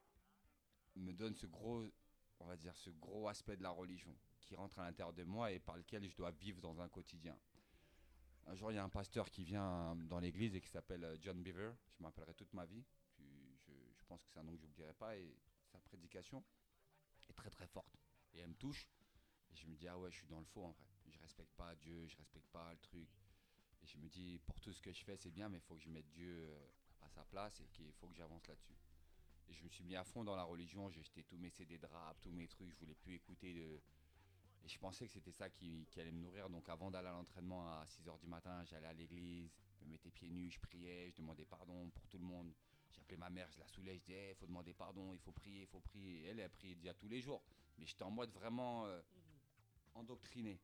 [SPEAKER 4] me donne ce gros, on va dire, ce gros aspect de la religion qui rentre à l'intérieur de moi et par lequel je dois vivre dans un quotidien. Un jour, il y a un pasteur qui vient dans l'église et qui s'appelle John Beaver. Je m'appellerai toute ma vie. Puis je, je pense que c'est un nom que je n'oublierai pas et sa prédication est très très forte et elle me touche. Et je me dis, ah ouais, je suis dans le faux en vrai. Je respecte pas Dieu, je respecte pas le truc. Et je me dis, pour tout ce que je fais, c'est bien, mais il faut que je mette Dieu à sa place et qu'il faut que j'avance là-dessus. Et je me suis mis à fond dans la religion, j'ai jeté tous mes C D de rap, tous mes trucs, je voulais plus écouter de... Et je pensais que c'était ça qui, qui allait me nourrir. Donc avant d'aller à l'entraînement à six heures du matin, j'allais à l'église, je me mettais pieds nus, je priais, je demandais pardon pour tout le monde. J'appelais ma mère, je la saoulais, je disais, il hey, faut demander pardon, il faut prier, il faut prier. Et elle, elle priait déjà tous les jours. Mais j'étais en mode vraiment euh, endoctriné.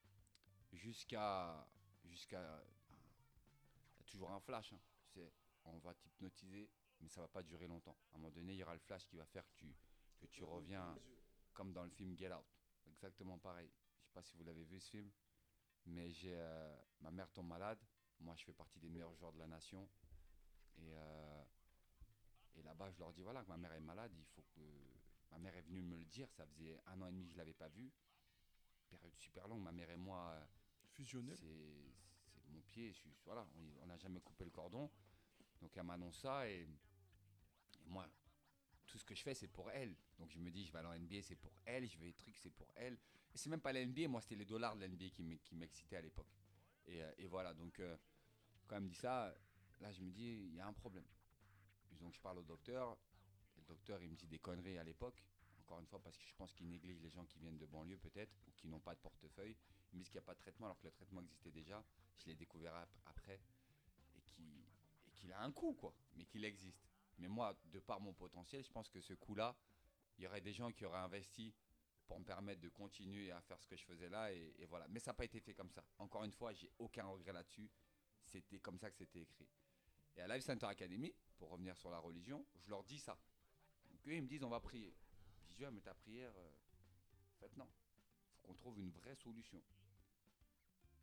[SPEAKER 4] Jusqu'à... jusqu'à il y a toujours un flash, hein. Tu sais, on va t'hypnotiser, mais ça va pas durer longtemps. À un moment donné, il y aura le flash qui va faire que tu, que tu reviens comme dans le film Get Out. Exactement pareil. Je sais pas si vous l'avez vu ce film, mais j'ai euh, ma mère tombe malade. Moi, je fais partie des meilleurs joueurs de la nation. Et, euh, et là-bas, je leur dis voilà, que ma mère est malade. Il faut que ma mère est venue me le dire. Ça faisait un an et demi que je l'avais pas vue. Période super longue. Ma mère et moi, euh,
[SPEAKER 2] Fusionnel.
[SPEAKER 4] c'est, c'est mon pied. Je suis, voilà, on n'a jamais coupé le cordon. Donc elle m'annonce ça et, et moi. Tout ce que je fais, c'est pour elle. Donc je me dis, je vais aller en N B A, c'est pour elle. Je vais les trucs, c'est pour elle. Et c'est même pas la N B A, moi, c'était les dollars de la N B A qui, m'ex- qui m'excitaient à l'époque. Et, euh, et voilà, donc euh, quand elle me dit ça, là, je me dis, il y a un problème. Donc je parle au docteur. Et le docteur, il me dit des conneries à l'époque. Encore une fois, parce que je pense qu'il néglige les gens qui viennent de banlieue, peut-être, ou qui n'ont pas de portefeuille. Ils me disent qu'il n'y a pas de traitement, alors que le traitement existait déjà. Je l'ai découvert ap- après. Et, qui, et qu'il a un coût, quoi. Mais qu'il existe. Mais moi, de par mon potentiel, je pense que ce coup-là, il y aurait des gens qui auraient investi pour me permettre de continuer à faire ce que je faisais là. Et, et voilà. Mais ça n'a pas été fait comme ça. Encore une fois, j'ai aucun regret là-dessus. C'était comme ça que c'était écrit. Et à Life Center Academy, pour revenir sur la religion, je leur dis ça. Donc eux, ils me disent on va prier. Je dis, ah, mais ta prière, euh, en fait, non. Il faut qu'on trouve une vraie solution.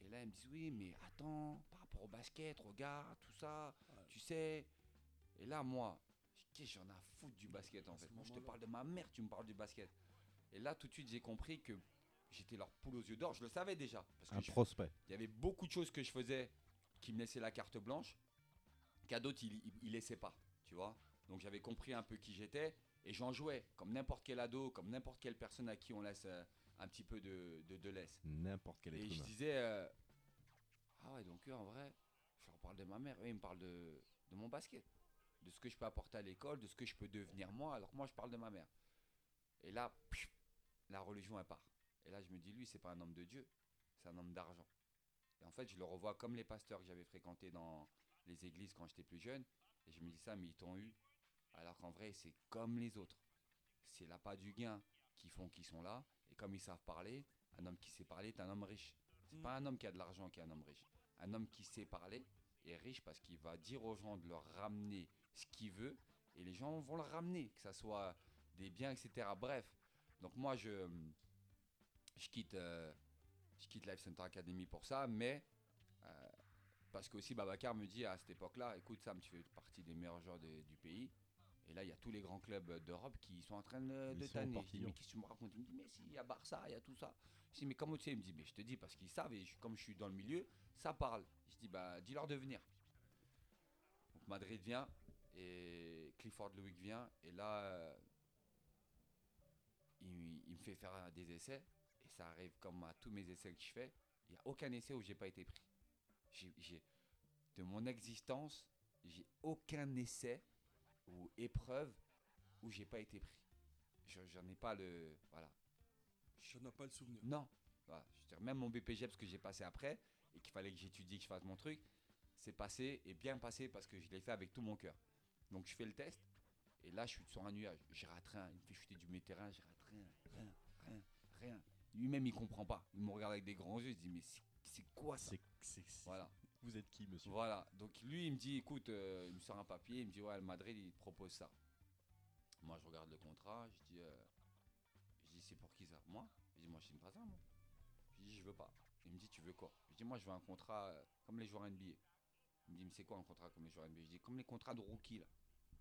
[SPEAKER 4] Et là, ils me disent, oui, mais attends, par rapport au basket, regarde, tout ça,
[SPEAKER 2] Ouais.
[SPEAKER 4] tu sais. Et là, moi, qu'est-ce que j'en ai à foutre du basket en
[SPEAKER 2] À ce
[SPEAKER 4] fait. Moi, je te
[SPEAKER 2] moment-là.
[SPEAKER 4] parle de ma mère, tu me parles du basket. Et là, tout de suite, j'ai compris que j'étais leur poule aux yeux d'or. Je le savais déjà. Parce que
[SPEAKER 3] Un
[SPEAKER 4] je-
[SPEAKER 3] prospect.
[SPEAKER 4] il y avait beaucoup de choses que je faisais qui me laissaient la carte blanche, qu'à d'autres, ils ne laissaient pas, tu vois. Donc, j'avais compris un peu qui j'étais et j'en jouais, comme n'importe quel ado, comme n'importe quelle personne à qui on laisse euh, un petit peu de, de, de laisse.
[SPEAKER 3] N'importe quel être
[SPEAKER 4] Et je
[SPEAKER 3] humain.
[SPEAKER 4] disais, euh, ah ouais, donc eux, en vrai, je leur parle de ma mère, eux, ils me parlent de, de mon basket, de ce que je peux apporter à l'école, de ce que je peux devenir moi, alors que moi, je parle de ma mère. Et là, pfiou, la religion, elle part. Et là, je me dis, lui, c'est pas un homme de Dieu, c'est un homme d'argent. Et en fait, je le revois comme les pasteurs que j'avais fréquentés dans les églises quand j'étais plus jeune. Et je me dis ça, mais ils t'ont eu. Alors qu'en vrai, c'est comme les autres. C'est l'appât du gain qui font qu'ils sont là. Et comme ils savent parler, un homme qui sait parler est un homme riche. C'est
[SPEAKER 2] Mm.
[SPEAKER 4] pas un homme qui a de l'argent qui est un homme riche. Un homme qui sait parler est riche parce qu'il va dire aux gens de leur ramener ce qu'il veut. Et les gens vont le ramener, que ça soit des biens, et cetera. Bref. Donc moi, je, je quitte... euh, je quitte Life Center Academy pour ça, mais euh, parce que aussi Babacar me dit à cette époque-là, écoute Sam, tu fais partie des meilleurs joueurs de- du pays. Et là, il y a tous les grands clubs d'Europe qui sont en train de,
[SPEAKER 3] Ils
[SPEAKER 4] de
[SPEAKER 3] sont en
[SPEAKER 4] tanner. Je dis,
[SPEAKER 3] portillon.
[SPEAKER 4] mais qu'est-ce que tu me racontes? Il me dit, mais si, il y a Barça, il y a tout ça. Je dis, mais comment tu sais? Il me dit, mais je te dis, parce qu'ils savent, et je- comme je suis dans le milieu, ça parle. Je dis, bah, dis-leur de venir. Donc Madrid vient, et Clifford Lewick vient, et là, euh, il, il me fait faire des essais, et ça arrive comme à tous mes essais que je fais. Il n'y a aucun essai où j'ai pas été pris. J'ai, j'ai- de mon existence, j'ai aucun essai ou épreuve où j'ai pas été pris. Je- j'en ai pas le. Voilà.
[SPEAKER 2] Je n'ai pas le souvenir.
[SPEAKER 4] Non. Voilà. Je veux dire, même mon B P G E P S que j'ai passé après et qu'il fallait que j'étudie, que je fasse mon truc, c'est passé et bien passé parce que je l'ai fait avec tout mon cœur. Donc je fais le test et là je suis sur un nuage. Je rate rien. Il me fait chuter du mi-terrain, je rate rien, rien, rien, rien. Lui-même il comprend pas. Il me regarde avec des grands yeux, il se dit mais c'est, c'est quoi ça?
[SPEAKER 3] C'est- c'est- c'est-
[SPEAKER 4] Voilà.
[SPEAKER 3] Vous êtes qui, monsieur?
[SPEAKER 4] Voilà, donc lui il me dit écoute, euh, il me sort un papier, il me dit ouais, le Madrid il te propose ça. Moi je regarde le contrat, je dis, euh, je dis c'est pour qui ça? Moi? Je dis moi je signe pas ça moi. Je dis je veux pas. Il me dit tu veux quoi? Je dis moi je veux un contrat euh, comme les joueurs N B A. Il me dit mais c'est quoi un contrat comme les joueurs N B A? Je dis comme les contrats de rookie là.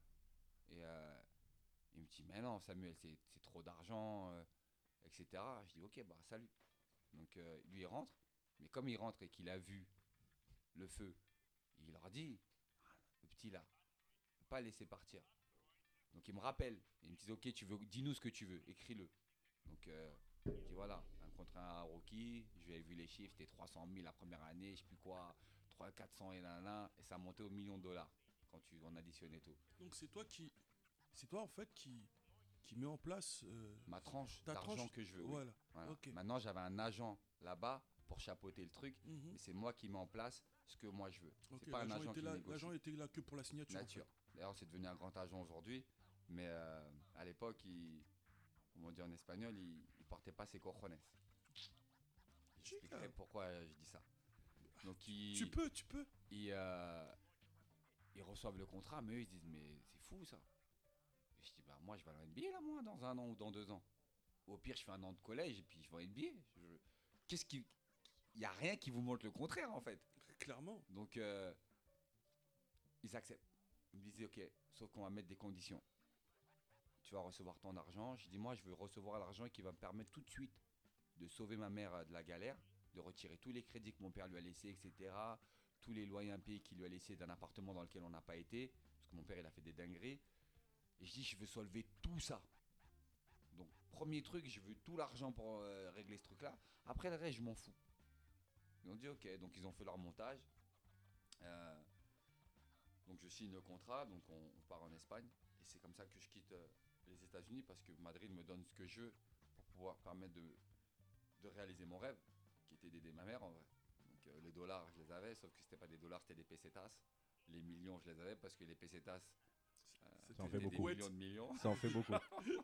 [SPEAKER 4] Et euh, il me dit mais non Samuel c'est, c'est trop d'argent, euh, et cetera. Je dis ok bah salut. Donc euh, lui il rentre, mais comme il rentre et qu'il a vu le feu, il leur dit ah, le petit là, faut pas le laisser partir. Donc il me rappelle, il me dit ok tu veux, dis-nous ce que tu veux, écris-le. Donc euh, je dis voilà, un contrat à rookie, j'avais vu les chiffres, c'était trois cent mille la première année, je sais plus quoi, trois cents quatre cents et là, là, et ça montait au million de dollars quand tu on additionnait tout.
[SPEAKER 2] Donc c'est toi qui, c'est toi en fait qui, qui met en place. euh,
[SPEAKER 4] Ma tranche
[SPEAKER 2] Ta
[SPEAKER 4] d'argent
[SPEAKER 2] tranche,
[SPEAKER 4] que je veux. Oui.
[SPEAKER 2] Voilà.
[SPEAKER 4] Voilà.
[SPEAKER 2] Ok.
[SPEAKER 4] Maintenant j'avais un agent là-bas pour chapeauter le truc,
[SPEAKER 2] Mhm.
[SPEAKER 4] mais c'est moi qui mets en place ce que moi je veux.
[SPEAKER 2] Ok,
[SPEAKER 4] C'est pas un
[SPEAKER 2] l'agent
[SPEAKER 4] agent
[SPEAKER 2] était
[SPEAKER 4] qui
[SPEAKER 2] là,
[SPEAKER 4] négocie.
[SPEAKER 2] l'agent était là que pour la signature. en
[SPEAKER 4] Nature.
[SPEAKER 2] fait.
[SPEAKER 4] D'ailleurs, c'est devenu un grand agent aujourd'hui, mais euh, à l'époque, il, comme on dit en espagnol, il, il portait pas ses cojones. J'expliquerai pourquoi euh, je dis ça. Donc, ils,
[SPEAKER 2] Tu peux, tu peux.
[SPEAKER 4] ils, euh, ils reçoivent le contrat, mais eux, ils se disent, mais c'est fou ça. Et je dis, bah moi, je vais à N B A là, moi, dans un an ou dans deux ans. Au pire, je fais un an de collège et puis je vais à N B A. Je- Qu'est-ce qui. Il n'y a rien qui vous montre le contraire, en fait.
[SPEAKER 2] Clairement.
[SPEAKER 4] Donc, euh, ils acceptent. Ils me disaient, ok, sauf qu'on va mettre des conditions. Tu vas recevoir ton argent. Je dis, moi, je veux recevoir l'argent qui va me permettre tout de suite de sauver ma mère euh, de la galère, de retirer tous les crédits que mon père lui a laissés, et cetera. Tous les loyers impayés qu'il lui a laissés d'un appartement dans lequel on n'a pas été, parce que mon père, il a fait des dingueries. Et je dis, je veux solver tout ça. Donc, premier truc, je veux tout l'argent pour euh, régler ce truc-là. Après, le reste, je m'en fous. Ils ont dit, ok, donc ils ont fait leur montage. Euh, donc, je signe le contrat, donc on, on part en Espagne. Et c'est comme ça que je quitte euh, les États-Unis parce que Madrid me donne ce que je veux pour pouvoir permettre de, de réaliser mon rêve, qui était d'aider ma mère en vrai. Donc, euh, les dollars, je les avais, sauf que c'était pas des dollars, c'était des pesetas. Les millions, je les avais parce que les pesetas, euh,
[SPEAKER 2] C'était
[SPEAKER 3] en fait
[SPEAKER 4] c'était des
[SPEAKER 3] beaucoup.
[SPEAKER 4] millions de millions.
[SPEAKER 3] Ça en fait beaucoup.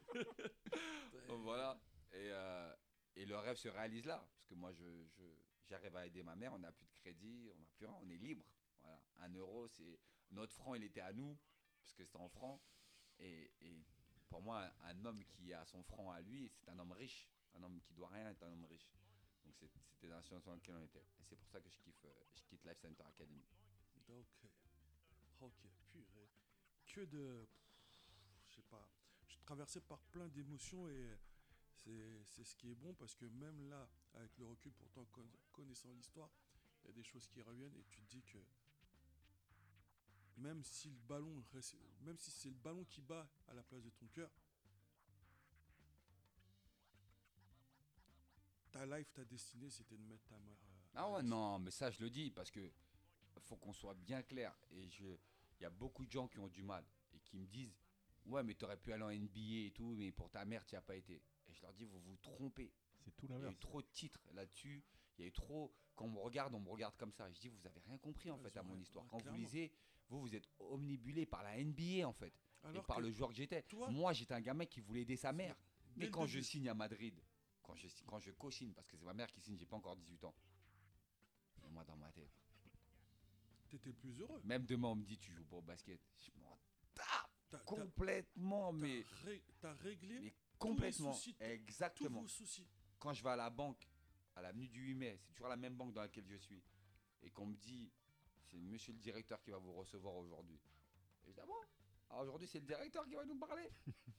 [SPEAKER 4] Donc, voilà. Et, euh, et le rêve se réalise là. Parce que moi, je, je, j'arrive à aider ma mère. On n'a plus de crédit, on n'a plus rien. On est libre. Voilà. Un euro, c'est. Notre franc, il était à nous. Parce que c'était en francs. Et, et pour moi, un, un homme qui a son franc à lui, c'est un homme riche. Un homme qui doit rien est un homme riche. Donc c'est- c'était dans la situation dans laquelle on était. Et c'est pour ça que je kiffe, euh, je quitte Life Center Academy.
[SPEAKER 2] Ok. Ok, purée. Que de. Je sais pas. Je suis traversé par plein d'émotions et c'est c'est ce qui est bon parce que même là, avec le recul, pourtant con- connaissant l'histoire, il y a des choses qui reviennent et tu te dis que même si le ballon reste- même si c'est le ballon qui bat à la place de ton cœur, ta life, ta destinée, c'était de mettre ta mère. euh,
[SPEAKER 4] Ah
[SPEAKER 2] à
[SPEAKER 4] ouais,
[SPEAKER 2] l'aise.
[SPEAKER 4] non, mais ça je le dis parce que faut qu'on soit bien clair. Et je, il y a beaucoup de gens qui ont du mal et qui me disent, ouais, mais t'aurais pu aller en N B A et tout, mais pour ta mère, tu n'y as pas été. Et je leur dis, vous vous trompez.
[SPEAKER 3] C'est tout
[SPEAKER 4] Il y a eu
[SPEAKER 3] l'inverse.
[SPEAKER 4] trop de titres là-dessus. Il y a eu trop. Quand on me regarde, on me regarde comme ça. Je dis, vous avez rien compris en
[SPEAKER 2] Ouais,
[SPEAKER 4] fait
[SPEAKER 2] ils
[SPEAKER 4] à
[SPEAKER 2] ont
[SPEAKER 4] mon
[SPEAKER 2] rien-
[SPEAKER 4] histoire.
[SPEAKER 2] ouais,
[SPEAKER 4] Quand vous
[SPEAKER 2] clairement.
[SPEAKER 4] lisez, vous, vous êtes omnibulé par la N B A en fait. Et
[SPEAKER 2] Alors
[SPEAKER 4] par
[SPEAKER 2] que
[SPEAKER 4] le joueur que j'étais.
[SPEAKER 2] toi,
[SPEAKER 4] Moi, j'étais un gamin qui voulait aider sa mère.
[SPEAKER 2] dès
[SPEAKER 4] Mais
[SPEAKER 2] le
[SPEAKER 4] quand je
[SPEAKER 2] début,
[SPEAKER 4] signe à Madrid, quand je, quand je co-signe, parce que c'est ma mère qui signe, j'ai pas encore dix-huit ans. Et moi, dans ma tête,
[SPEAKER 2] t'étais plus heureux.
[SPEAKER 4] même demain, on me dit, tu joues pas au basket. Je m'en tape
[SPEAKER 2] T'as- t'as-
[SPEAKER 4] complètement,
[SPEAKER 2] T'as
[SPEAKER 4] mais,
[SPEAKER 2] ré- t'as réglé
[SPEAKER 4] mais complètement.
[SPEAKER 2] soucis de- tous
[SPEAKER 4] Exactement.
[SPEAKER 2] vos soucis.
[SPEAKER 4] Quand je vais à la banque, à l'avenue du huit mai, c'est toujours la même banque dans laquelle je suis, et qu'on me dit, c'est monsieur le directeur qui va vous recevoir aujourd'hui. Et je dis, ah bon? Alors aujourd'hui, c'est le directeur qui va nous parler.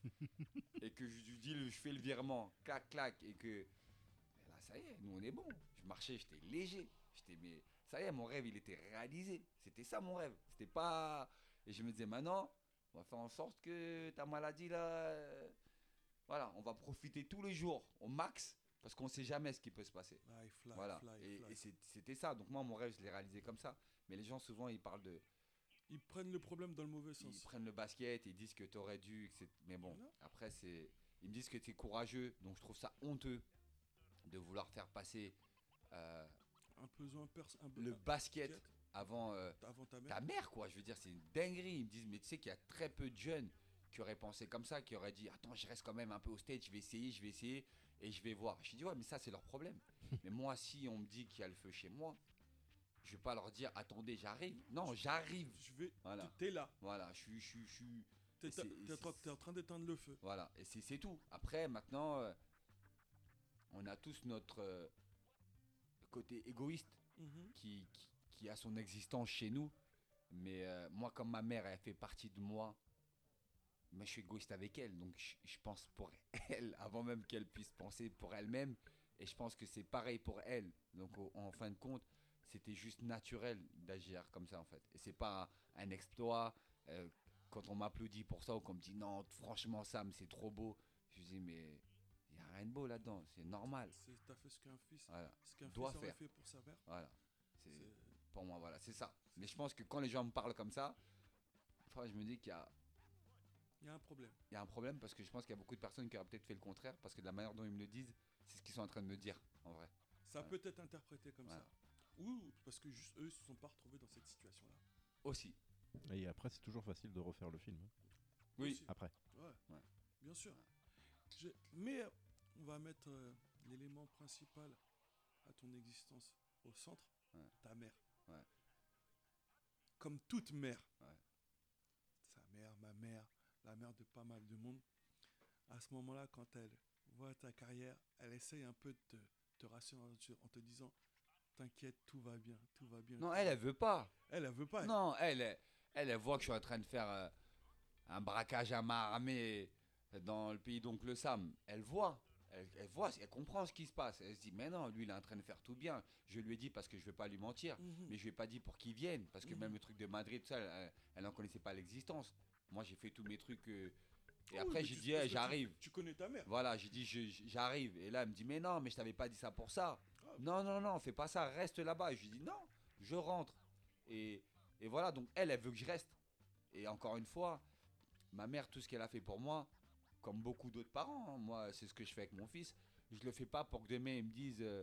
[SPEAKER 4] Et que je lui dis, le- je fais le virement, clac, clac, et que mais là, ça y est, nous on est bon. Je marchais, j'étais léger. J'étais, mais ça y est, mon rêve, il était réalisé. C'était ça mon rêve. C'était pas. Et je me disais, maintenant, on va faire en sorte que ta maladie là. euh, Voilà, on va profiter tous les jours au max parce qu'on sait jamais ce qui peut se passer.
[SPEAKER 2] Fly, fly,
[SPEAKER 4] Voilà.
[SPEAKER 2] fly,
[SPEAKER 4] Et,
[SPEAKER 2] fly.
[SPEAKER 4] et c'est- c'était ça. Donc moi, mon rêve, je l'ai réalisé comme ça. Mais les gens, souvent, ils parlent de.
[SPEAKER 2] Ils prennent le problème dans le mauvais
[SPEAKER 4] Ils
[SPEAKER 2] sens.
[SPEAKER 4] prennent le basket et ils disent que t'aurais dû. que c'est- Mais bon,
[SPEAKER 2] Non.
[SPEAKER 4] après, c'est. Ils me disent que t'es courageux. Donc je trouve ça honteux de vouloir faire passer euh,
[SPEAKER 2] Un besoin perso. Un be-
[SPEAKER 4] le
[SPEAKER 2] un-
[SPEAKER 4] basket
[SPEAKER 2] quête
[SPEAKER 4] avant euh,
[SPEAKER 2] avant ta mère.
[SPEAKER 4] ta mère, quoi. Je veux dire, c'est une dinguerie. Ils me disent, mais tu sais qu'il y a très peu de jeunes qui auraient pensé comme ça, qui auraient dit, attends, je reste quand même un peu au stage, je vais essayer, je vais essayer et je vais voir. Je dis, ouais, mais ça, c'est leur problème. Mais moi, si on me dit qu'il y a le feu chez moi, je vais pas leur dire, attendez, j'arrive. Non, j'arrive.
[SPEAKER 2] Je vais.
[SPEAKER 4] Voilà.
[SPEAKER 2] T'es là.
[SPEAKER 4] Voilà, je suis. Je suis, je suis
[SPEAKER 2] T'es
[SPEAKER 4] Et c'est-
[SPEAKER 2] t'es
[SPEAKER 4] et
[SPEAKER 2] en train-
[SPEAKER 4] c'est-
[SPEAKER 2] t'es en train d'éteindre le feu.
[SPEAKER 4] Voilà, et c'est c'est tout. Après, maintenant, euh, on a tous notre euh, côté égoïste
[SPEAKER 2] Mhm.
[SPEAKER 4] qui, qui, qui a son existence chez nous. Mais euh, moi, comme ma mère, elle fait partie de moi, mais je suis égoïste avec elle. Donc, je, je pense pour elle, avant même qu'elle puisse penser pour elle-même. Et je pense que c'est pareil pour elle. Donc, au- en fin de compte, c'était juste naturel d'agir comme ça, en fait. Et c'est pas un, un exploit. euh, quand on m'applaudit pour ça ou qu'on me dit non, franchement, Sam, c'est trop beau. Je dis, mais il n'y a rien de beau là-dedans. C'est normal.
[SPEAKER 2] C'est- T'as fait ce qu'un fils,
[SPEAKER 4] Voilà.
[SPEAKER 2] ce qu'un fils
[SPEAKER 4] Doit
[SPEAKER 2] aurait
[SPEAKER 4] faire.
[SPEAKER 2] fait pour sa mère.
[SPEAKER 4] Voilà. C'est,
[SPEAKER 2] C'est-
[SPEAKER 4] pour moi, voilà, c'est ça. Mais je pense que quand les gens me parlent comme ça, enfin, je me dis qu'il y a,
[SPEAKER 2] Il y a un problème.
[SPEAKER 4] il y a un problème parce que je pense qu'il y a beaucoup de personnes qui auraient peut-être fait le contraire parce que de la manière dont ils me le disent, c'est ce qu'ils sont en train de me dire en vrai.
[SPEAKER 2] Ça
[SPEAKER 4] Voilà.
[SPEAKER 2] peut être interprété comme
[SPEAKER 4] Voilà.
[SPEAKER 2] ça. Ou parce que juste eux, ils se sont pas retrouvés dans cette situation-là.
[SPEAKER 4] Aussi.
[SPEAKER 3] Et après, c'est toujours facile de refaire le film. hein.
[SPEAKER 4] Oui.
[SPEAKER 2] Aussi.
[SPEAKER 3] Après.
[SPEAKER 2] Ouais.
[SPEAKER 4] Ouais.
[SPEAKER 2] Bien sûr. Je- Mais euh, on va mettre euh, l'élément principal à ton existence au centre,
[SPEAKER 4] Ouais.
[SPEAKER 2] ta mère.
[SPEAKER 4] Ouais.
[SPEAKER 2] Comme toute mère.
[SPEAKER 4] Ouais.
[SPEAKER 2] Sa mère, ma mère, la mère de pas mal de monde. À ce moment-là, quand elle voit ta carrière, elle essaye un peu de te, te rassurer en te disant t'inquiète, tout va bien, tout va bien.
[SPEAKER 4] Non, elle, elle veut pas.
[SPEAKER 2] Elle, elle veut pas. elle.
[SPEAKER 4] Non, elle, elle, elle, elle voit que je suis en train de faire euh, un braquage à main armée dans le pays d'Oncle Sam. Elle voit. Elle, elle voit, elle comprend ce qui se passe. Elle se dit, mais non, lui, il est en train de faire tout bien. Je lui ai dit parce que je ne vais pas lui mentir.
[SPEAKER 2] Mhm.
[SPEAKER 4] Mais je lui ai pas dit pour qu'il vienne. Parce que
[SPEAKER 2] Mhm.
[SPEAKER 4] même le truc de Madrid, tout ça, elle- elle n'en connaissait pas l'existence. Moi, j'ai fait tous mes trucs. euh, et
[SPEAKER 2] Oh,
[SPEAKER 4] après,
[SPEAKER 2] mais
[SPEAKER 4] j'ai
[SPEAKER 2] tu-
[SPEAKER 4] dit,
[SPEAKER 2] parce
[SPEAKER 4] hey,
[SPEAKER 2] que tu-
[SPEAKER 4] j'arrive.
[SPEAKER 2] Tu connais ta mère.
[SPEAKER 4] Voilà, j'ai dit, je- je- j'arrive. Et là, elle me dit, mais non, mais je t'avais pas dit ça pour ça.
[SPEAKER 2] Ah.
[SPEAKER 4] Non, non, non, fais pas ça, reste là-bas. Je lui dis, non, je rentre. Et, et voilà, donc elle, elle veut que je reste. Et encore une fois, ma mère, tout ce qu'elle a fait pour moi, comme beaucoup d'autres parents, hein, moi, c'est ce que je fais avec mon fils. Je le fais pas pour que demain, ils me disent, euh,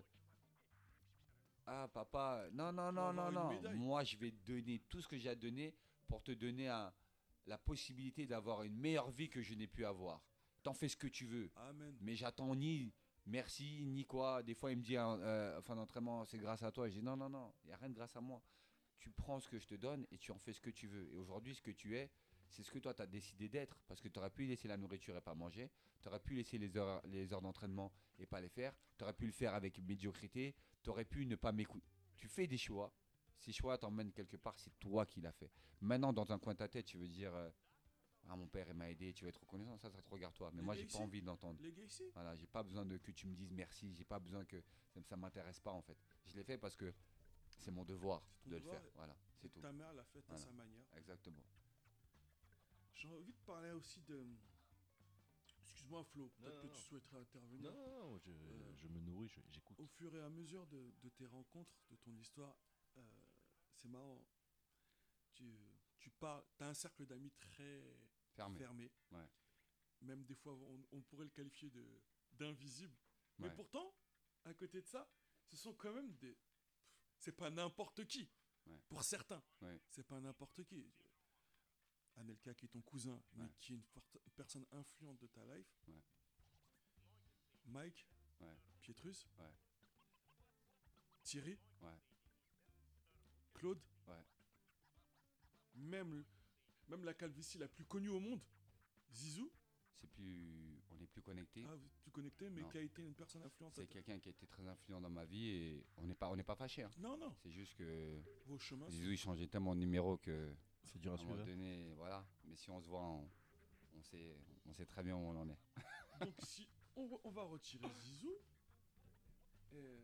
[SPEAKER 4] ah, papa, non, non, non,
[SPEAKER 2] avoir
[SPEAKER 4] non,
[SPEAKER 2] une
[SPEAKER 4] non.
[SPEAKER 2] médaille.
[SPEAKER 4] Moi, je vais te donner tout ce que j'ai à te donner pour te donner un- la possibilité d'avoir une meilleure vie que je n'ai pu avoir. T'en fais ce que tu veux.
[SPEAKER 2] Amen.
[SPEAKER 4] Mais j'attends ni merci, ni quoi. Des fois, il me dit, hein, euh, fin d'entraînement, c'est grâce à toi. Je dis, non, non, non, il n'y a rien de grâce à moi. Tu prends ce que je te donne et tu en fais ce que tu veux. Et aujourd'hui, ce que tu es, c'est ce que toi, tu as décidé d'être. Parce que tu aurais pu laisser la nourriture et pas manger. Tu aurais pu laisser les heures, les heures d'entraînement et pas les faire. Tu aurais pu le faire avec médiocrité. Tu aurais pu ne pas m'écouter. Tu fais des choix. Ces choix t'emmènent quelque part, c'est toi qui l'as fait. Maintenant, dans un coin de ta tête, tu veux dire euh, ah, mon père il m'a aidé, tu vas être reconnaissant, ça, ça te regarde toi. Mais
[SPEAKER 2] Les
[SPEAKER 4] moi,
[SPEAKER 2] gars
[SPEAKER 4] j'ai pas
[SPEAKER 2] ici
[SPEAKER 4] envie d'entendre.
[SPEAKER 2] Les gars ici
[SPEAKER 4] Voilà, j'ai pas besoin de que tu me dises merci, j'ai pas besoin que ça, ça m'intéresse pas en fait. Je l'ai fait parce que c'est mon devoir
[SPEAKER 2] C'est ton
[SPEAKER 4] de
[SPEAKER 2] devoir,
[SPEAKER 4] le faire. Voilà, c'est tout.
[SPEAKER 2] Ta mère l'a fait
[SPEAKER 4] Voilà.
[SPEAKER 2] à sa manière.
[SPEAKER 4] Exactement.
[SPEAKER 2] J'ai envie de parler aussi de. Excuse-moi Flo, peut-être
[SPEAKER 3] non,
[SPEAKER 2] que
[SPEAKER 3] non.
[SPEAKER 2] tu souhaiterais intervenir.
[SPEAKER 3] Non, non, non, je,
[SPEAKER 2] Euh,
[SPEAKER 3] je me nourris, je- j'écoute.
[SPEAKER 2] Au fur et à mesure de, de tes rencontres, de ton histoire, euh, c'est marrant. Tu, tu parles, as un cercle d'amis très
[SPEAKER 4] Fermé.
[SPEAKER 2] fermé.
[SPEAKER 4] Ouais.
[SPEAKER 2] Même des fois, on, on pourrait le qualifier de d'invisible. Mais
[SPEAKER 4] Ouais.
[SPEAKER 2] pourtant, à côté de ça, ce sont quand même des. C'est pas n'importe qui.
[SPEAKER 4] Ouais.
[SPEAKER 2] Pour certains,
[SPEAKER 4] Ouais.
[SPEAKER 2] c'est pas n'importe qui. Anelka qui est ton cousin, mais
[SPEAKER 4] Ouais.
[SPEAKER 2] qui est une forte- personne influente de ta life.
[SPEAKER 4] Ouais.
[SPEAKER 2] Mike,
[SPEAKER 4] Ouais.
[SPEAKER 2] Pietrus,
[SPEAKER 4] Ouais.
[SPEAKER 2] Thierry,
[SPEAKER 4] Ouais.
[SPEAKER 2] Claude,
[SPEAKER 4] Ouais.
[SPEAKER 2] même, le- même la calvitie la plus connue au monde, Zizou,
[SPEAKER 4] C'est plus, on est plus connecté.
[SPEAKER 2] ah, vous êtes plus connecté, mais
[SPEAKER 4] Non.
[SPEAKER 2] qui a été une personne influente.
[SPEAKER 4] C'est quelqu'un qui a été très influent dans ma vie et on n'est pas, on n'est pas fâché. Hein.
[SPEAKER 2] Non, non,
[SPEAKER 4] C'est juste que
[SPEAKER 2] vos chemins.
[SPEAKER 4] Zizou il changeait tellement de numéro que
[SPEAKER 3] C'est dur
[SPEAKER 4] à
[SPEAKER 3] à
[SPEAKER 4] un moment
[SPEAKER 3] suivre.
[SPEAKER 4] donné, voilà. Mais si on se voit, on, on sait, on sait très bien où on en est.
[SPEAKER 2] Donc si on, re- on va retirer Zizou, et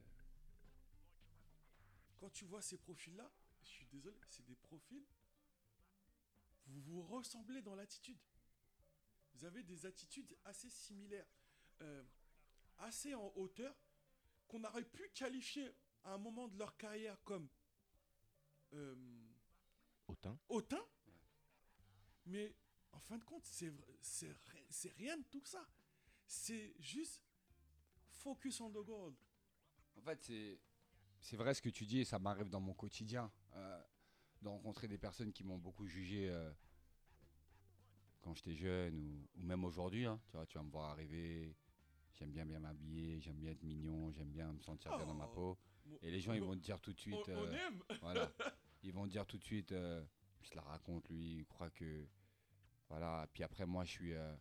[SPEAKER 2] quand tu vois ces profils-là, je suis désolé, c'est des profils, vous vous ressemblez dans l'attitude. Vous avez des attitudes assez similaires, euh, assez en hauteur, qu'on aurait pu qualifier à un moment de leur carrière comme euh,
[SPEAKER 3] Autant.
[SPEAKER 2] hautain, mais en fin de compte, c'est vra- c'est ri- c'est rien de tout ça. C'est juste focus on the gold.
[SPEAKER 4] En fait, c'est, c'est vrai ce que tu dis et ça m'arrive dans mon quotidien euh, de rencontrer des personnes qui m'ont beaucoup jugé euh, quand j'étais jeune ou, ou même aujourd'hui. Hein. Tu vois, tu vas me voir arriver, j'aime bien bien m'habiller, j'aime bien être mignon, j'aime bien me sentir bien dans ma
[SPEAKER 2] Oh.
[SPEAKER 4] peau. Et les gens, ils vont te dire tout de
[SPEAKER 2] On,
[SPEAKER 4] suite,
[SPEAKER 2] on
[SPEAKER 4] euh,
[SPEAKER 2] aime.
[SPEAKER 4] voilà, ils vont te dire tout de suite, euh, je te la raconte, lui, il croit que, voilà. Puis après, moi, je suis, euh,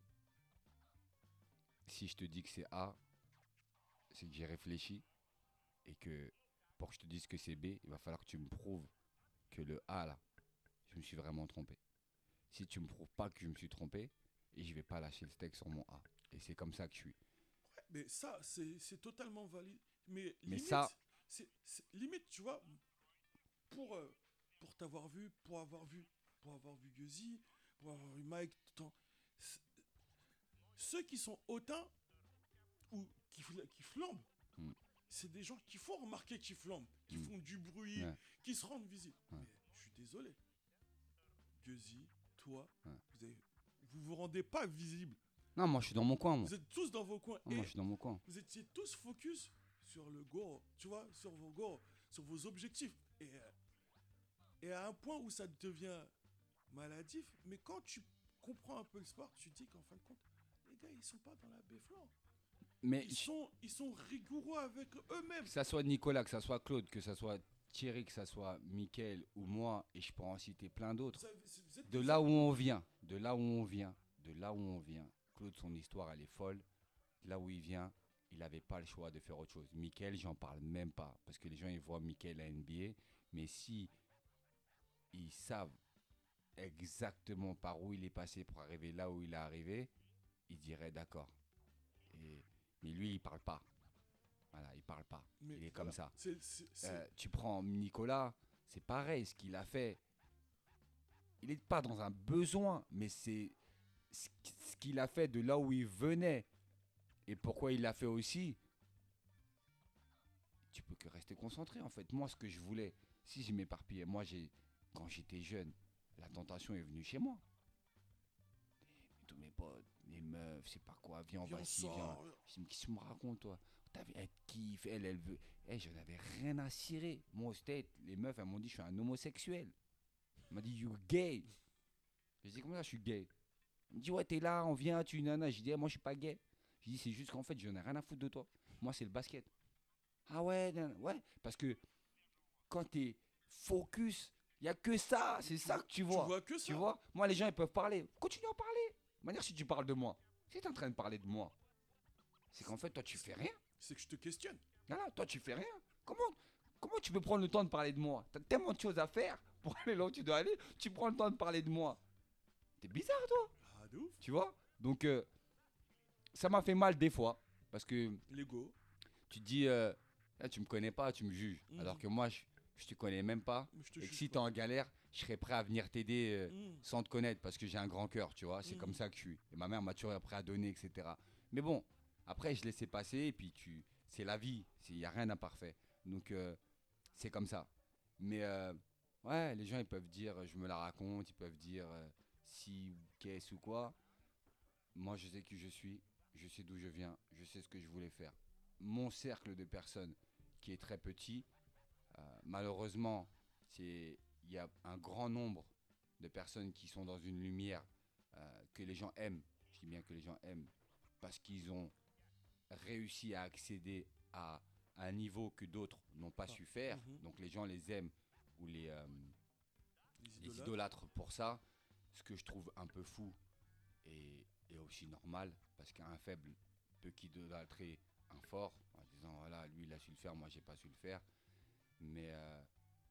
[SPEAKER 4] si je te dis que c'est A, c'est que j'ai réfléchi et que pour que je te dise que c'est B, il va falloir que tu me prouves que le A là, je me suis vraiment trompé. Si tu me prouves pas que je me suis trompé, et je vais pas lâcher le steak sur mon A. Et c'est comme ça que je suis.
[SPEAKER 2] Mais ça, c'est c'est totalement valide. Mais,
[SPEAKER 4] Mais
[SPEAKER 2] limite,
[SPEAKER 4] ça-
[SPEAKER 2] c'est c'est- limite, tu vois, pour, euh, pour t'avoir vu, pour avoir vu, pour avoir vu Guzy, pour avoir vu Mike, tout le temps, c'est- ceux qui sont hautains ou qui, fl- qui flambent,
[SPEAKER 4] Mm.
[SPEAKER 2] c'est des gens qu'il faut remarquer qui flambent, qui
[SPEAKER 4] Mm.
[SPEAKER 2] font du bruit,
[SPEAKER 4] Ouais.
[SPEAKER 2] qui se rendent visibles.
[SPEAKER 4] Ouais.
[SPEAKER 2] Mais je suis désolé. Guzy, toi,
[SPEAKER 4] Ouais.
[SPEAKER 2] vous, avez, vous vous rendez pas visible.
[SPEAKER 4] Non, moi je suis dans mon coin. Moi,
[SPEAKER 2] Vous êtes tous dans vos coins.
[SPEAKER 4] Non,
[SPEAKER 2] Et
[SPEAKER 4] moi je suis dans mon coin.
[SPEAKER 2] vous étiez tous focus sur le goal, tu vois, sur vos goals, sur vos objectifs. Et, euh, et à un point où ça devient maladif, mais quand tu comprends un peu le sport, tu te dis qu'en fin de compte, les gars, ils sont pas dans la béflan.
[SPEAKER 4] Mais
[SPEAKER 2] Ils sont, ils sont rigoureux avec eux-mêmes.
[SPEAKER 4] que ça soit Nicolas, que ça soit Claude, que ça soit Thierry, que ça soit Mickaël ou moi, et je peux en citer plein d'autres.
[SPEAKER 2] Vous avez- c'est- vous êtes
[SPEAKER 4] De
[SPEAKER 2] tous-
[SPEAKER 4] là où on vient, de là où on vient, de là où on vient. Claude, son histoire, elle est folle. De là où il vient, il n'avait pas le choix de faire autre chose. Mickaël, j'en parle même pas. Parce que les gens, ils voient Mickaël à N B A. Mais si ils savent exactement par où il est passé pour arriver là où il est arrivé, ils diraient d'accord. Et, mais lui, il parle pas. Voilà, il parle pas.
[SPEAKER 2] Mais
[SPEAKER 4] il est
[SPEAKER 2] voilà,
[SPEAKER 4] comme ça.
[SPEAKER 2] c'est- c'est- c'est-
[SPEAKER 4] Euh, tu prends Nicolas, c'est pareil, ce qu'il a fait. Il n'est pas dans un besoin, mais c'est ce qui- ce qu'il a fait de là où il venait et pourquoi il l'a fait aussi. Tu peux que rester concentré en fait. Moi, ce que je voulais, si je m'éparpillais, moi, j'ai, quand j'étais jeune, la tentation est venue chez moi. Et tous mes potes, les meufs, c'est pas quoi, viens, on
[SPEAKER 2] Viens,
[SPEAKER 4] va
[SPEAKER 2] on
[SPEAKER 4] ici,
[SPEAKER 2] sort.
[SPEAKER 4] viens. Je dis, mais qu'est-ce que tu me racontes, toi? T'as vu, elle kiffe, elle, elle veut. Eh, j'en avais rien à cirer. Moi, au State, les meufs, elles m'ont dit, je suis un homosexuel. Elle m'a dit, you gay. J'ai dit, comment ça, je suis gay? Elle me dit, ouais, t'es là, on vient, tu nana. J'ai dit, eh, moi, je suis pas gay. J'ai dit, c'est juste qu'en fait, j'en ai rien à foutre de toi. Moi, c'est le basket. Ah ouais, nan- ouais. Parce que quand t'es focus Il n'y a que ça, c'est ça que tu vois.
[SPEAKER 2] Tu vois que ça.
[SPEAKER 4] Tu vois, moi, les gens, ils peuvent parler. Continue à parler. De manière, si tu parles de moi, si tu es en train de parler de moi, c'est qu'en fait, toi, tu fais rien.
[SPEAKER 2] C'est que je te questionne.
[SPEAKER 4] Voilà, toi, tu fais rien. Comment, comment tu peux prendre le temps de parler de moi? Tu as tellement de choses à faire pour aller là où tu dois aller. Tu prends le temps de parler de moi. T'es bizarre, toi.
[SPEAKER 2] Ah, de ouf.
[SPEAKER 4] Tu vois? Donc, euh, ça m'a fait mal des fois. Parce que
[SPEAKER 2] L'ego.
[SPEAKER 4] tu te dis, euh, là, tu me connais pas, tu me juges.
[SPEAKER 2] Mhm.
[SPEAKER 4] Alors que moi, je, je te connais même pas.
[SPEAKER 2] Mais je te
[SPEAKER 4] Et que
[SPEAKER 2] juge
[SPEAKER 4] si t'es
[SPEAKER 2] pas.
[SPEAKER 4] en galère, je serais prêt à venir t'aider euh,
[SPEAKER 2] Mhm.
[SPEAKER 4] sans te connaître parce que j'ai un grand cœur, tu vois. C'est
[SPEAKER 2] Mhm.
[SPEAKER 4] comme ça que je suis. Et ma mère m'a toujours appris à donner, et cetera. Mais bon, après, je laissais passer et puis tu, c'est la vie. Il n'y a rien d'imparfait. Donc, euh, c'est comme ça. Mais euh, ouais, les gens, ils peuvent dire, je me la raconte, ils peuvent dire euh, si ou qu'est-ce ou quoi. Moi, je sais qui je suis, je sais d'où je viens, je sais ce que je voulais faire. Mon cercle de personnes qui est très petit, euh, malheureusement, c'est il y a un grand nombre de personnes qui sont dans une lumière euh, que les gens aiment. Je dis bien que les gens aiment parce qu'ils ont réussi à accéder à un niveau que d'autres n'ont pas
[SPEAKER 2] Ah.
[SPEAKER 4] su faire.
[SPEAKER 2] Mhm.
[SPEAKER 4] Donc les gens les aiment ou les, euh,
[SPEAKER 2] Les
[SPEAKER 4] les
[SPEAKER 2] idolâtres.
[SPEAKER 4] idolâtres pour ça. Ce que je trouve un peu fou et, et aussi normal parce qu'un faible peut qu'idolâtrer un fort en disant voilà, lui il a su le faire, moi j'ai pas su le faire. Mais euh,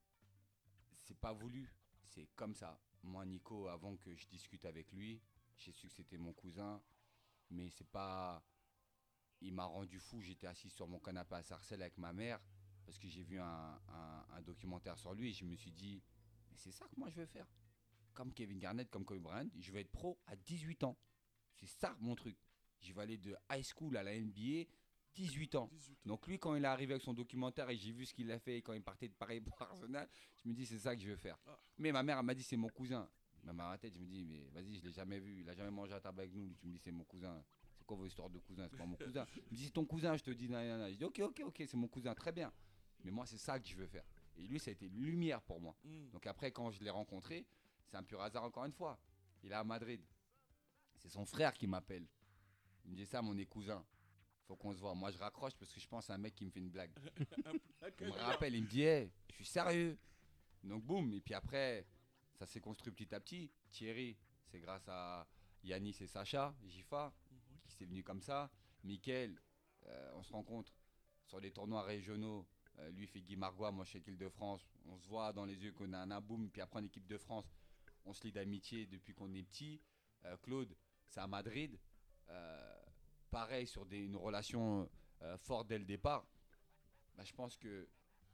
[SPEAKER 4] c'est pas voulu, c'est comme ça. Moi, Nico, avant que je discute avec lui, j'ai su que c'était mon cousin, mais c'est pas. Il m'a rendu fou. J'étais assis sur mon canapé à Sarcelles avec ma mère parce que j'ai vu un, un- un documentaire sur lui et je me suis dit, mais c'est ça que moi je veux faire. Comme Kevin Garnett, comme Kobe Bryant, je vais être pro à dix-huit ans. C'est ça mon truc. Je vais aller de high school à la N B A, dix-huit ans.
[SPEAKER 2] dix-huit ans.
[SPEAKER 4] Donc lui, quand il est arrivé avec son documentaire et j'ai vu ce qu'il a fait quand il partait de Paris pour Arsenal, je me dis c'est ça que je veux faire.
[SPEAKER 2] Ah.
[SPEAKER 4] Mais ma mère elle m'a dit c'est mon cousin. Même à ma tête, je me dis mais vas-y, je l'ai jamais vu, il a jamais mangé à table avec nous. Tu me dis c'est mon cousin. C'est quoi vos histoires de cousin? C'est pas mon cousin. Il me dit c'est ton cousin, je te dis nan, nan, nan. Je dis ok ok ok, c'est mon cousin, très bien. Mais moi c'est ça que je veux faire. Et lui ça a été une lumière pour moi.
[SPEAKER 2] Mhm.
[SPEAKER 4] Donc après quand je l'ai rencontré, c'est un pur hasard encore une fois. Il est à Madrid. C'est son frère qui m'appelle. Il me dit ça, on est cousins. Faut qu'on se voit. Moi, je raccroche parce que je pense à un mec qui me fait une blague. Il me rappelle, il me dit, hey, je suis sérieux. Donc, boum. Et puis après, ça s'est construit petit à petit. Thierry, c'est grâce à Yanis et Sacha, Jifa,
[SPEAKER 2] Mhm.
[SPEAKER 4] qui s'est venu comme ça. Mickaël, euh, on se rencontre sur les tournois régionaux. Euh, lui, il fait Guy Margois, moi, je fais l'équipe de France. On se voit dans les yeux qu'on a un boum. Puis après, en équipe de France, on se lie d'amitié depuis qu'on est petit. Euh, Claude, c'est à Madrid. Euh, pareil sur des, une relation euh, forte dès le départ. Bah, je pense que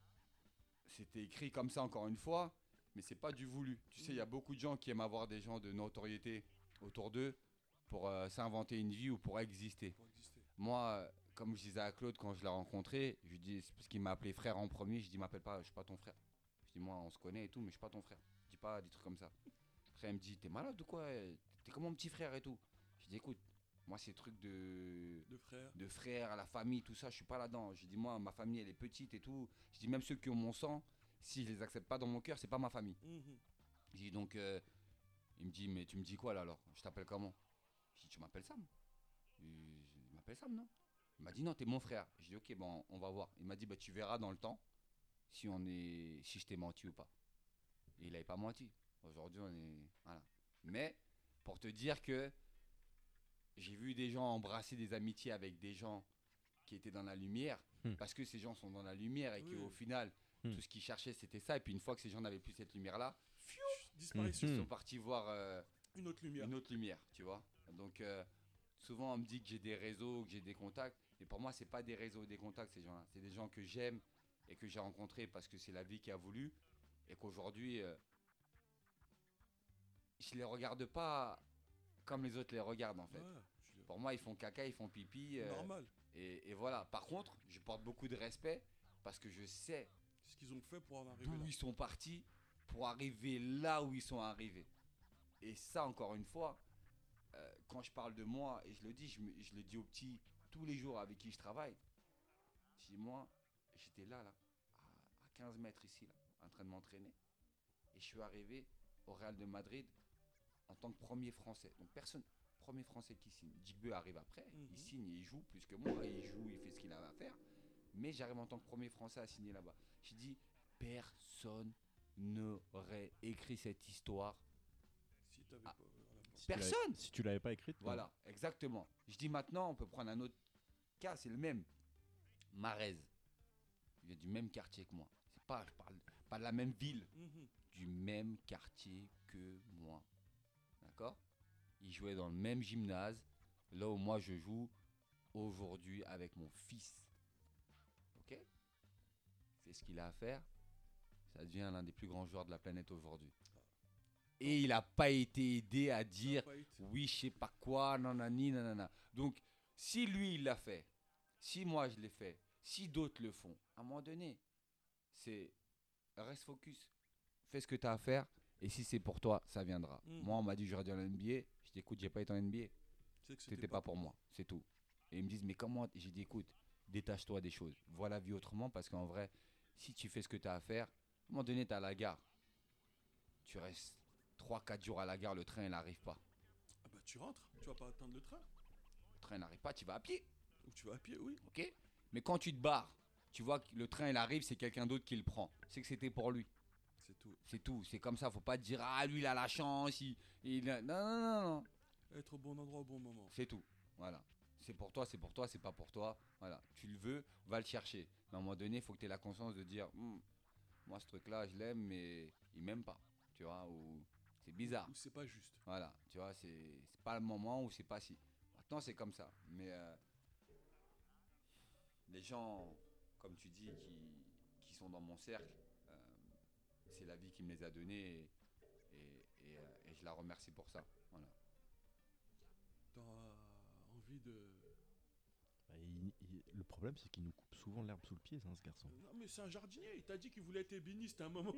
[SPEAKER 4] c'était écrit comme ça encore une fois, mais c'est pas du voulu. Tu sais, il y a beaucoup de gens qui aiment avoir des gens de notoriété autour d'eux pour euh, s'inventer une vie ou pour exister.
[SPEAKER 2] Pour exister.
[SPEAKER 4] Moi, euh, comme je disais à Claude quand je l'ai rencontré, je lui dis, c'est parce qu'il m'a appelé frère en premier, je dis m'appelle pas, je suis pas ton frère. Je dis moi on se connaît et tout, mais je suis pas ton frère. Je dis pas des trucs comme ça. Après il me dit t'es malade ou quoi? T'es comme mon petit frère et tout. Je dis écoute, moi ces trucs de
[SPEAKER 2] De frères.
[SPEAKER 4] de frères, la famille, tout ça, je suis pas là-dedans. J'ai dit moi ma famille elle est petite et tout. Je dis même ceux qui ont mon sang, si je les accepte pas dans mon cœur, c'est pas ma famille.
[SPEAKER 2] Mhm.
[SPEAKER 4] J'ai dit donc euh, il me dit mais tu me dis quoi là alors? Je t'appelle comment? Je dis tu m'appelles Sam. Je dis, je m'appelle Sam non? Il m'a dit non t'es mon frère. Je dis ok bon on va voir. Il m'a dit bah tu verras dans le temps si on est si je t'ai menti ou pas. Et il avait pas menti. Aujourd'hui on est voilà. Mais pour te dire que j'ai vu des gens embrasser des amitiés avec des gens qui étaient dans la lumière,
[SPEAKER 3] Hmm.
[SPEAKER 4] parce que ces gens sont dans la lumière et
[SPEAKER 2] Oui.
[SPEAKER 4] qu'au final,
[SPEAKER 3] Hmm.
[SPEAKER 4] tout ce qu'ils cherchaient c'était ça. Et puis une fois que ces gens n'avaient plus cette lumière-là,
[SPEAKER 2] Disparition.
[SPEAKER 4] ils
[SPEAKER 3] Hmm.
[SPEAKER 4] sont partis voir euh,
[SPEAKER 2] Une autre lumière.
[SPEAKER 4] une autre lumière, tu vois. Donc euh, souvent on me dit que j'ai des réseaux, que j'ai des contacts, et pour moi c'est pas des réseaux ou des contacts ces gens-là, c'est des gens que j'aime et que j'ai rencontrés parce que c'est la vie qui a voulu, et qu'aujourd'hui euh, je les regarde pas comme les autres les regardent en fait.
[SPEAKER 2] Ouais, je-
[SPEAKER 4] Pour moi ils font caca, ils font pipi, euh,
[SPEAKER 2] Normal.
[SPEAKER 4] et, et voilà. Par contre je porte beaucoup de respect parce que je sais
[SPEAKER 2] Ce qu'ils ont fait pour en arriver
[SPEAKER 4] d'où
[SPEAKER 2] là.
[SPEAKER 4] ils sont partis pour arriver là où ils sont arrivés. Et ça, encore une fois, euh, quand je parle de moi, et je le dis, je, me- je le dis aux petits tous les jours avec qui je travaille, je dis moi, j'étais là, là, à, à quinze mètres ici, là, en train de m'entraîner. Et je suis arrivé au Real de Madrid en tant que premier Français. Donc personne, premier Français qui signe. Digbeu arrive après,
[SPEAKER 2] Mhm.
[SPEAKER 4] il signe et il joue plus que moi, il joue, il fait ce qu'il a à faire. Mais j'arrive en tant que premier Français à signer là-bas. J'ai dit, personne n'aurait écrit cette histoire.
[SPEAKER 2] Si t'avais
[SPEAKER 4] Ah.
[SPEAKER 2] pas. Voilà.
[SPEAKER 3] Si tu l'avais-
[SPEAKER 4] Personne.
[SPEAKER 3] Si tu l'avais pas écrite, non.
[SPEAKER 4] Voilà, exactement. Je dis maintenant, on peut prendre un autre cas, c'est le même. Marez. Il vient du même quartier que moi. C'est pas, je parle pas de la même ville,
[SPEAKER 2] Mhm.
[SPEAKER 4] du même quartier que moi. D'accord? Il jouait dans le même gymnase, là où moi je joue aujourd'hui avec mon fils. Ok? Il fait ce qu'il a à faire. Ça devient l'un des plus grands joueurs de la planète aujourd'hui. Et il n'a pas été aidé à dire
[SPEAKER 2] Pas été.
[SPEAKER 4] oui, je sais pas quoi, nanani, nanana. Donc, si lui il l'a fait, si moi je l'ai fait, si d'autres le font, à un moment donné, c'est reste focus. Fais ce que tu as à faire. Et si c'est pour toi, ça viendra.
[SPEAKER 2] Mhm.
[SPEAKER 4] Moi, on m'a dit j'aurais dû aller en N B A. Je dis écoute, j'ai pas été en N B A.
[SPEAKER 2] C'est que
[SPEAKER 4] C'était pas pour moi, c'est tout. Et ils me disent mais comment? J'ai dit écoute, détache-toi des choses. Vois la vie autrement parce qu'en vrai, si tu fais ce que tu as à faire, à un moment donné, tu es à la gare. Tu restes trois quatre jours à la gare, le train il n'arrive pas.
[SPEAKER 2] Ah bah tu rentres, tu vas pas attendre le train.
[SPEAKER 4] Le train n'arrive pas, tu vas à pied.
[SPEAKER 2] Ou tu vas à pied, oui.
[SPEAKER 4] Ok? Mais quand tu te barres, tu vois que le train il arrive, c'est quelqu'un d'autre qui le prend. C'est que c'était pour lui.
[SPEAKER 2] C'est tout.
[SPEAKER 4] C'est tout. C'est comme ça. Faut pas te dire ah lui il a la chance. Il, il a- Non non non non.
[SPEAKER 2] Être au bon endroit au bon moment.
[SPEAKER 4] C'est tout. Voilà. C'est pour toi, c'est pour toi, c'est pas pour toi. Voilà. Tu le veux, va le chercher. Mais à un moment donné, il faut que tu aies la conscience de dire Hum, moi ce truc-là, je l'aime, mais il m'aime pas. Tu vois, ou c'est bizarre.
[SPEAKER 2] Ou c'est pas juste.
[SPEAKER 4] Voilà. Tu vois, c'est c'est pas le moment ou c'est pas si. Maintenant, c'est comme ça. Mais euh, les gens, comme tu dis, qui, qui sont dans mon cercle, euh, c'est la vie qui me les a donnés et, et, et, euh, et je la remercie pour ça. Voilà.
[SPEAKER 2] T'as envie de.
[SPEAKER 3] Bah, il- il- le problème, c'est qu'il nous coupe souvent l'herbe sous le pied, hein, ce garçon.
[SPEAKER 2] Non mais c'est un jardinier, il t'a dit qu'il voulait être ébéniste à un moment.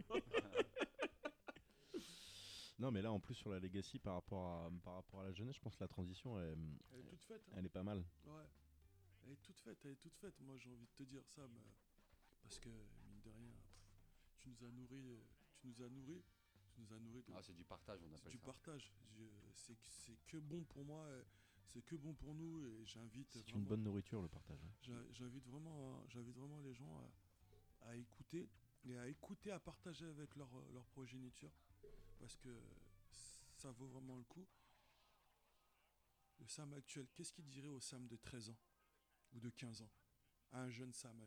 [SPEAKER 3] Non, mais là, en plus, sur la legacy, par rapport à, par rapport à la jeunesse, je pense que la transition, elle,
[SPEAKER 2] Elle est toute faite. Hein.
[SPEAKER 3] elle est pas mal.
[SPEAKER 2] Ouais. Elle est toute faite, elle est toute faite. Moi j'ai envie de te dire ça, mais... parce que mine de rien, pff, tu nous as nourris, euh, tu nous as nourris, tu nous as nourris de,
[SPEAKER 4] Ah, c'est du partage, on
[SPEAKER 2] c'est
[SPEAKER 4] appelle
[SPEAKER 2] du
[SPEAKER 4] ça.
[SPEAKER 2] partage. Je- C'est que- c'est que bon pour moi, euh, c'est que bon pour nous et j'invite.
[SPEAKER 3] C'est
[SPEAKER 2] vraiment-
[SPEAKER 3] une bonne nourriture, le partage. hein.
[SPEAKER 2] J'a- J'invite vraiment, euh, j'invite vraiment les gens à, à écouter et à écouter, à partager avec leur, euh, leur progéniture parce que ça vaut vraiment le coup. Le Sam actuel, qu'est-ce qu'il dirait au Sam de treize ans ou de quinze ans, à un jeune Sam?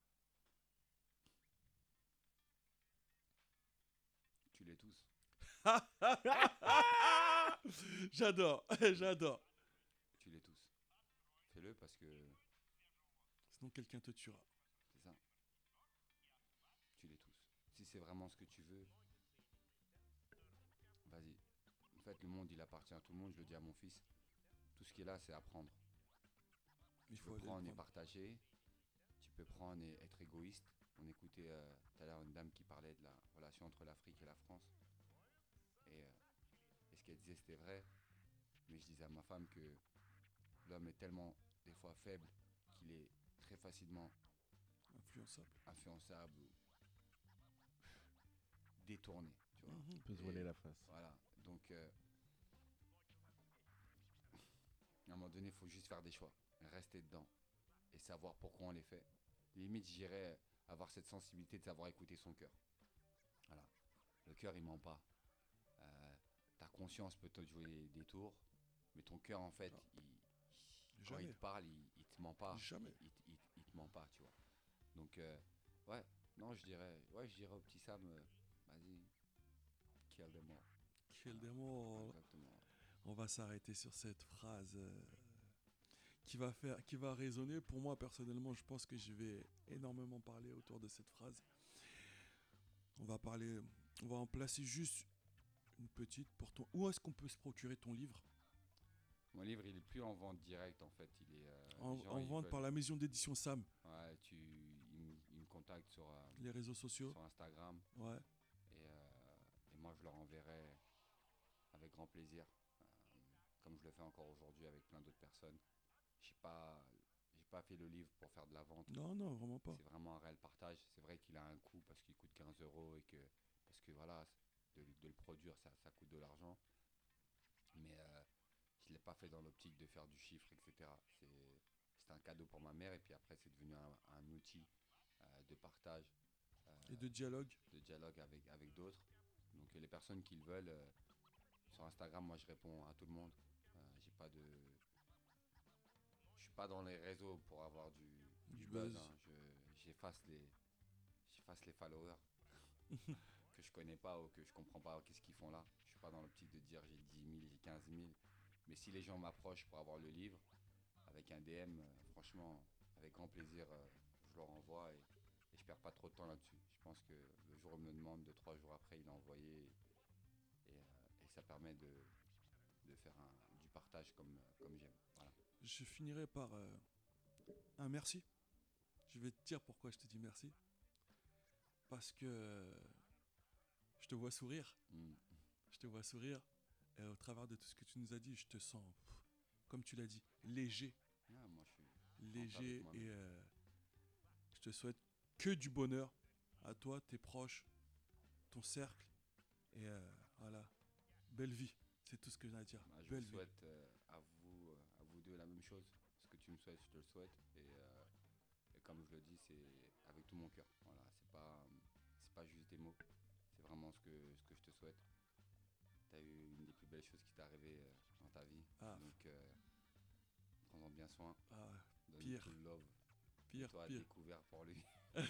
[SPEAKER 4] Tu les tous.
[SPEAKER 2] J'adore, j'adore.
[SPEAKER 4] Tu les tous. Fais-le parce que
[SPEAKER 2] Sinon quelqu'un te tuera.
[SPEAKER 4] c'est ça. Tu les tous. Si c'est vraiment ce que tu veux, vas-y. En fait, le monde, il appartient à tout le monde. Je le dis à mon fils. Tout ce qui est là, c'est apprendre.
[SPEAKER 2] Il
[SPEAKER 4] Tu
[SPEAKER 2] faut
[SPEAKER 4] peux
[SPEAKER 2] aller le
[SPEAKER 4] prendre et
[SPEAKER 2] prendre.
[SPEAKER 4] partager. Tu peux prendre et être égoïste. On écoutait euh, tout à l'heure une dame qui parlait de la relation entre l'Afrique et la France. Et, euh, et ce qu'elle disait, c'était vrai. Mais je disais à ma femme que l'homme est tellement, des fois, faible qu'il est très facilement
[SPEAKER 2] Influençable.
[SPEAKER 4] influençable ou détourné. Tu vois.
[SPEAKER 2] Mhm.
[SPEAKER 3] On peut se
[SPEAKER 4] Et-
[SPEAKER 3] voiler la face.
[SPEAKER 4] Voilà. Donc, euh, à un moment donné, il faut juste faire des choix, rester dedans et savoir pourquoi on les fait. Limite, j'irais avoir cette sensibilité de savoir écouter son cœur. Voilà. Le cœur, il ment pas. Euh, ta conscience peut te jouer des tours, mais ton cœur, en fait,
[SPEAKER 2] Ah.
[SPEAKER 4] il, quand
[SPEAKER 2] Jamais.
[SPEAKER 4] il te parle, il, il te ment pas.
[SPEAKER 2] Jamais.
[SPEAKER 4] Il, il, il- il te ment pas, tu vois. Donc, euh, ouais, non, je dirais, ouais, je dirais au petit Sam, euh, vas-y, kill them all.
[SPEAKER 2] Kill them all.
[SPEAKER 4] Exactement.
[SPEAKER 2] On va s'arrêter sur cette phrase euh, qui va faire, qui va résonner. Pour moi, personnellement, je pense que je vais énormément parler autour de cette phrase. On va parler, on va en placer juste une petite pour ton. Où est-ce qu'on peut se procurer ton livre?
[SPEAKER 4] Mon livre, il est plus en vente directe, en fait. Il est euh,
[SPEAKER 2] En,
[SPEAKER 4] les gens,
[SPEAKER 2] en
[SPEAKER 4] ils
[SPEAKER 2] vente
[SPEAKER 4] veulent-
[SPEAKER 2] par la maison d'édition Sam.
[SPEAKER 4] Ouais, tu, ils, me- ils me contactent sur, euh,
[SPEAKER 2] Les réseaux sociaux.
[SPEAKER 4] sur Instagram
[SPEAKER 2] Ouais.
[SPEAKER 4] et, euh, et moi, je leur enverrai avec grand plaisir, euh, comme je le fais encore aujourd'hui avec plein d'autres personnes. J'ai pas, j'ai pas fait le livre pour faire de la vente.
[SPEAKER 2] Non, non, vraiment pas.
[SPEAKER 4] C'est vraiment un réel partage. C'est vrai qu'il a un coût parce qu'il coûte quinze euros et que, parce que voilà, de, de le produire, ça, ça coûte de l'argent. Mais euh, je ne l'ai pas fait dans l'optique de faire du chiffre, et cetera. C'est, c'était un cadeau pour ma mère et puis après, c'est devenu un, un outil euh, de partage. Euh,
[SPEAKER 2] et de dialogue.
[SPEAKER 4] de dialogue avec, avec d'autres. Donc euh, les personnes qui le veulent, euh, sur Instagram, moi je réponds à tout le monde. Euh, j'ai pas de... Je suis pas dans les réseaux pour avoir du, du,
[SPEAKER 2] Du
[SPEAKER 4] buzz.
[SPEAKER 2] buzz.
[SPEAKER 4] hein. Je- J'efface les, j'efface les followers que je connais pas ou que je comprends pas qu'est-ce qu'ils font là. Je suis pas dans l'optique de dire j'ai dix mille, j'ai quinze mille. Mais si les gens m'approchent pour avoir le livre, avec un D M, euh, franchement, avec grand plaisir, euh, je leur envoie et, et je perds pas trop de temps là-dessus. Je pense que le jour où on me le demande, deux, trois jours après, il est envoyé et, euh, et ça permet de, de faire un, du partage comme, euh, comme j'aime. Voilà.
[SPEAKER 2] Je finirai par euh, un merci. Je vais te dire pourquoi je te dis merci. Parce que euh, je te vois sourire.
[SPEAKER 4] Mm.
[SPEAKER 2] Je te vois sourire. Et au travers de tout ce que tu nous as dit, je te sens, pff, comme tu l'as dit, léger.
[SPEAKER 4] Ah, moi, je suis
[SPEAKER 2] Léger.
[SPEAKER 4] avec moi-même.
[SPEAKER 2] Et euh, je te souhaite que du bonheur à toi, tes proches, ton cercle. Et euh, voilà, belle vie. C'est tout ce que j'ai à dire.
[SPEAKER 4] Bah, je
[SPEAKER 2] belle
[SPEAKER 4] vous
[SPEAKER 2] vie.
[SPEAKER 4] souhaite euh, à, vous, euh, à vous deux la même chose. Ce que tu me souhaites, je te le souhaite. Et, euh, et comme je le dis, c'est avec tout mon cœur. Voilà, c'est pas, c'est pas juste des mots. C'est vraiment ce que, ce que je te souhaite. Tu as eu une des plus belles choses qui t'est arrivée euh, dans ta vie.
[SPEAKER 2] Ah.
[SPEAKER 4] Donc, euh, prends-en bien soin.
[SPEAKER 2] Ah,
[SPEAKER 4] Donne
[SPEAKER 2] pire.
[SPEAKER 4] tout le love.
[SPEAKER 2] pire,
[SPEAKER 4] Toi,
[SPEAKER 2] pire.
[SPEAKER 4] découvert pour lui.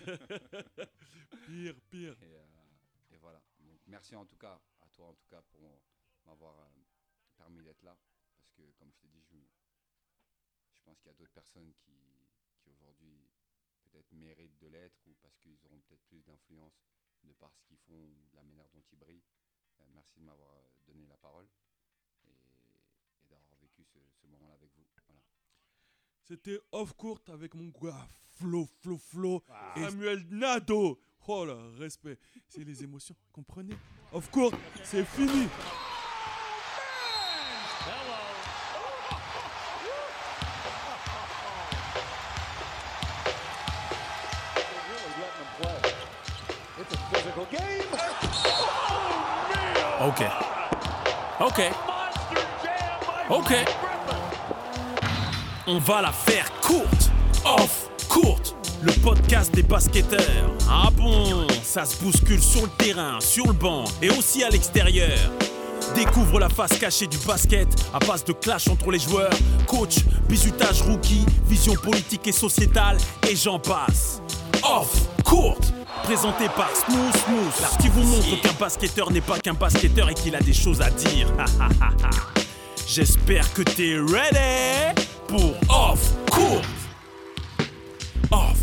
[SPEAKER 2] Pire, pire.
[SPEAKER 4] Et, euh, et voilà. Donc merci en tout cas à toi en tout cas pour m'avoir euh, permis d'être là. Parce que comme je t'ai dit, je, je pense qu'il y a d'autres personnes qui, qui aujourd'hui peut-être méritent de l'être ou parce qu'ils auront peut-être plus d'influence de par ce qu'ils font ou de la manière dont ils brillent. Euh, merci de m'avoir euh, donné la parole et, et d'avoir vécu ce, ce moment-là avec vous. Voilà.
[SPEAKER 2] C'était Off Court avec mon gars Flo, Flo, Flo
[SPEAKER 3] Ah.
[SPEAKER 2] et Samuel Nadeau. Oh là, respect. C'est les émotions, comprenez? Off Court, c'est fini.
[SPEAKER 1] Ok. Ok. Ok. On va la faire courte. Off courte. Le podcast des basketteurs. Ah bon, ça se bouscule sur le terrain, sur le banc et aussi à l'extérieur. Découvre la face cachée du basket à base de clash entre les joueurs, coach, bizutage rookie, vision politique et sociétale et j'en passe. Off courte. Présenté par Smooth Smooth, là qui vous montre qu'un basketteur n'est pas qu'un basketteur et qu'il a des choses à dire. J'espère que t'es ready pour Off Court. Off